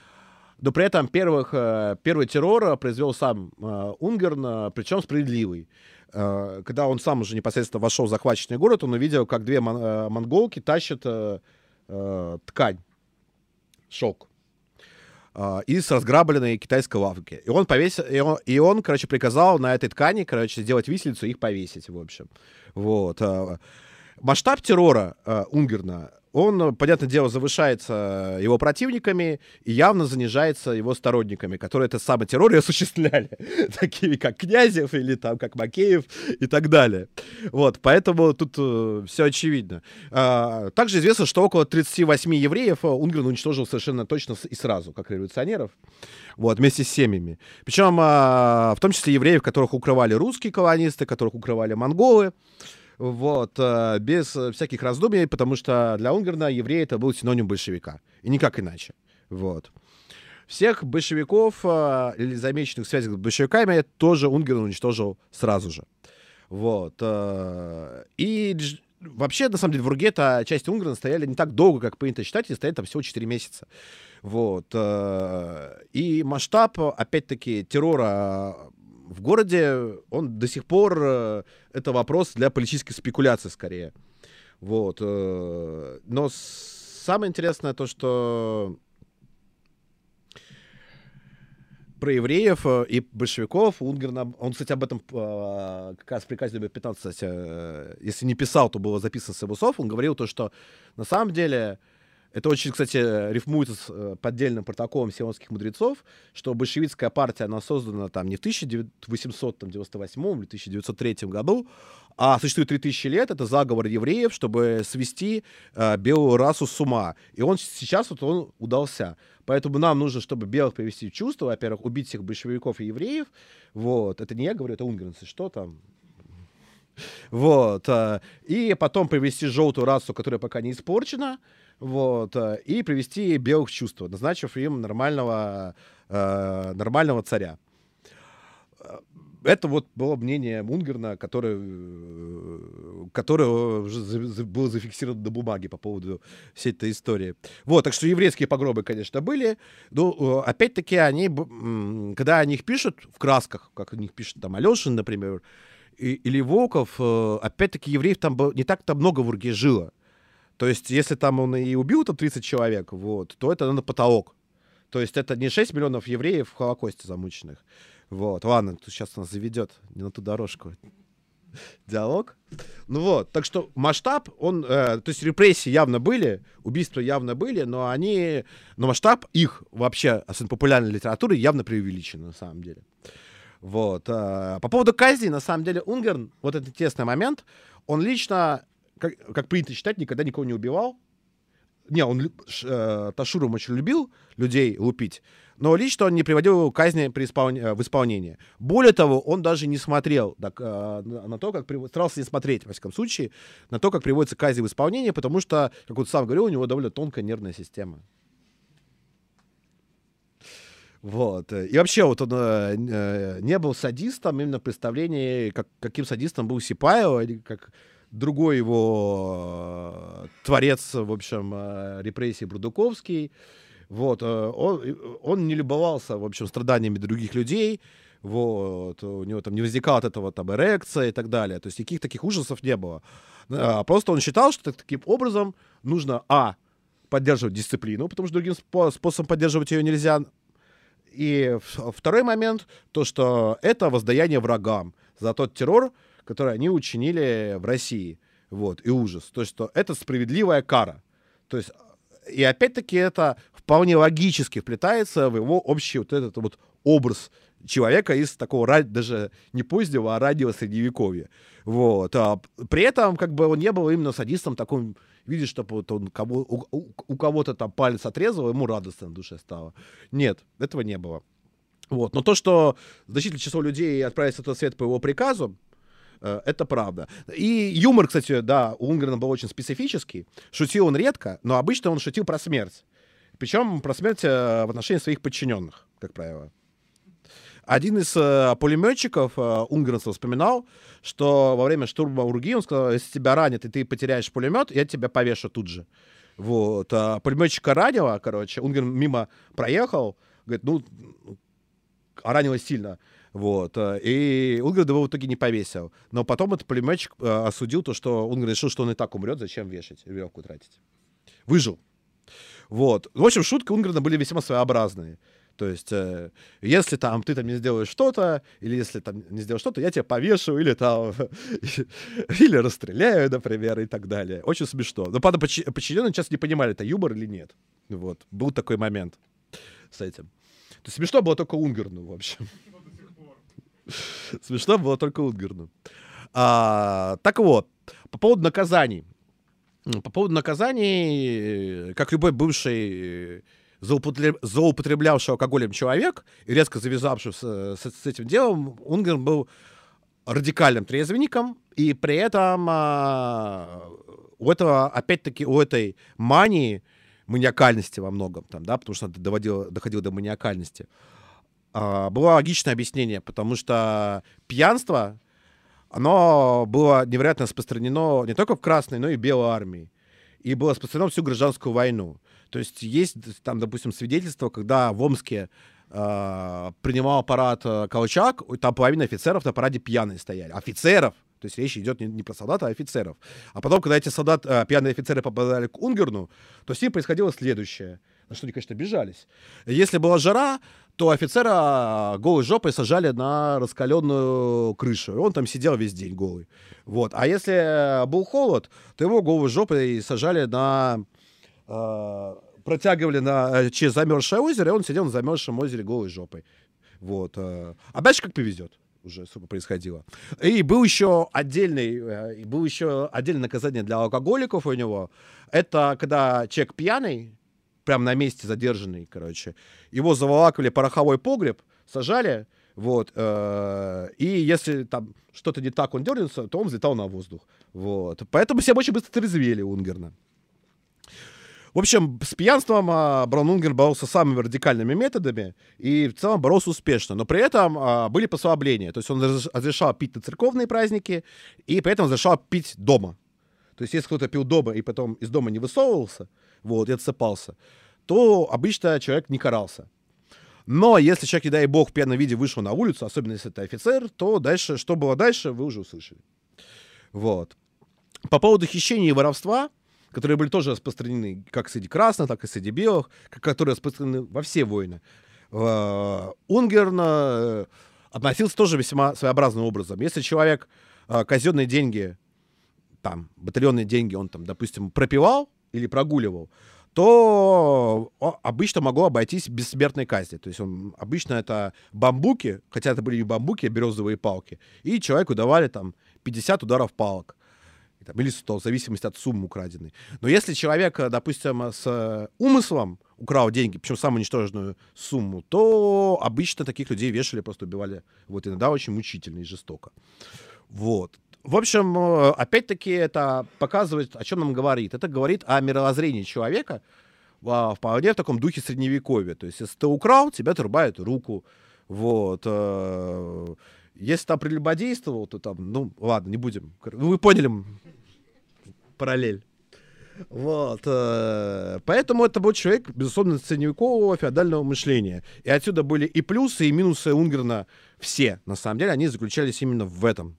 Но при этом первый террор произвел сам Унгерн, причем справедливый. Когда он сам уже непосредственно вошел в захваченный город, он увидел, как 2 монголки тащат ткань, шелк. из разграбленной китайской лавки. И он, короче, приказал на этой ткани, короче, сделать виселицу и их повесить, в общем. Вот. Масштаб террора Унгерна, он, понятное дело, завышается его противниками и явно занижается его сторонниками, которые этот самый террор и осуществляли, такими как Князев или там как Макеев и так далее. Вот, поэтому тут все очевидно. Также известно, что около 38 евреев Унгерн уничтожил совершенно точно и сразу, как революционеров, вот, вместе с семьями. Причем в том числе евреев, которых укрывали русские колонисты, которых укрывали монголы. Вот, без всяких раздумий, потому что для Унгерна еврей это был синоним большевика. И никак иначе. Вот. Всех большевиков или замеченных в связях с большевиками тоже Унгерн уничтожил сразу же. Вот. И вообще, на самом деле, в Урге-то части Унгерна стояли не так долго, как принято считать, и стояли там всего 4 месяца. Вот. И масштаб, опять-таки, террора в городе, он до сих пор, это вопрос для политической спекуляции скорее. Вот. Но самое интересное то, что про евреев и большевиков Унгерн, он, кстати, об этом как раз в приказе номер 15, кстати, если не писал, то было записано с его слов, он говорил то, что на самом деле это очень, кстати, рифмуется с поддельным протоколом сионских мудрецов, что большевистская партия, она создана там не в 1898 или 1903 году, а существует 3000 лет. Это заговор евреев, чтобы свести белую расу с ума. И он сейчас вот он удался. Поэтому нам нужно, чтобы белых привести в чувство, во-первых, убить всех большевиков и евреев. Вот. Это не я говорю, это унгернцы. Что там? Вот. И потом привести желтую расу, которая пока не испорчена. Вот, и привести белых в чувство, назначив им нормального царя. Это вот было мнение Унгерна, которое было зафиксировано на бумаге по поводу всей этой истории. Вот, так что еврейские погромы, конечно, были. Но, опять-таки, они, когда о них пишут в красках, как о них пишет там Алешин, например, или Волков, опять-таки, евреев там не так-то много в Урге жило. То есть, если там он и убил там 30 человек, вот, то это на потолок. То есть, это не 6 миллионов евреев в Холокосте замученных. Вот, ладно, тут сейчас нас заведет не на ту дорожку. Диалог. Ну вот, так что масштаб, он, то есть, репрессии явно были, убийства явно были, но масштаб их вообще, особенно популярной литературы, явно преувеличен на самом деле. Вот. По поводу казни, на самом деле, Унгерн, вот этот интересный момент, он лично, как принято считать, никогда никого не убивал. Не, он Ташуром очень любил людей лупить, но лично он не приводил казни в исполнение. Более того, он даже не смотрел на то, как старался не смотреть, во всяком случае, на то, как приводится казнь в исполнение, потому что, как он сам говорил, у него довольно тонкая нервная система. Вот. И вообще, вот он не был садистом, именно в представлении, каким садистом был Сипаева, или как другой его творец, в общем, репрессий Брундуковский. Вот. Он не любовался, в общем, страданиями других людей. Вот. У него там не возникало от этого там эрекция и так далее. То есть никаких таких ужасов не было. Просто он считал, что таким образом нужно, поддерживать дисциплину, потому что другим способом поддерживать ее нельзя. И второй момент, то, что это воздаяние врагам за тот террор, который они учинили в России. Вот, и ужас. То есть, что это справедливая кара. То есть, и опять-таки это вполне логически вплетается в его общий вот этот вот образ человека из такого даже не позднего, а раннего средневековья. Вот. При этом как бы он не был именно садистом таком, видишь, чтобы вот он у кого-то там палец отрезал, ему радостно на душе стало. Нет, этого не было. Вот. Но то, что значительное число людей отправится в тот свет по его приказу, это правда. И юмор, кстати, да, у Унгерна был очень специфический. Шутил он редко, но обычно он шутил про смерть. Причем про смерть в отношении своих подчиненных, как правило. Один из пулеметчиков унгернцев вспоминал, что во время штурма Урги он сказал: если тебя ранят и ты потеряешь пулемет, я тебя повешу тут же. Вот. Пулеметчика ранило, короче, Унгерн мимо проехал, говорит, ранило сильно. Вот. И Унгерн его в итоге не повесил. Но потом этот пулеметчик осудил то, что Унгерн решил, что он и так умрет, зачем вешать, веревку тратить. Выжил. Вот. В общем, шутки Унгерна были весьма своеобразные. То есть, если там ты там не сделаешь что-то, или если там не сделаешь что-то, я тебя повешу, или там, или расстреляю, например, и так далее. Очень смешно. Но, правда, подчиненные часто не понимали, это юмор или нет. Вот. Был такой момент с этим. То есть смешно было только Унгерну, в общем. Смешно было только Унгерну. Так вот, по поводу наказаний. По поводу наказаний, как любой бывший злоупотреблявший алкоголем человек и резко завязавшийся с этим делом, Унгерн был радикальным трезвенником, и при этом у этого, опять-таки, у этой мании, маниакальности во многом, там, да, потому что это доходило до маниакальности, было логичное объяснение, потому что пьянство, оно было невероятно распространено не только в Красной, но и в Белой армии. И было распространено всю гражданскую войну. То есть есть там, допустим, свидетельства, когда в Омске принимал парад Колчак, там половина офицеров на параде пьяные стояли. Офицеров! То есть речь идет не про солдат, а офицеров. А потом, когда эти пьяные офицеры попадали к Унгерну, то с ним происходило следующее. На что они, конечно, обижались. Если была жара, то офицера голой жопой сажали на раскаленную крышу. И он там сидел весь день голый. Вот. А если был холод, то его голой жопой сажали протягивали через замерзшее озеро, и он сидел на замерзшем озере голой жопой. Вот. А дальше как повезет уже происходило. И было еще отдельное наказание для алкоголиков у него. Это когда человек пьяный, прямо на месте задержанный, короче, его заволакивали в пороховой погреб, сажали, вот, и если там что-то не так, он дернулся, то он взлетал на воздух. Вот. Поэтому все очень быстро трезвели Унгерна. В общем, с пьянством Браун Унгерн боролся самыми радикальными методами и в целом боролся успешно. Но при этом были послабления. То есть он разрешал пить на церковные праздники и при этом разрешал пить дома. То есть если кто-то пил дома и потом из дома не высовывался, вот, и отсыпался, то обычно человек не карался. Но если человек, не дай бог, в пьяном виде вышел на улицу, особенно если это офицер, то дальше, что было дальше, вы уже услышали. Вот. По поводу хищения и воровства, которые были тоже распространены как среди красных, так и среди белых, которые распространены во все войны, Унгерн относился тоже весьма своеобразным образом. Если человек казенные деньги, там, батальонные деньги он там, допустим, пропивал или прогуливал, то обычно могло обойтись без смертной казни. То есть обычно это бамбуки, хотя это были не бамбуки, а березовые палки, и человеку давали там 50 ударов палок. Или 100, в зависимости от суммы украденной. Но если человек, допустим, с умыслом украл деньги, причем самую ничтожную сумму, то обычно таких людей вешали, просто убивали. Вот иногда очень мучительно и жестоко. Вот. В общем, опять-таки это показывает, о чем нам говорит. Это говорит о мировоззрении человека вполне в таком духе средневековья. То есть, если ты украл, тебя отрубают руку. Вот. Если там прелюбодействовал, то там, ну, ладно, не будем. Вы поняли параллель. Вот. Поэтому это был человек, безусловно, средневекового феодального мышления. И отсюда были и плюсы, и минусы Унгерна все. На самом деле, они заключались именно в этом.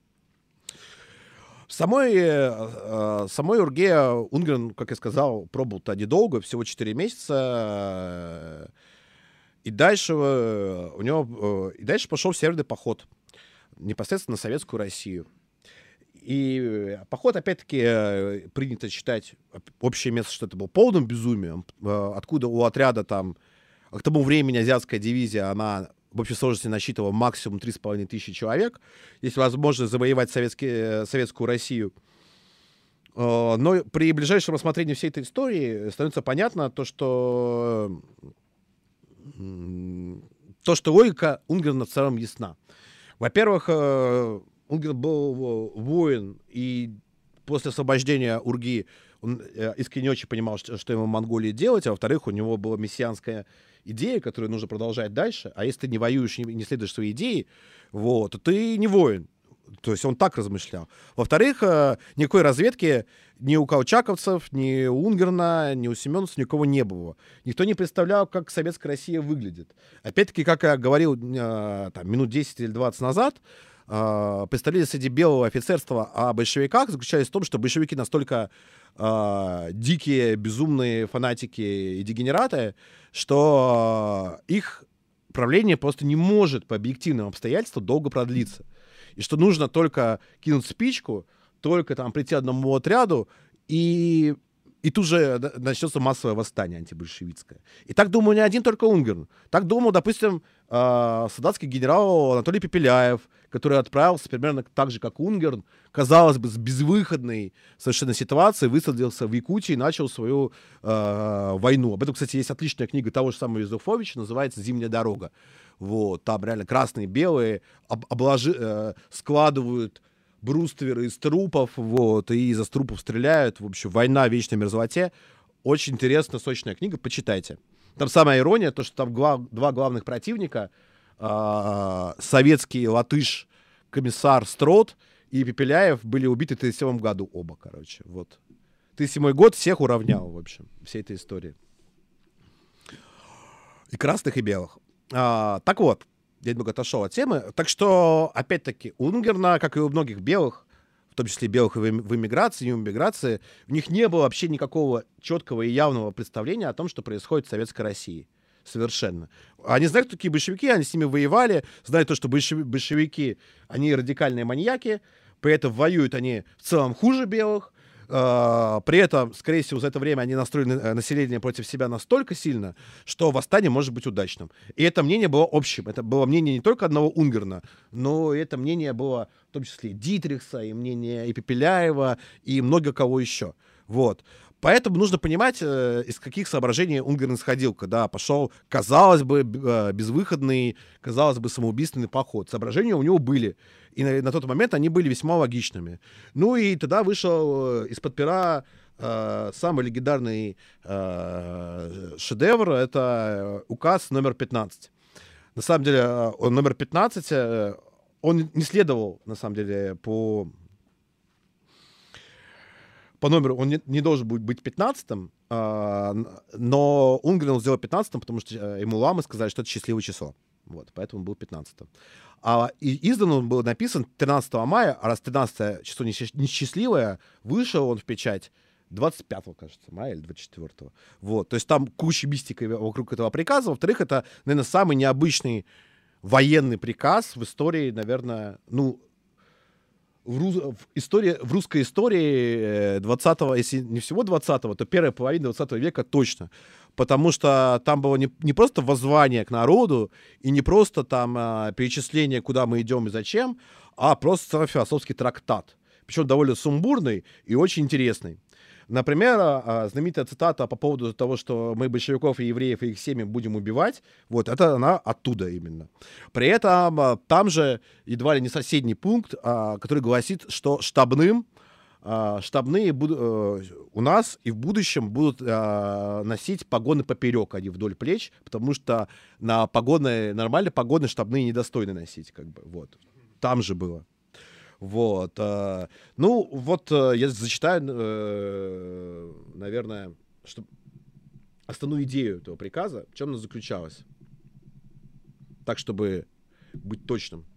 В самой Урге Унгерн, как я сказал, пробовал-то недолго, всего 4 месяца. И дальше пошел северный поход непосредственно на Советскую Россию. И поход, опять-таки, принято считать общее место, что это был полным безумием. Откуда у отряда там, к тому времени азиатская дивизия, она в общей сложности насчитывала максимум 3500 человек. Есть возможность завоевать Советскую Россию. Но при ближайшем рассмотрении всей этой истории становится понятно то, что логика Унгерна в целом ясна. Во-первых, Унгерн был воин, и после освобождения Урги он искренне очень понимал, что ему в Монголии делать, а во-вторых, у него была мессианская идея, которую нужно продолжать дальше, а если ты не воюешь, не следуешь своей идее, вот, то ты не воин. То есть он так размышлял. Во-вторых, никакой разведки ни у колчаковцев, ни у Унгерна, ни у семеновцев никого не было. Никто не представлял, как советская Россия выглядит. Опять-таки, как я говорил там, минут 10 или 20 назад, представления среди белого офицерства о большевиках заключались в том, что большевики настолько дикие, безумные фанатики и дегенераты, что их правление просто не может по объективным обстоятельствам долго продлиться. И что нужно только кинуть спичку, только там прийти одному отряду, и тут же начнется массовое восстание антибольшевистское. И так думал не один только Унгерн. Так думал, допустим, солдатский генерал Анатолий Пепеляев, который отправился примерно так же, как Унгерн, казалось бы, с безвыходной совершенно ситуацией, высадился в Якутии и начал свою войну. Об этом, кстати, есть отличная книга того же самого Юзефовича, называется «Зимняя дорога». Вот, там реально красные, белые складывают брустверы из трупов, вот, и из трупов стреляют. В общем, «Война в вечной мерзлоте». Очень интересная, сочная книга, почитайте. Там самая ирония, то, что там два главных противника, советский латыш комиссар Строт и Пепеляев, были убиты в 1937 году оба, короче. Вот. 1937 год всех уравнял, в общем, всей этой истории. И красных, и белых. Так вот, я немного отошел от темы. Так что, опять-таки, у Унгерна, как и у многих белых, в том числе белых в эмиграции и в эмиграции, в них не было вообще никакого четкого и явного представления о том, что происходит в Советской России. Совершенно. Они знают, кто такие большевики, они с ними воевали, знают то, что большевики, они радикальные маньяки, при этом воюют они в целом хуже белых, при этом, скорее всего, за это время они настроены население против себя настолько сильно, что восстание может быть удачным. И это мнение было общим. Это было мнение не только одного Унгерна, но это мнение было в том числе и Дитрихса, и мнение и Пепеляева, и много кого еще. Вот. Поэтому нужно понимать, из каких соображений Унгерн исходил, когда пошел, казалось бы, безвыходный, казалось бы, самоубийственный поход. Соображения у него были. И на тот момент они были весьма логичными. Ну и тогда вышел из-под пера самый легендарный шедевр. Это указ номер 15. На самом деле, номер 15, он не следовал, на самом деле, по номеру, он не должен быть 15-м, но Унгерн сделал 15-м, потому что ему ламы сказали, что это счастливое число. Вот, поэтому он был 15-м. И издан он был написан 13 мая, а раз 13 число несчастливое, вышел он в печать 25, кажется, мая или 24. Вот, то есть там куча мистики вокруг этого приказа. Во-вторых, это, наверное, самый необычный военный приказ в истории, наверное, в русской истории 20-го, если не всего 20-го, то первая половина 20 века точно. Потому что там было не просто воззвание к народу, и не просто там перечисление, куда мы идем и зачем, а просто философский трактат. Причем довольно сумбурный и очень интересный. Например, знаменитая цитата по поводу того, что мы большевиков и евреев и их семьи будем убивать, вот это она оттуда именно. При этом там же едва ли не соседний пункт, который гласит, что штабные у нас и в будущем будут носить погоны поперек, а не вдоль плеч, потому что нормальные погоны штабные недостойны носить, как бы, вот. Там же было. Вот. Я зачитаю, наверное, основную идею этого приказа, в чем она заключалась. Так, чтобы быть точным.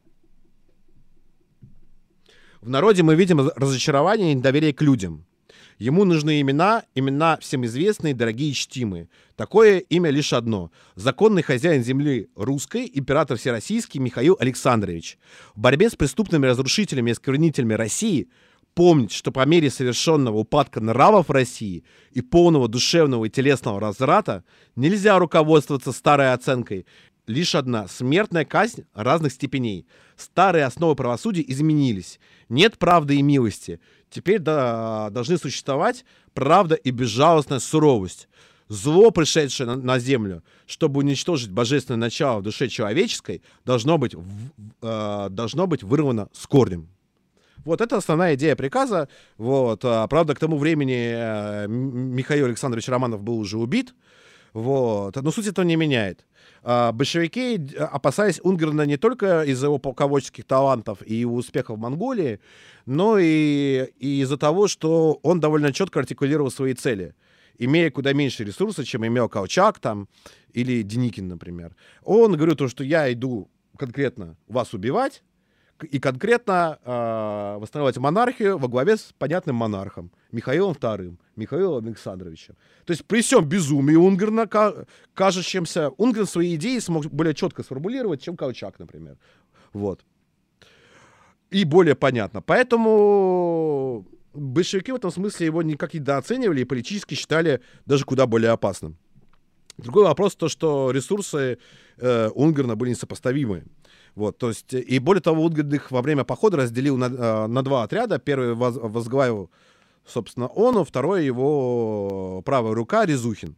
В народе мы видим разочарование и недоверие к людям. Ему нужны имена всем известные, дорогие и чтимые. Такое имя лишь одно. Законный хозяин земли русской, император всероссийский Михаил Александрович. В борьбе с преступными разрушителями и осквернителями России помнить, что по мере совершенного упадка нравов в России и полного душевного и телесного разврата нельзя руководствоваться старой оценкой. Лишь одна — смертная казнь разных степеней. Старые основы правосудия изменились. Нет правды и милости. Теперь должны существовать правда и безжалостная суровость. Зло, пришедшее на землю, чтобы уничтожить божественное начало в душе человеческой, должно быть вырвано с корнем. Вот это основная идея приказа. Вот. Правда, к тому времени Михаил Александрович Романов был уже убит. Вот. Но суть этого не меняет. Большевики, опасаясь Унгерна не только из-за его полководческих талантов и его успехов в Монголии, но и из-за того, что он довольно четко артикулировал свои цели, имея куда меньше ресурсов, чем имел Колчак там, или Деникин, например. Он говорил, что я иду конкретно вас убивать, и конкретно восстанавливать монархию во главе с понятным монархом Михаилом II, Михаилом Александровичем. То есть при всем безумии Унгерна, кажущемся, Унгерн свои идеи смог более четко сформулировать, чем Колчак, например. Вот. И более понятно. Поэтому большевики в этом смысле его никак недооценивали и политически считали даже куда более опасным. Другой вопрос то, что ресурсы Унгерна были несопоставимы. Вот, то есть, и более того, Унгерн их во время похода разделил на два отряда. Первый возглавил, собственно, он, а второй его правая рука Резухин.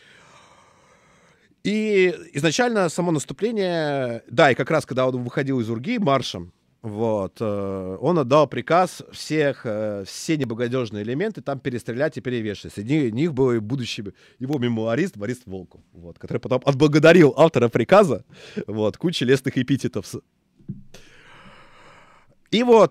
И изначально само наступление, да, и как раз когда он выходил из Урги маршем, вот, он отдал приказ все неблагонадежные элементы там перестрелять и перевешивать. Среди них был и будущий его мемуарист Борис Волков, вот, который потом отблагодарил автора приказа, вот, кучей лестных эпитетов. И вот,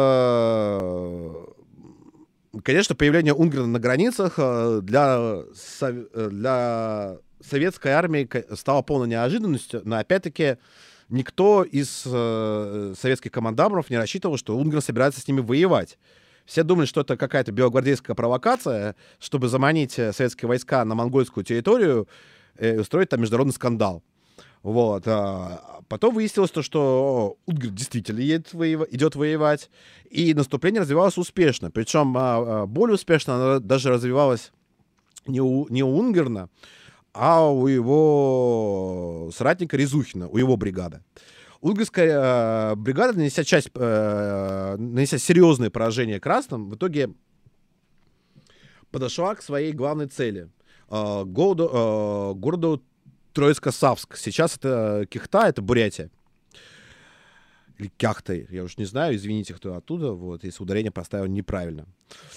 конечно, появление Унгерна на границах для советской армии стало полной неожиданностью, но опять-таки никто из советских командиров не рассчитывал, что Унгерн собирается с ними воевать. Все думали, что это какая-то белогвардейская провокация, чтобы заманить советские войска на монгольскую территорию и устроить там международный скандал. Вот. Потом выяснилось то, что Унгерн действительно идет воевать, и наступление развивалось успешно. Причем более успешно оно даже развивалось не у Унгерна, а у его соратника Резухина, у его бригады. Унгерская бригада, нанеся серьезные поражения красным, в итоге подошла к своей главной цели — городу Троицко-Савск. Сейчас это Кихта, это Бурятия. Или Кяхта, я уж не знаю, извините, кто оттуда, вот, если ударение поставил неправильно.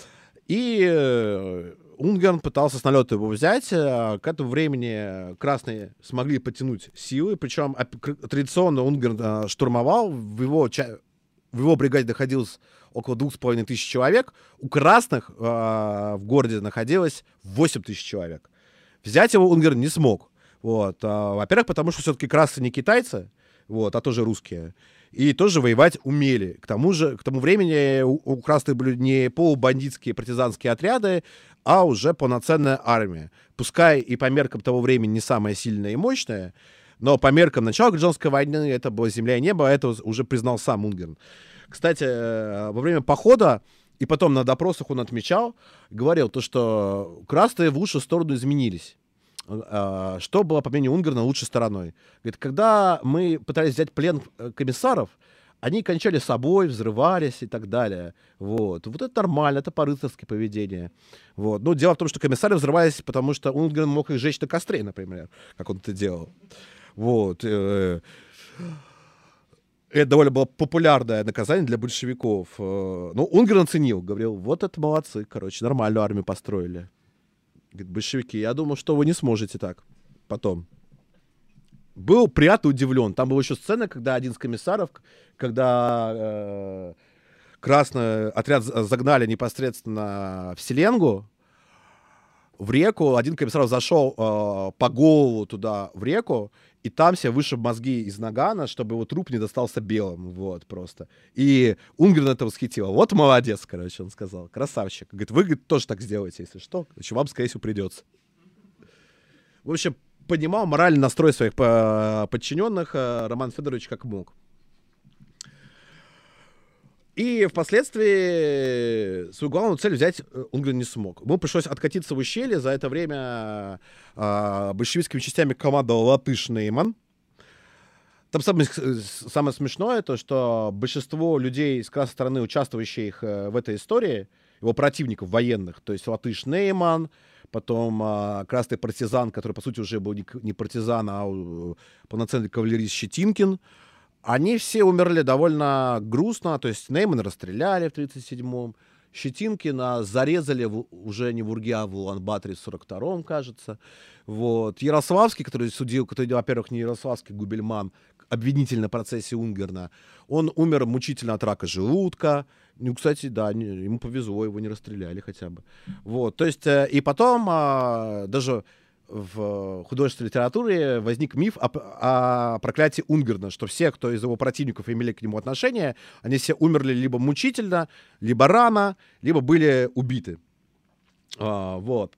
И Унгерн пытался с налета его взять. К этому времени красные смогли подтянуть силы, причем традиционно Унгерн штурмовал, в его бригаде находилось около 2500 человек, у красных в городе находилось 8000 человек. Взять его Унгерн не смог. Вот. Во-первых, потому что все-таки красные не китайцы, вот, а тоже русские. И тоже воевать умели. К тому времени у красных были не полубандитские партизанские отряды, а уже полноценная армия. Пускай и по меркам того времени не самая сильная и мощная, но по меркам начала гражданской войны это было земля и небо, а это уже признал сам Унгерн. Кстати, во время похода и потом на допросах он отмечал, говорил то, что красные в лучшую сторону изменились. Что было, по мнению Унгерна, лучшей стороной. Говорит, когда мы пытались взять плен комиссаров, они кончали собой, взрывались и так далее. Вот это нормально, это по-рыцарски поведение. Вот. Но дело в том, что комиссары взрывались, потому что Унгерн мог их сжечь на костре, например, как он это делал. Вот. Это довольно было популярное наказание для большевиков. Но Унгерн оценил, говорил, вот это молодцы, короче, нормальную армию построили. Говорит, большевики, я думал, что вы не сможете так потом. Был приятно удивлен. Там была еще сцена, когда один из комиссаров, когда красный отряд загнали непосредственно в Селенгу, в реку, один комиссар зашел по голову туда в реку, и там себе вышиб мозги из нагана, чтобы его труп не достался белым, вот, просто. И Унгерн это восхитило. Вот молодец, короче, он сказал, красавчик. Говорит, вы, говорит, тоже так сделаете, если что, значит, вам, скорее всего, придется. В общем, понимал моральный настрой своих подчиненных Роман Федорович как мог. И впоследствии свою главную цель взять Унгерн не смог. Ему пришлось откатиться в ущелье. За это время большевистскими частями командовал латыш Нейман. Там самое смешное то, что большинство людей с красной стороны, участвующих в этой истории, его противников военных, то есть латыш Нейман, потом красный партизан, который, по сути, уже был не партизан, а полноценный кавалерист Щетинкин, они все умерли довольно грустно, то есть Неймана расстреляли в 1937-м, Щетинкина зарезали уже не в Урге, а в Улан-Баторе в 1942-м, кажется. Вот. Ярославский, который судил, во-первых, не Ярославский, Губельман, обвинитель на процессе Унгерна, он умер мучительно от рака желудка. Ну, кстати, да, ему повезло, его не расстреляли хотя бы. Вот. То есть, и потом даже в художественной литературе возник миф о проклятии Унгерна, что все, кто из его противников имели к нему отношение, они все умерли либо мучительно, либо рано, либо были убиты. Вот.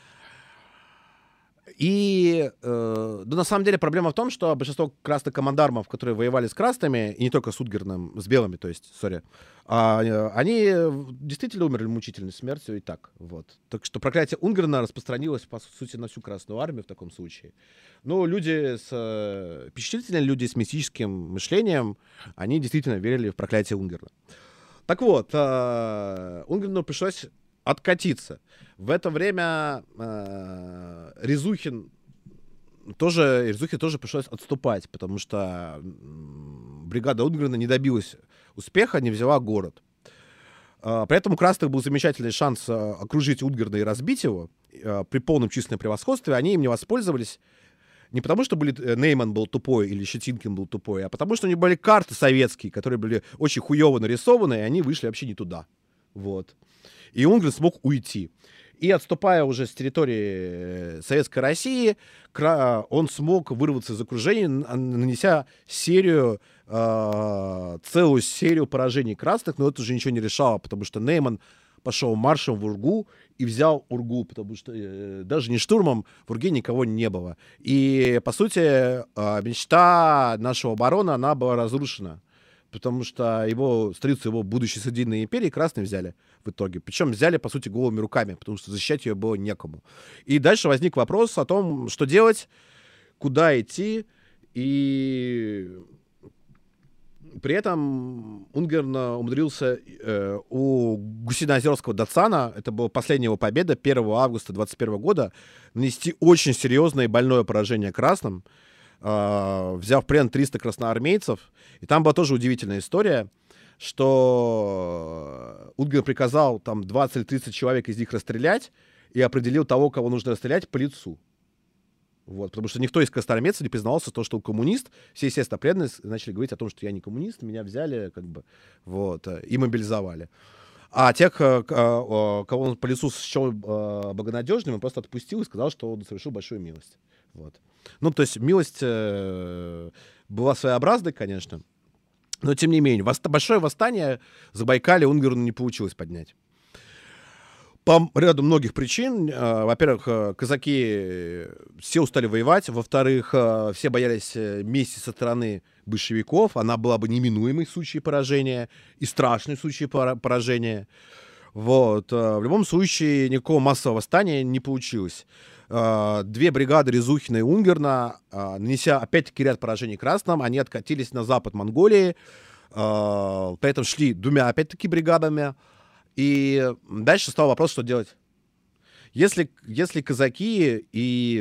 И на самом деле проблема в том, что большинство красных командармов, которые воевали с красными, и не только с Унгерном, с белыми, то есть, они действительно умерли мучительной смертью и так. Вот. Так что проклятие Унгерна распространилось, по сути, на всю Красную Армию в таком случае. Но люди впечатлительные люди с мистическим мышлением, они действительно верили в проклятие Унгерна. Так вот, Унгерну пришлось откатиться. В это время Резухе тоже пришлось отступать, потому что бригада Унгерна не добилась успеха, не взяла город. При этом у красных был замечательный шанс окружить Унгерна и разбить его при полном численном превосходстве. Они им не воспользовались не потому, что Нейман был тупой или Щетинкин был тупой, а потому, что у них были карты советские, которые были очень хуёво нарисованы, и они вышли вообще не туда. Вот. И Унгерн смог уйти. И отступая уже с территории Советской России, он смог вырваться из окружения, нанеся целую серию поражений красных, но это уже ничего не решало, потому что Нейман пошел маршем в Ургу и взял Ургу, потому что даже не штурмом в Урге никого не было. И, по сути, мечта нашего барона, она была разрушена, потому что столицу его будущей Соединенной империи красные взяли в итоге. Причем взяли, по сути, голыми руками, потому что защищать ее было некому. И дальше возник вопрос о том, что делать, куда идти. И при этом Унгерн умудрился у Гусиноозерского Дацана, это была последняя его победа, 1 августа 21 года, нанести очень серьезное и больное поражение красным, взяв в плен 300 красноармейцев. И там была тоже удивительная история, что Унгерн приказал там 20-30 человек из них расстрелять и определил того, кого нужно расстрелять, по лицу. Вот, потому что никто из красноармейцев не признавался, что он коммунист. Все, естественно, преданные начали говорить о том, что я не коммунист, меня взяли, вот, и мобилизовали. А тех, кого он по лицу счел богонадежным, он просто отпустил и сказал, что он совершил большую милость. Вот. Ну, то есть милость была своеобразной, конечно, но тем не менее. Большое восстание в Забайкалье Унгерну не получилось поднять. По ряду многих причин. Во-первых, казаки все устали воевать. Во-вторых, все боялись мести со стороны большевиков. Она была бы неминуемой в случае поражения и страшной в случае поражения. Вот. В любом случае, никакого массового восстания не получилось. Две бригады Резухина и Унгерна, нанеся опять-таки ряд поражений красным, они откатились на запад Монголии. При этом шли двумя опять-таки бригадами. И дальше стал вопрос, что делать. Если казаки и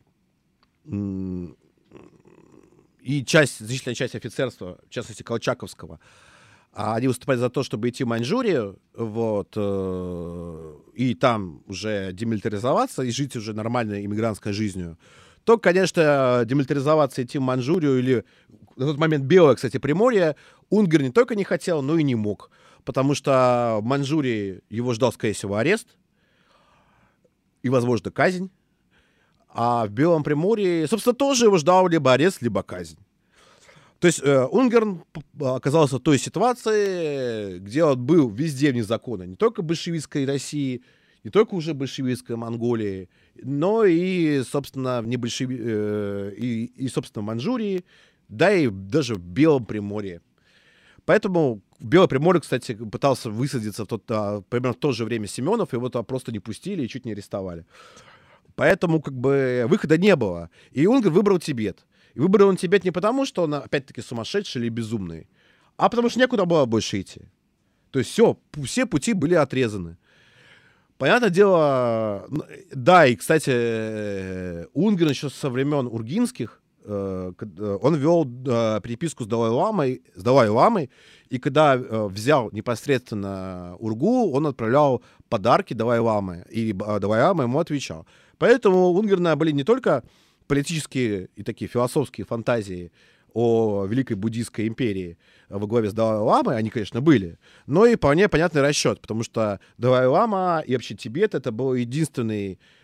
значительная часть офицерства, в частности Колчаковского, они выступали за то, чтобы идти в Маньчжурию, вот, и там уже демилитаризоваться, и жить уже нормальной иммигрантской жизнью, то, конечно, демилитаризоваться, идти в Маньчжурию или на тот момент Белое, кстати, Приморье, Унгерн не только не хотел, но и не мог. Потому что в Маньчжурии его ждал, скорее всего, арест и, возможно, казнь. А в Белом Приморье, собственно, тоже его ждал либо арест, либо казнь. То есть Унгерн оказался в той ситуации, где он был везде вне закона. Не только в большевистской России, не только уже в большевистской Монголии, но и, собственно, собственно, в Маньчжурии, да и даже в Белом Приморье. Поэтому в Белое Приморье, кстати, пытался высадиться примерно в то же время Семенов, его туда просто не пустили и чуть не арестовали. Поэтому выхода не было. И Унгерн выбрал Тибет. И выбрал он Тибет не потому, что он, опять-таки, сумасшедший или безумный, а потому что некуда было больше идти. То есть все пути были отрезаны. Понятное дело, да, и, кстати, Унгерн еще со времен ургинских, он вел переписку с Далай-ламой, и когда взял непосредственно Ургу, он отправлял подарки Далай-ламе, и Далай-лама ему отвечал. Поэтому у Унгерна были не только политические и такие философские фантазии о Великой Буддийской империи во главе с Далай-ламой, они, конечно, были, но и вполне понятный расчет, потому что Далай-лама и вообще Тибет — это был единственный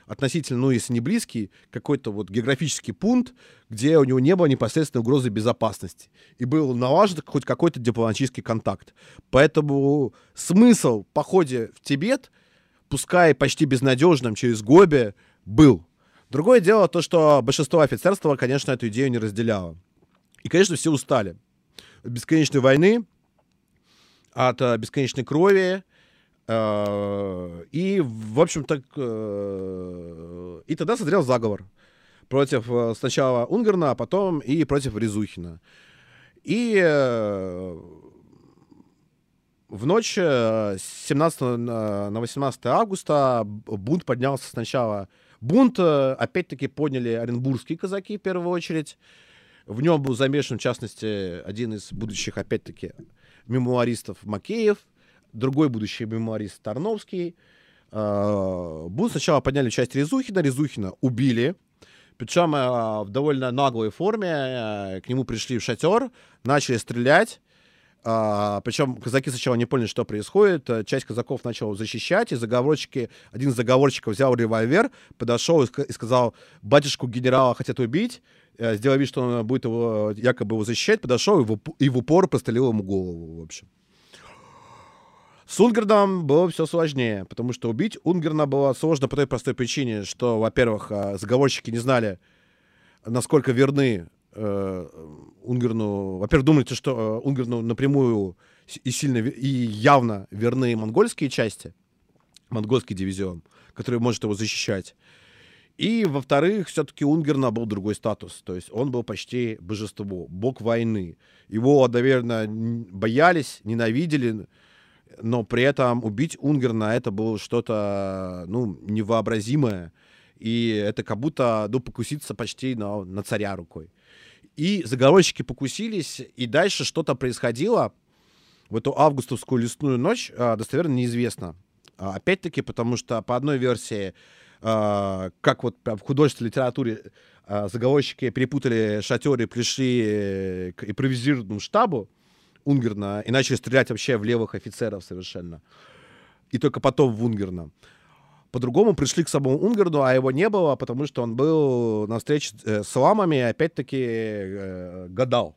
относительно, ну, если не близкий, какой-то вот географический пункт, где у него не было непосредственной угрозы безопасности. И был налажен хоть какой-то дипломатический контакт. Поэтому смысл в походе в Тибет, пускай почти безнадежным через Гоби, был. Другое дело то, что большинство офицерства, конечно, эту идею не разделяло. И, конечно, все устали. От бесконечной войны, от бесконечной крови, и, в общем-то, и тогда созрел заговор против сначала Унгерна, а потом и против Резухина. И в ночь с 17 на 18 августа бунт поднялся сначала. Бунт, опять-таки, подняли оренбургские казаки в первую очередь. В нем был замешан, в частности, один из будущих, опять-таки, мемуаристов Макеев, другой будущий мемуарист Тарновский. Бунт сначала подняли часть Резухина убили, причем в довольно наглой форме. К нему пришли в шатер, начали стрелять. Причем казаки сначала не поняли, что происходит. Часть казаков начала защищать, и один из заговорщиков взял револьвер, подошел и сказал: батюшку генерала хотят убить. Сделал вид, что он будет якобы его защищать, подошел и в упор прострелил ему голову, в общем. С Унгерном было все сложнее, потому что убить Унгерна было сложно по той простой причине, что, во-первых, заговорщики не знали, насколько верны Унгерну. Во-первых, думаете, что Унгерну напрямую и сильно и явно верны монгольские части, монгольский дивизион, который может его защищать. И, во-вторых, все-таки у Унгерна был другой статус. То есть он был почти божество, бог войны. Его, наверное, боялись, ненавидели, но при этом убить Унгерна — это было что-то, ну, невообразимое. И это как будто, ну, покуситься почти на царя рукой. И заговорщики покусились, и дальше что-то происходило в эту августовскую лесную ночь, достоверно неизвестно. Опять-таки, потому что по одной версии, как вот в художественной литературе, заговорщики перепутали шатер и пришли к импровизированному штабу Унгерна и начали стрелять вообще в левых офицеров совершенно. И только потом в Унгерна. По-другому пришли к самому Унгерну, а его не было, потому что он был на встрече с ламами и опять-таки гадал.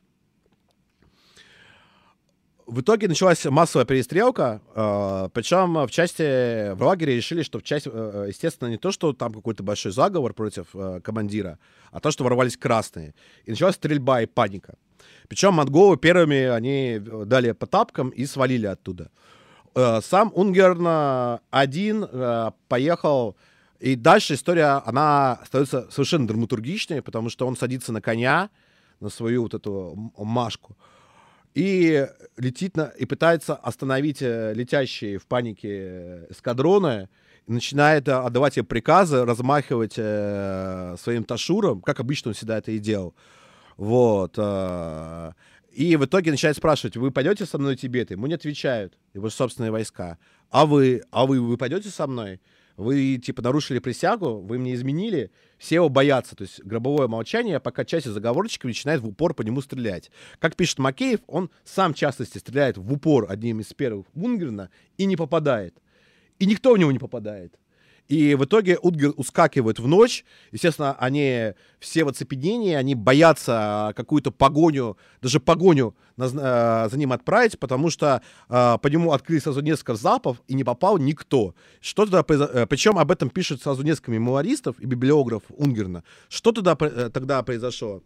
В итоге началась массовая перестрелка, причем в лагере решили, что естественно, не то, что там какой-то большой заговор против командира, а то, что ворвались красные. И началась стрельба и паника. Причем монголы первыми они дали по тапкам и свалили оттуда. Сам Унгерн один поехал, и дальше история, она остается совершенно драматургичной, потому что он садится на коня, на свою вот эту машку, и летит и пытается остановить летящие в панике эскадроны, и начинает отдавать им приказы, размахивать своим ташуром, как обычно он всегда это и делал. Вот. И в итоге начинает спрашивать: вы пойдете со мной в Тибет? Ему не отвечают его собственные войска. А вы пойдете со мной? Вы, типа, нарушили присягу, вы мне изменили. Все его боятся. То есть гробовое молчание, пока часть заговорщиков начинает в упор по нему стрелять. Как пишет Макеев, он сам, в частности, стреляет в упор одним из первых Унгерна и не попадает. И никто в него не попадает. И в итоге Унгерн ускакивает в ночь. Естественно, они все в оцепенении, они боятся какую-то погоню, даже погоню за ним отправить, потому что по нему открыли сразу несколько залпов, и не попал никто. Что тогда Причем об этом пишут сразу несколько мемуаристов и библиографов Унгерна. Что тогда произошло?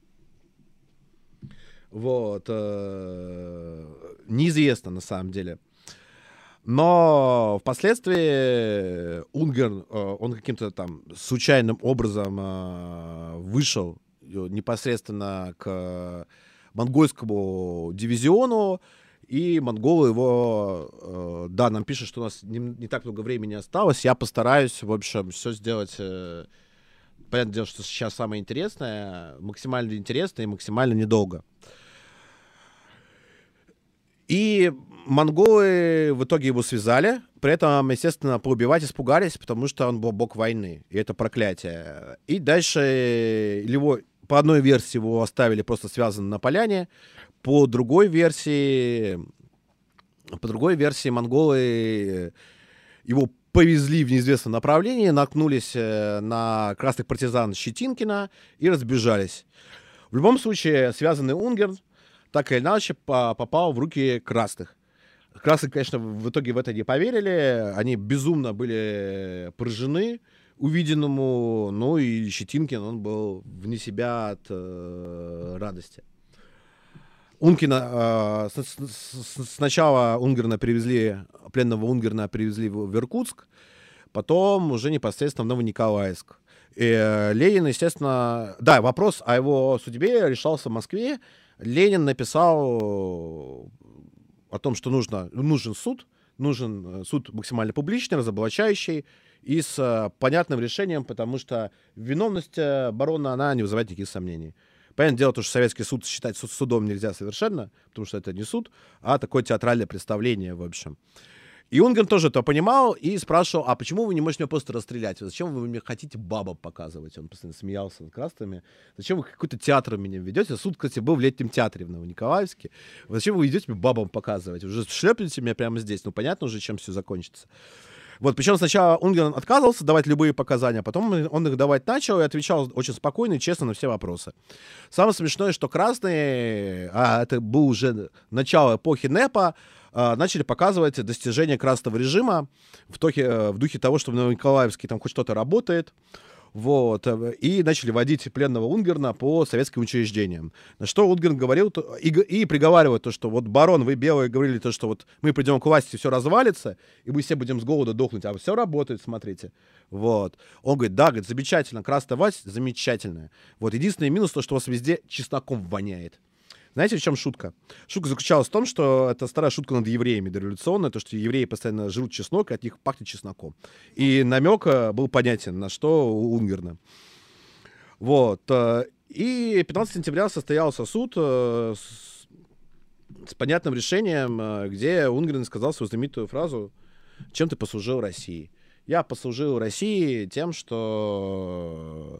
Вот. Неизвестно на самом деле. Но впоследствии Унгерн, он каким-то там случайным образом вышел непосредственно к монгольскому дивизиону, и монголы его... Да, нам пишут, что у нас не так много времени осталось. Я постараюсь, в общем, все сделать... Понятное дело, что сейчас самое интересное, максимально интересное и максимально недолго. И монголы в итоге его связали, при этом, естественно, поубивать испугались, потому что он был бог войны, и это проклятие. И дальше его, по одной версии, его оставили просто связанным на поляне, по другой версии монголы его повезли в неизвестном направлении, наткнулись на красных партизан Щетинкина и разбежались. В любом случае, связанный Унгерн так или иначе попал в руки красных. Красные, конечно, в итоге в это не поверили, они безумно были поражены увиденному, ну и Щетинкин, он был вне себя от радости. Сначала пленного Унгерна привезли в Иркутск, потом уже непосредственно в Новониколаевск. И Ленин, естественно... Да, вопрос о его судьбе решался в Москве. Ленин написал о том, что нужен суд максимально публичный, разоблачающий и с понятным решением, потому что виновность барона, она не вызывает никаких сомнений. Понятное дело, что советский суд считать судом нельзя совершенно, потому что это не суд, а такое театральное представление, в общем. И Унгерн тоже это понимал и спрашивал, а почему вы не можете меня просто расстрелять? Зачем вы мне хотите бабам показывать? Он постоянно смеялся над красными. Зачем вы какой-то театр меня ведете? Суд, кстати, был в Летнем театре в Новониколаевске. Зачем вы идете мне бабам показывать? Уже шлепните меня прямо здесь. Ну, понятно уже, чем все закончится. Вот, причем сначала Унгерн отказывался давать любые показания, а потом он их давать начал и отвечал очень спокойно и честно на все вопросы. Самое смешное, что красные, это был уже начало эпохи НЭПа, начали показывать достижения красного режима в духе того, что в Новониколаевске там хоть что-то работает. Вот, и начали водить пленного Унгерна по советским учреждениям. На что Унгерн говорил и приговаривал то, что вот, барон, вы белые говорили то, что вот мы придем к власти, все развалится, и мы все будем с голода дохнуть, а все работает, смотрите. Вот. Он говорит, да, говорит, замечательно, красная власть замечательная. Вот, единственный минус то, что у вас везде чесноком воняет. Знаете, в чем шутка? Шутка заключалась в том, что это старая шутка над евреями дореволюционная, то, что евреи постоянно жрут чеснок, и от них пахнет чесноком. И намек был понятен, на что у Унгерна. Вот. И 15 сентября состоялся суд с понятным решением, где Унгерн сказал свою знаменитую фразу «Чем ты послужил России?» Я послужил России тем, что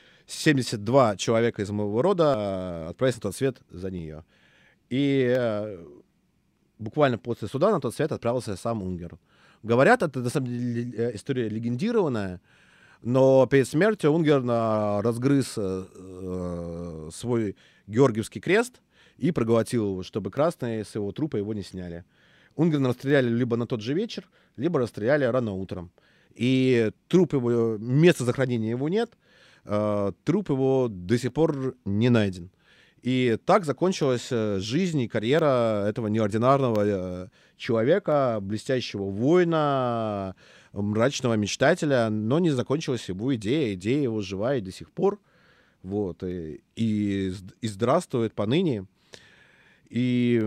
72 человека из моего рода отправились на тот свет за нее. И буквально после суда на тот свет отправился сам Унгерн. Говорят, это на самом деле история легендированная, но перед смертью Унгерн разгрыз свой Георгиевский крест и проглотил его, чтобы красные с его трупа его не сняли. Унгерна расстреляли либо на тот же вечер, либо расстреляли рано утром. И труп его, места захоронения его нет, труп его до сих пор не найден. И так закончилась жизнь и карьера этого неординарного человека, блестящего воина, мрачного мечтателя, но не закончилась его идея. Идея его жива и до сих пор. Вот. И здравствует поныне. И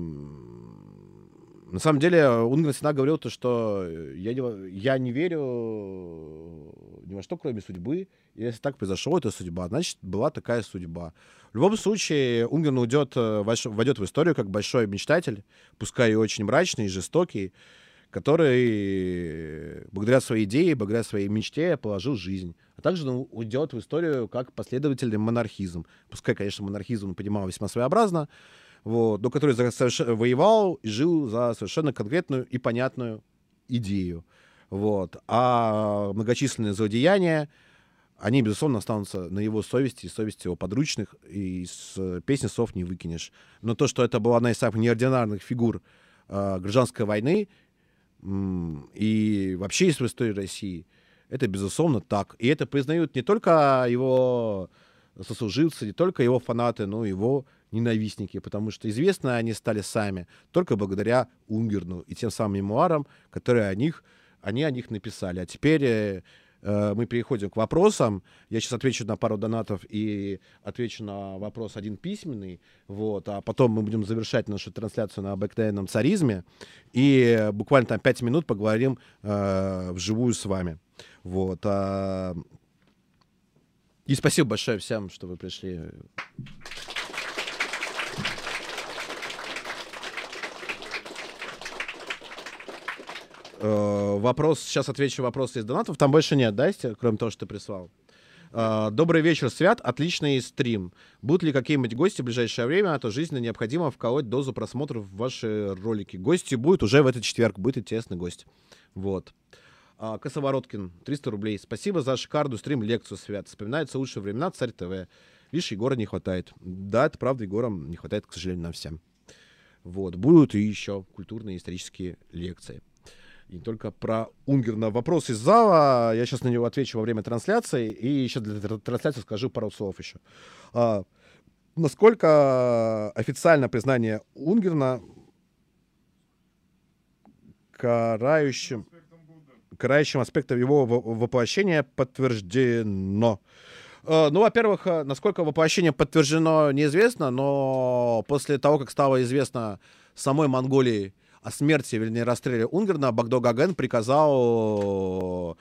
на самом деле Унгерн всегда говорил то, что я не верю ни во что, кроме судьбы. Если так произошло, это судьба. Значит, была такая судьба. В любом случае, Унгерн войдет в историю как большой мечтатель, пускай и очень мрачный, и жестокий, который благодаря своей идее, благодаря своей мечте положил жизнь. А также он уйдет в историю как последователь монархизма. Пускай, конечно, монархизм он понимал весьма своеобразно, вот, но который воевал и жил за совершенно конкретную и понятную идею. Вот. А многочисленные злодеяния, они, безусловно, останутся на его совести и совести его подручных, и с песни слов не выкинешь. Но то, что это была одна из самых неординарных фигур гражданской войны и вообще из истории России, это, безусловно, так. И это признают не только его сослуживцы, не только его фанаты, но и его ненавистники, потому что известны они стали сами только благодаря Унгерну и тем самым мемуарам, которые они о них написали. А теперь мы переходим к вопросам. Я сейчас отвечу на пару донатов и отвечу на вопрос один письменный, вот, а потом мы будем завершать нашу трансляцию на обыкновенном царизме и буквально там 5 минут поговорим вживую с вами. Вот. И спасибо большое всем, что вы пришли. Вопрос, сейчас отвечу вопросы из донатов. Там больше нет, да, кроме того, что ты прислал? Добрый вечер, Свят. Отличный стрим. Будут ли какие-нибудь гости в ближайшее время? А то жизненно необходимо вколоть дозу просмотров в ваши ролики. Гости будут уже в этот четверг. Будет интересный гость. Вот. Косовороткин, 300 рублей. Спасибо за шикарную стрим-лекцию, Свят. Вспоминаются лучшие времена, Царь ТВ. Лишь Егора не хватает. Да, это правда, Егора не хватает, к сожалению, нам всем. Вот. Будут и еще культурные исторические лекции. И не только про Унгерна. Вопрос из зала. Я сейчас на него отвечу во время трансляции. И еще для трансляции скажу пару слов еще. Насколько официально признание Унгерна карающим аспектом его воплощения подтверждено? Ну, во-первых, насколько воплощение подтверждено, неизвестно, но после того, как стало известно самой Монголии о смерти, вернее, расстреле Унгерна, Багдо Гаген приказал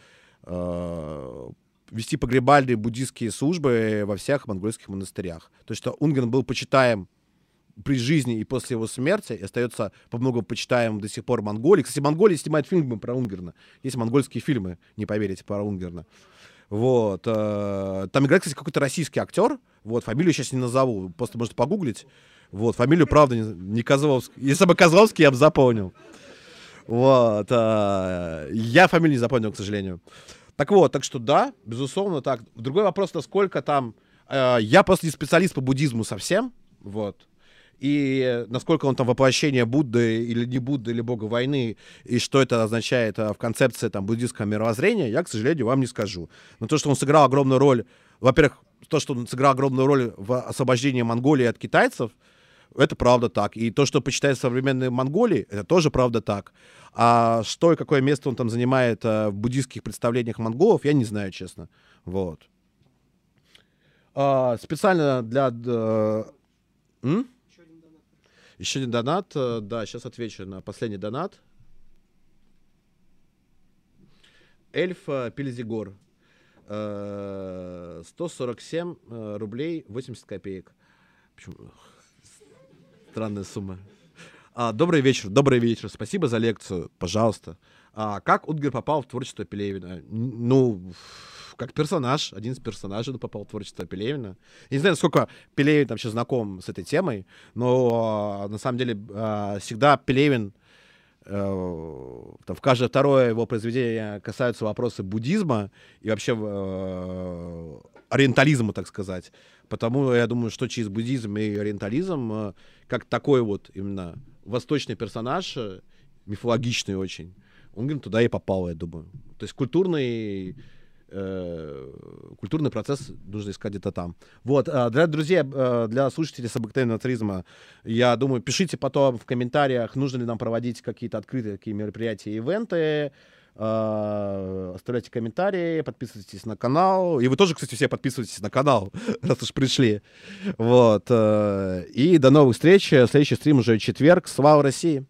вести погребальные буддийские службы во всех монгольских монастырях. То есть, что Унгерн был почитаем при жизни и после его смерти, и остается по многому почитаем до сих пор Монголии. Кстати, Монголия снимает фильмы про Унгерна. Есть монгольские фильмы, не поверите, про Унгерна. Вот. Там играет, кстати, какой-то российский актер. Вот, фамилию сейчас не назову, просто можете погуглить. Вот, фамилию, правда, не Козловский. Если бы Козловский, я бы запомнил. Вот. Я фамилию не запомнил, к сожалению. Так вот, так что да, безусловно, так. Другой вопрос, насколько там... Я просто не специалист по буддизму совсем, вот. И насколько он там воплощение Будды или не Будды, или бога войны, и что это означает в концепции там буддийского мировоззрения, я, к сожалению, вам не скажу. Но то, что он сыграл огромную роль, во-первых, то, что он сыграл огромную роль в освобождении Монголии от китайцев, это правда так. И то, что почитает современные Монголии, это тоже правда так. А что и какое место он там занимает в буддийских представлениях монголов, я не знаю, честно. Вот. Специально для... Еще один донат. Да, сейчас отвечу на последний донат. Эльф Пельзигор. 147 рублей 80 копеек. Почему? Странная сумма. Добрый вечер. Спасибо за лекцию, пожалуйста. Как Унгер попал в творчество Пелевина? Ну, как персонаж, один из персонажей попал в творчество Пелевина. Я не знаю, насколько Пелевин там вообще знаком с этой темой, но на самом деле всегда Пелевин, там, в каждое второе его произведение касаются вопроса буддизма и вообще ориентализма, так сказать. Потому я думаю, что через буддизм и ориентализм, как такой вот именно восточный персонаж, мифологичный очень, Унгерн туда и попал, я думаю. То есть культурный процесс нужно искать где-то там. Вот, для друзей, для слушателей с обыкновенного нацизма, я думаю, пишите потом в комментариях, нужно ли нам проводить какие-то открытые такие мероприятия, ивенты. Оставляйте комментарии, подписывайтесь на канал. И вы тоже, кстати, все подписывайтесь на канал, раз уж пришли. Вот. И до новых встреч. Следующий стрим уже в четверг. Слава России!